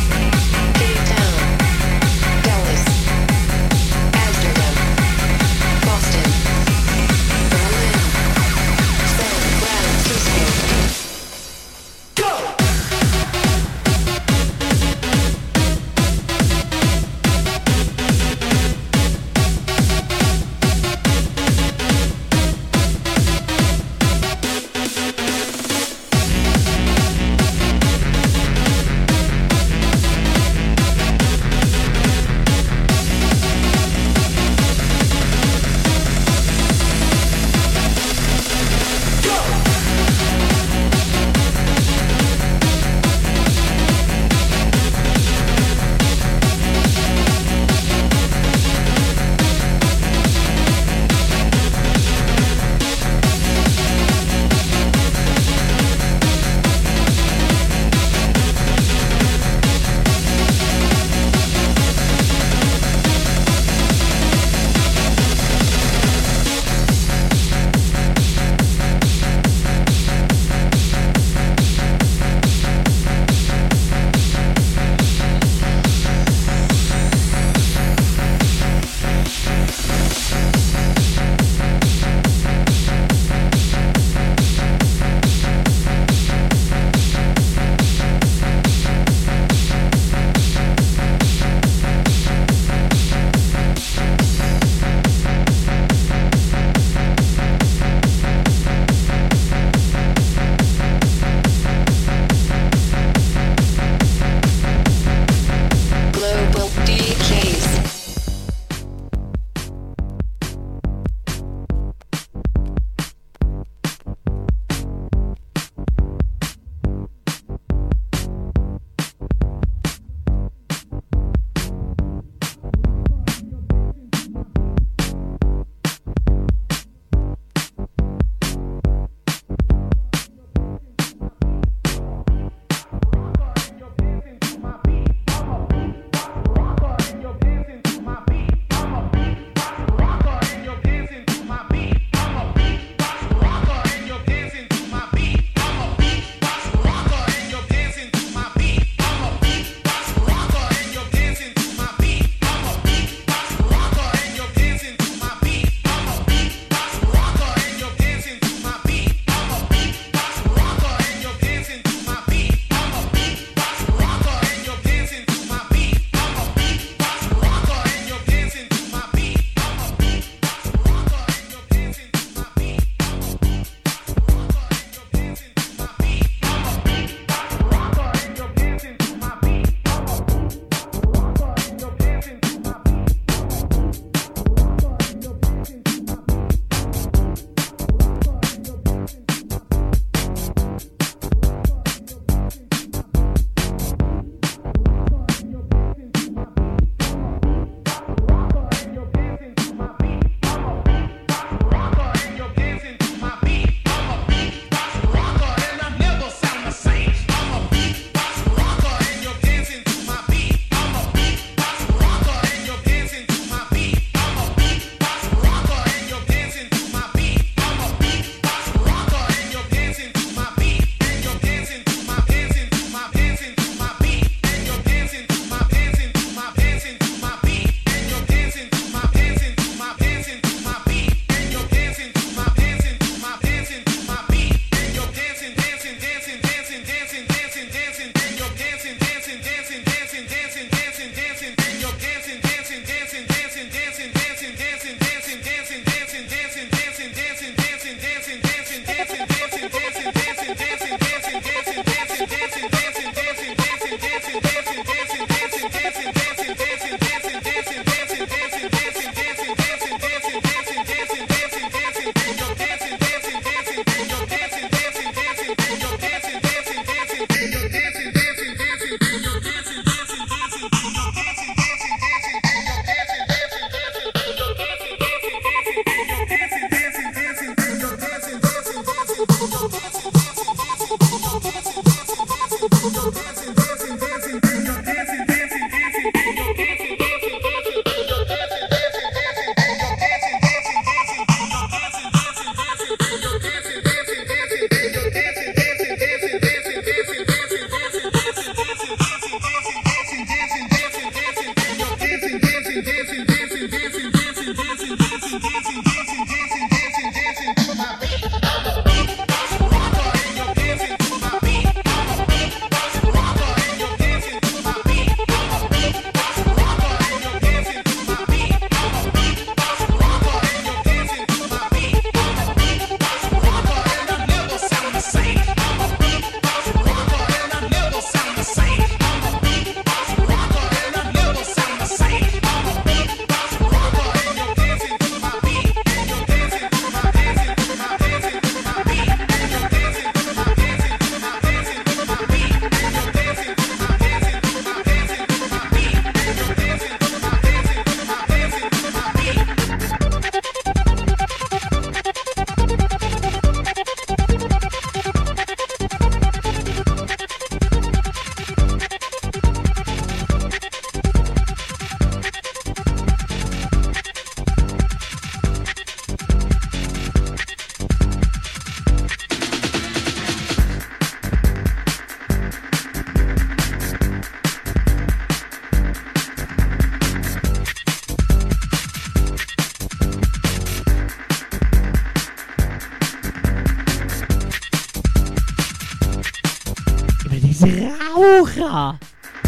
Diese Raucher.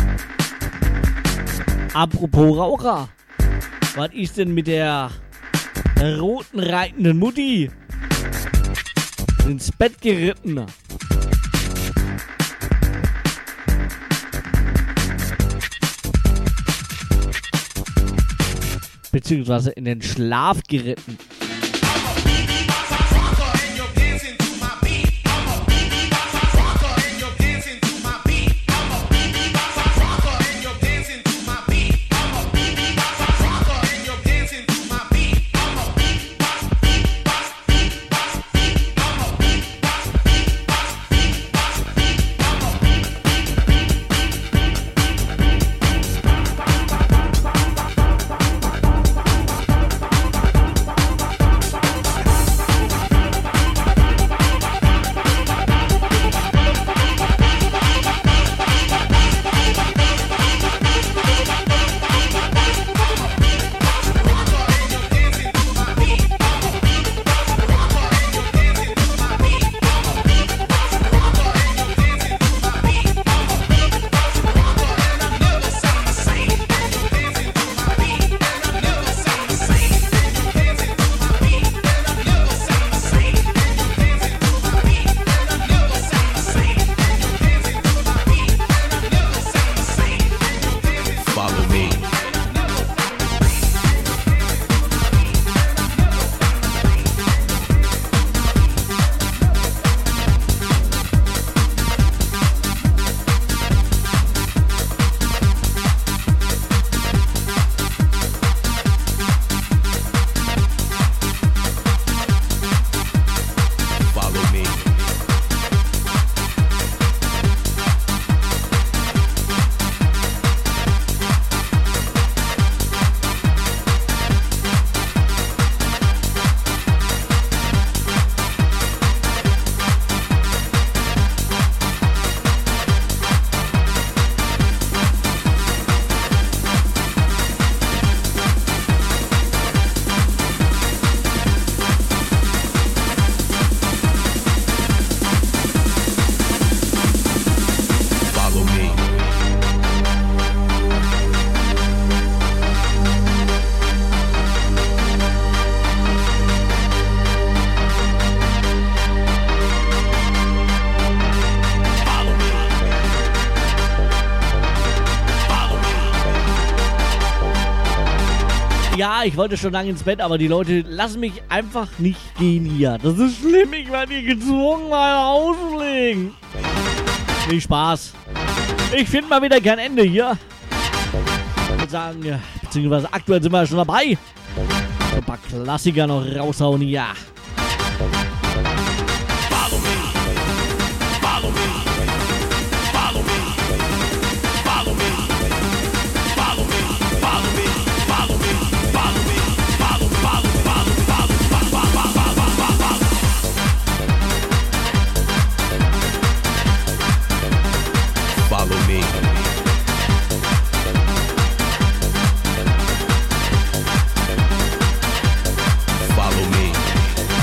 Apropos Raucher. Was ist denn mit der roten reitenden Mutti? Ins Bett geritten. Beziehungsweise in den Schlaf geritten. Ja, ich wollte schon lange ins Bett, aber die Leute lassen mich einfach nicht gehen hier. Das ist schlimm, ich werde hier gezwungen, mal auszulegen. Viel Spaß. Ich finde mal wieder kein Ende hier. Ich würde sagen, beziehungsweise aktuell sind wir schon dabei. Ein paar Klassiker noch raushauen, ja. Follow me.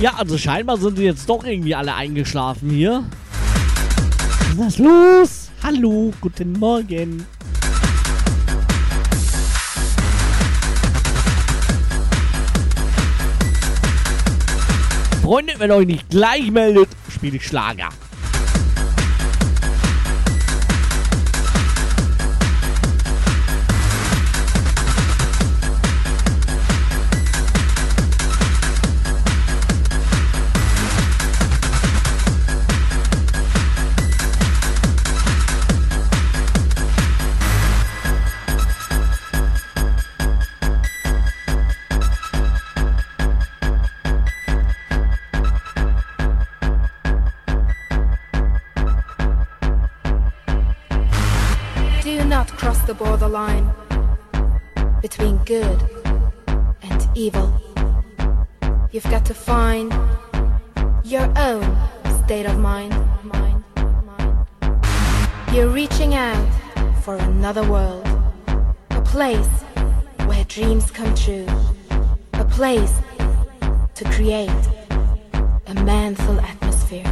Ja, also scheinbar sind sie jetzt doch irgendwie alle eingeschlafen hier. Was ist los? Hallo, guten Morgen. Freunde, wenn ihr euch nicht gleich meldet, spiele ich Schlager. The borderline between good and evil. You've got to find your own state of mind. You're reaching out for another world, a place where dreams come true, a place to create a manful atmosphere.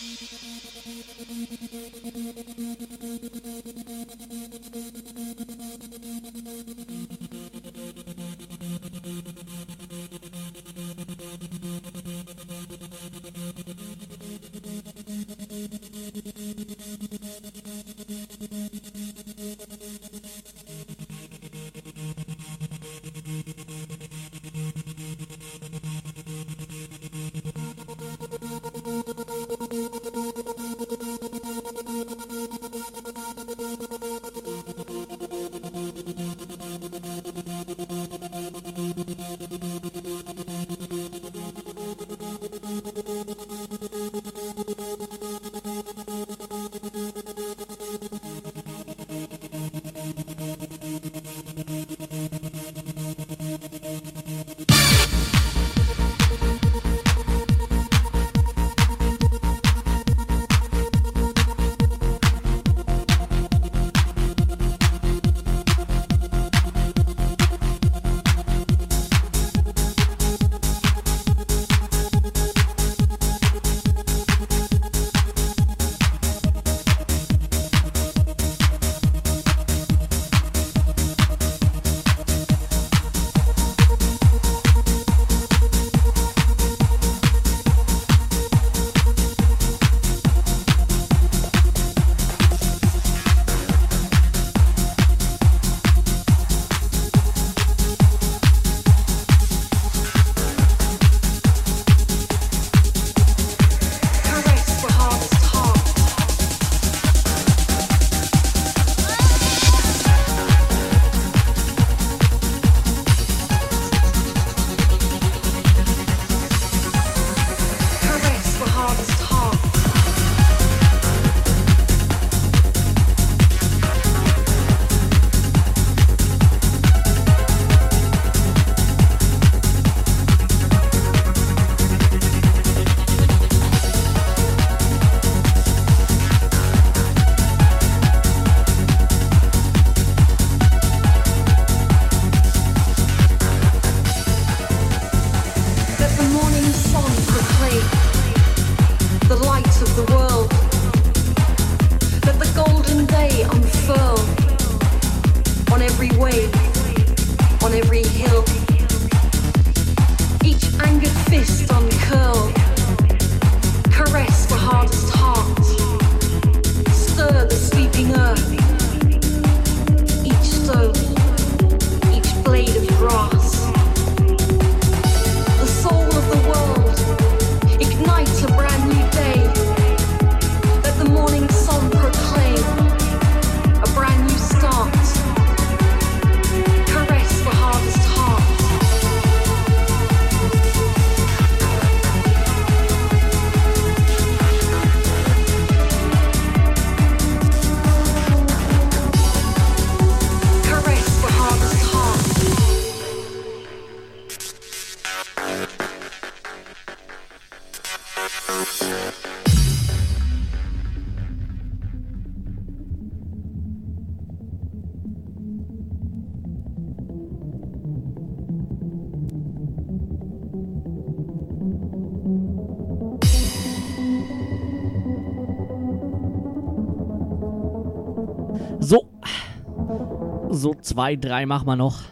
So 2, 3 machen wir noch.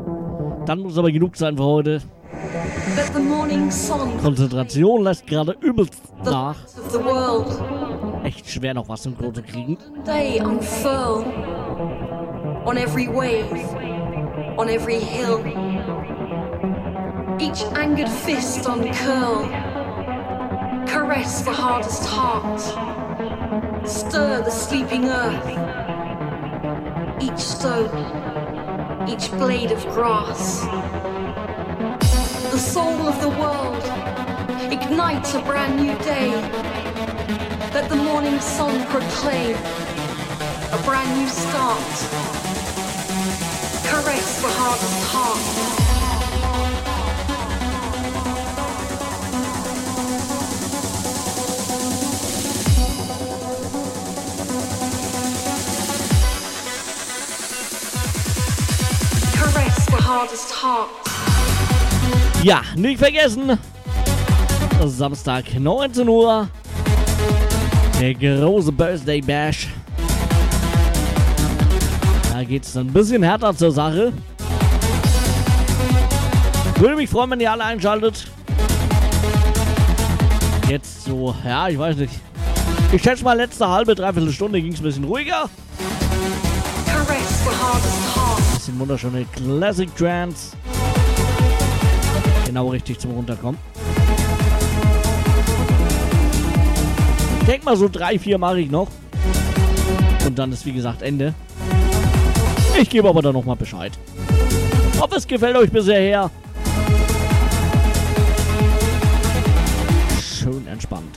Dann muss aber genug sein für heute. Konzentration lässt gerade übelst nach. Echt schwer noch was synchron zu kriegen. Day unfurl on every wave, on every hill. Each angered fist uncurl. Caress the hardest heart. Stir the sleeping earth. Each stone, each blade of grass. The soul of the world, ignite a brand new day. Let the morning sun proclaim a brand new start. Caress the hardest heart. Ja, nicht vergessen. Samstag 19 Uhr. Der große Birthday Bash. Da geht es dann ein bisschen härter zur Sache. Würde mich freuen, wenn ihr alle einschaltet. Jetzt so, ja, ich weiß nicht. Ich schätze mal, letzte halbe, dreiviertel Stunde ging es ein bisschen ruhiger. Bisschen wunderschöne Classic Trance. Genau richtig zum Runterkommen. Ich denke mal, so 3, 4 mache ich noch. Und dann ist wie gesagt Ende. Ich gebe aber dann nochmal Bescheid. Hoffe, es gefällt euch bisher her. Schön entspannt.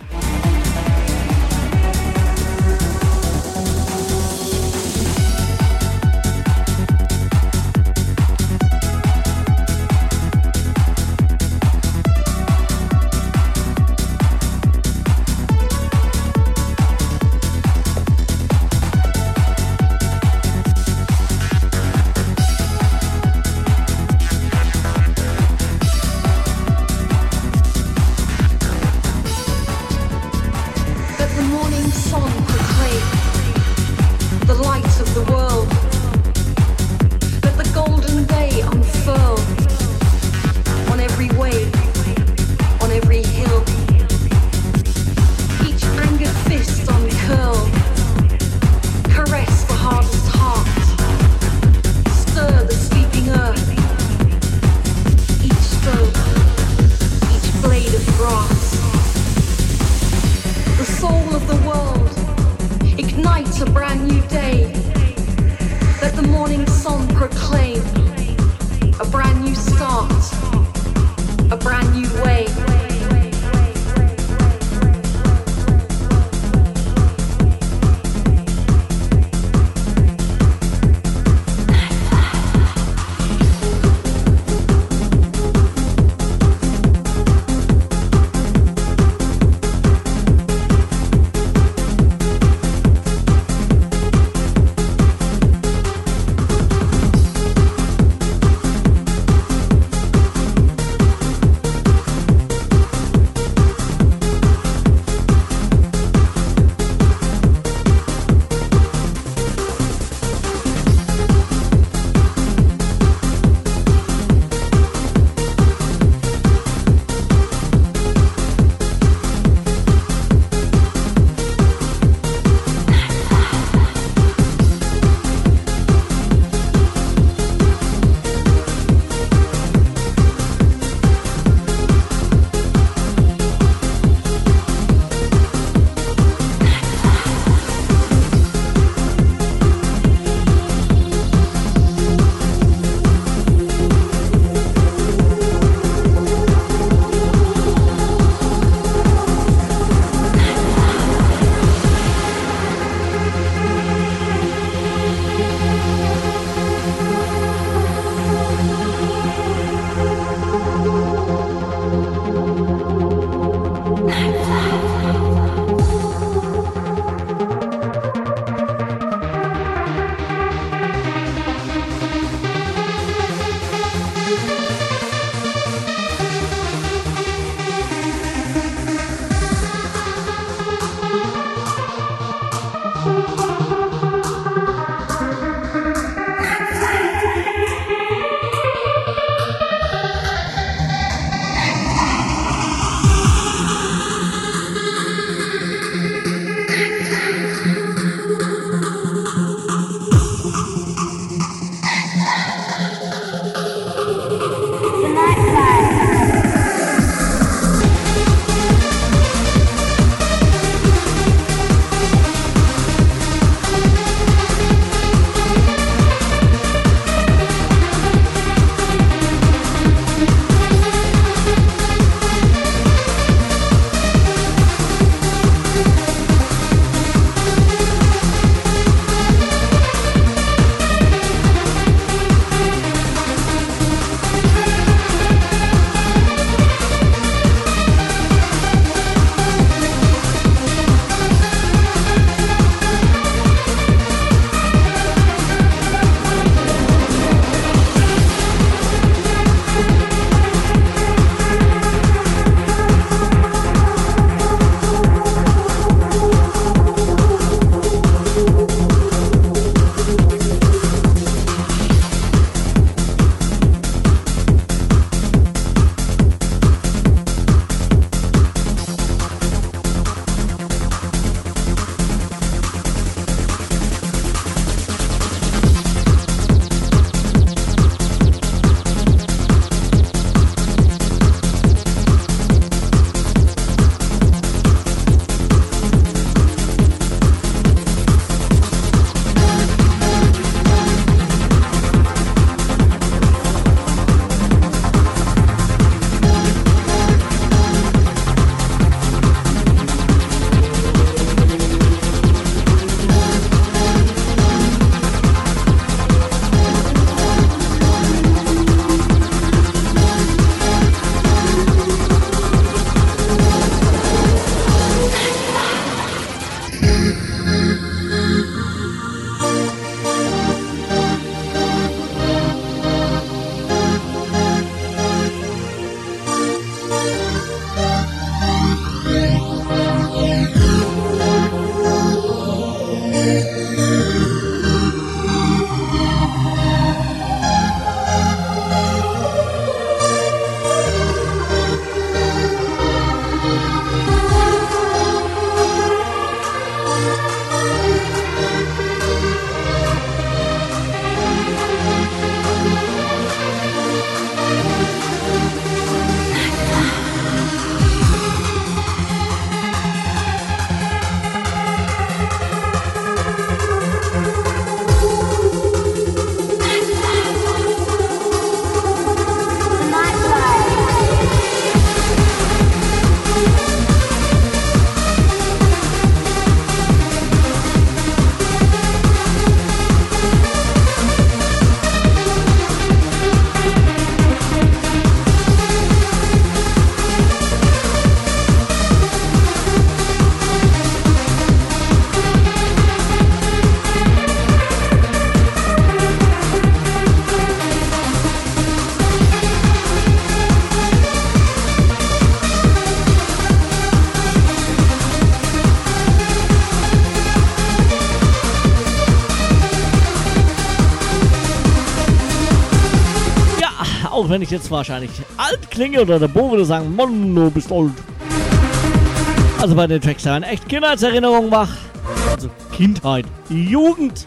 auch wenn ich jetzt wahrscheinlich alt klinge oder der Bo würde sagen, Mann, du bist alt. Also bei den Tracks werden echt Kindheitserinnerungen wach. Also Kindheit, Jugend.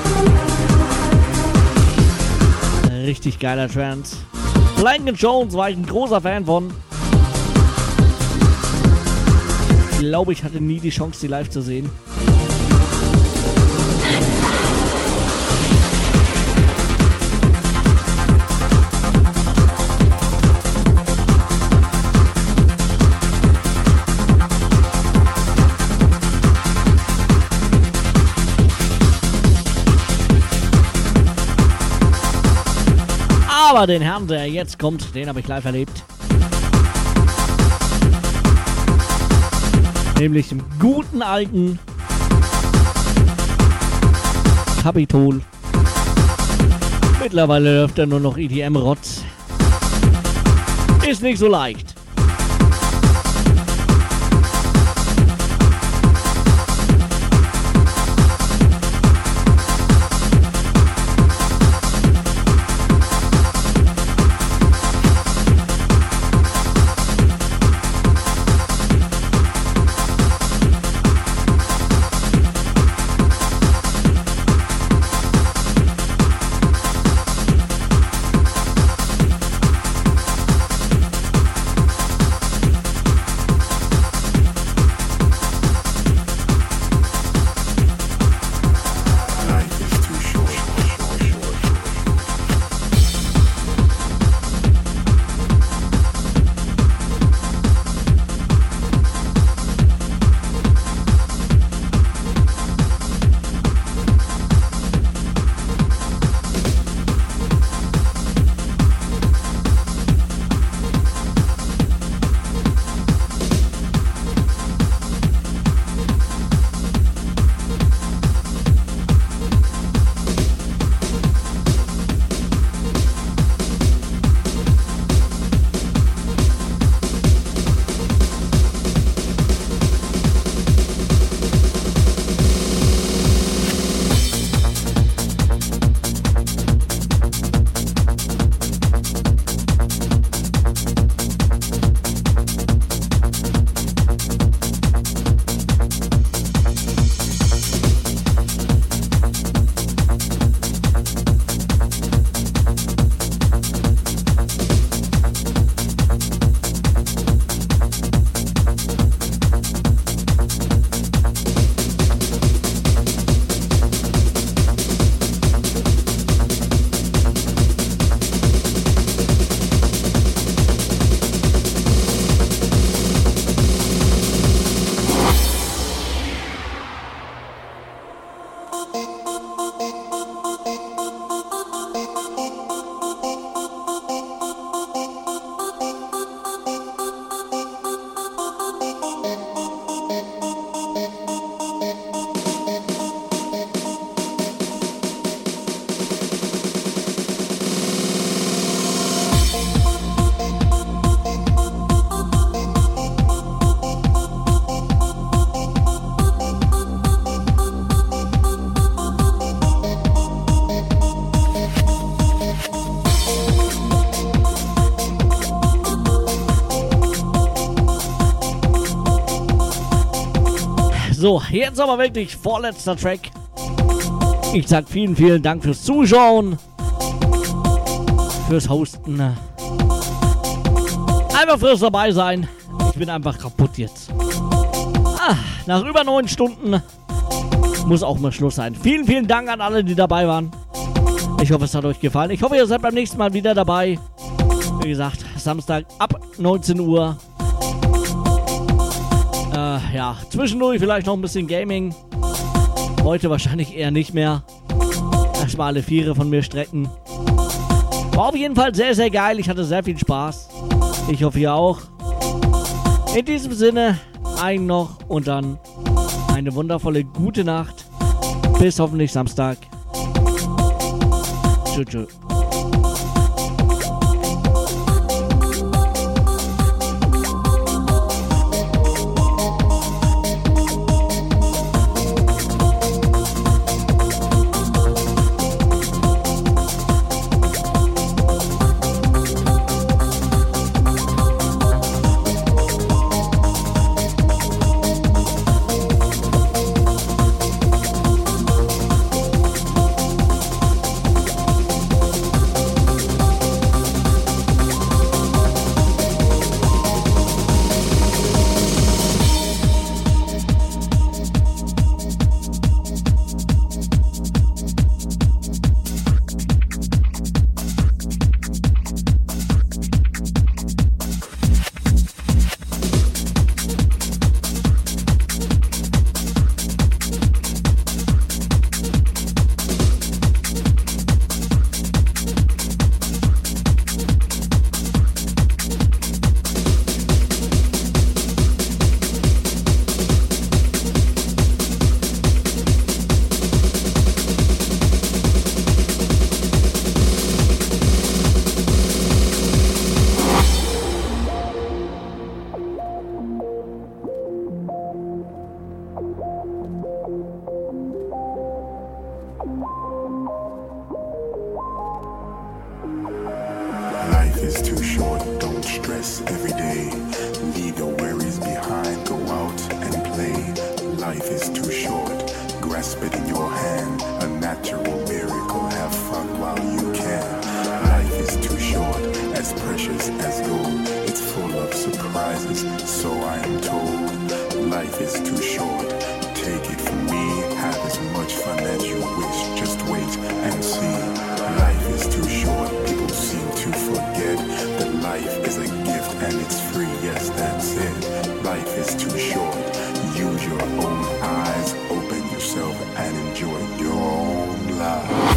Richtig geiler Trance. Blank & Jones war ich ein großer Fan von. Ich glaube, ich hatte nie die Chance, die live zu sehen. Aber den Herrn, der jetzt kommt, den habe ich live erlebt. Nämlich im guten alten Capitol. Mittlerweile läuft er nur noch EDM-Rotz. Ist nicht so leicht. So, jetzt aber wirklich vorletzter Track. Ich sag vielen, vielen Dank fürs Zuschauen, fürs Hosten, einfach fürs dabei sein. Ich bin einfach kaputt jetzt. Nach über 9 Stunden muss auch mal Schluss sein. Vielen, vielen Dank an alle, die dabei waren. Ich hoffe, es hat euch gefallen. Ich hoffe, ihr seid beim nächsten Mal wieder dabei. Wie gesagt, Samstag ab 19 Uhr. Ja, zwischendurch vielleicht noch ein bisschen Gaming. Heute wahrscheinlich eher nicht mehr. Erstmal alle Viere von mir strecken. War auf jeden Fall sehr, sehr geil. Ich hatte sehr viel Spaß. Ich hoffe, ihr auch. In diesem Sinne, einen noch und dann eine wundervolle gute Nacht. Bis hoffentlich Samstag. Tschüss, tschüss. Life is too short. Grasp it in your hand. A natural miracle. Have fun while you can. Life is too short. As precious as gold. It's full of surprises. So I am told. Life is too short. Take it from me. Have as much fun as you wish. Just wait and see. Life is too short. People seem to forget that life is a gift and it's free. Yes, that's it. Life is too short. Use your own eyes. Open yourself and enjoy your own life.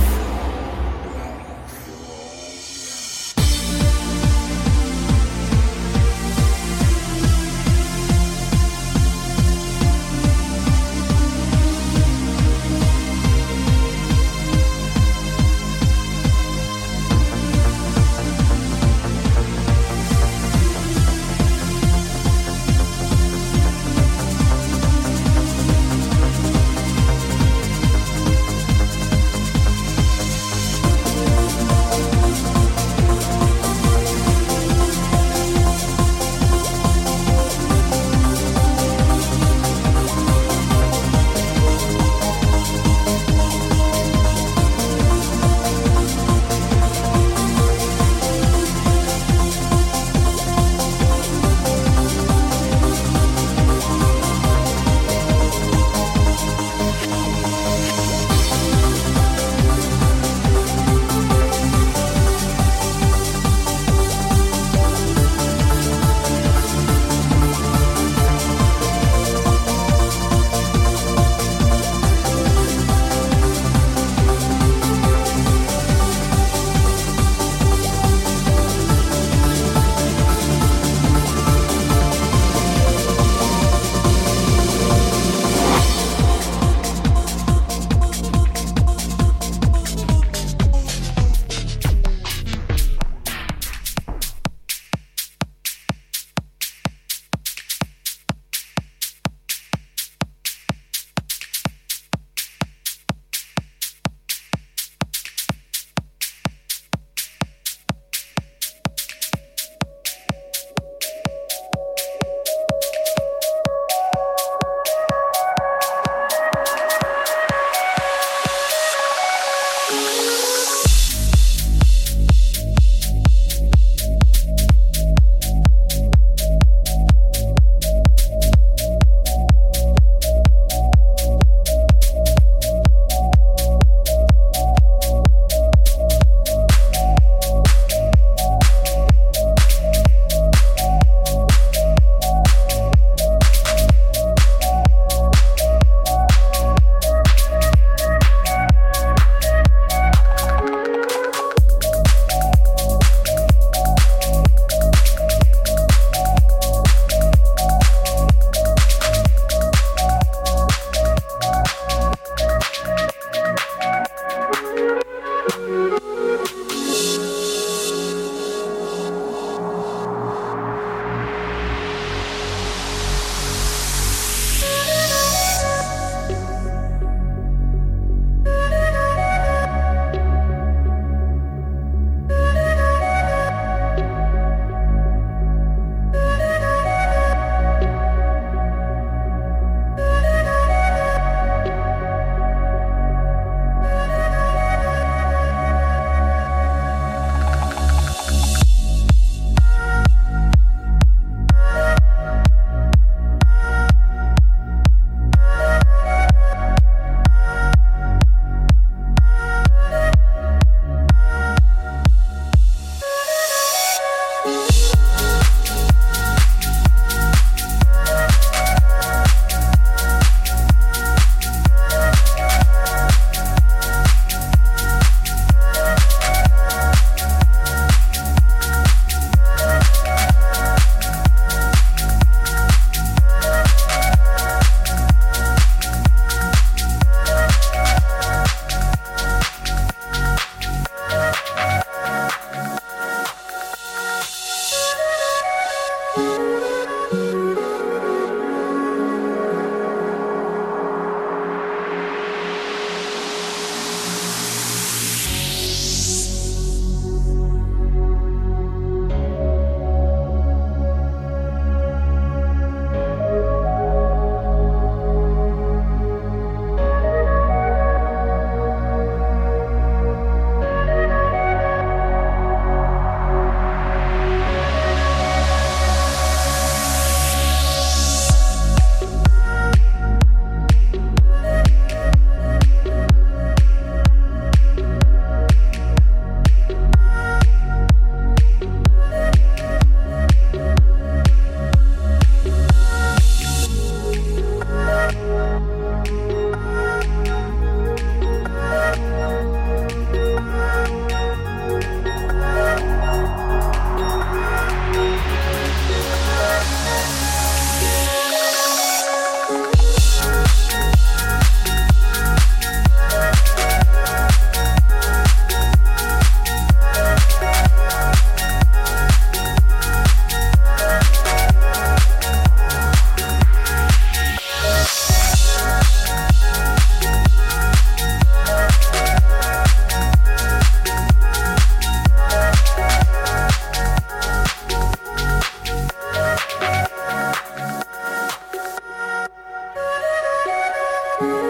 Thank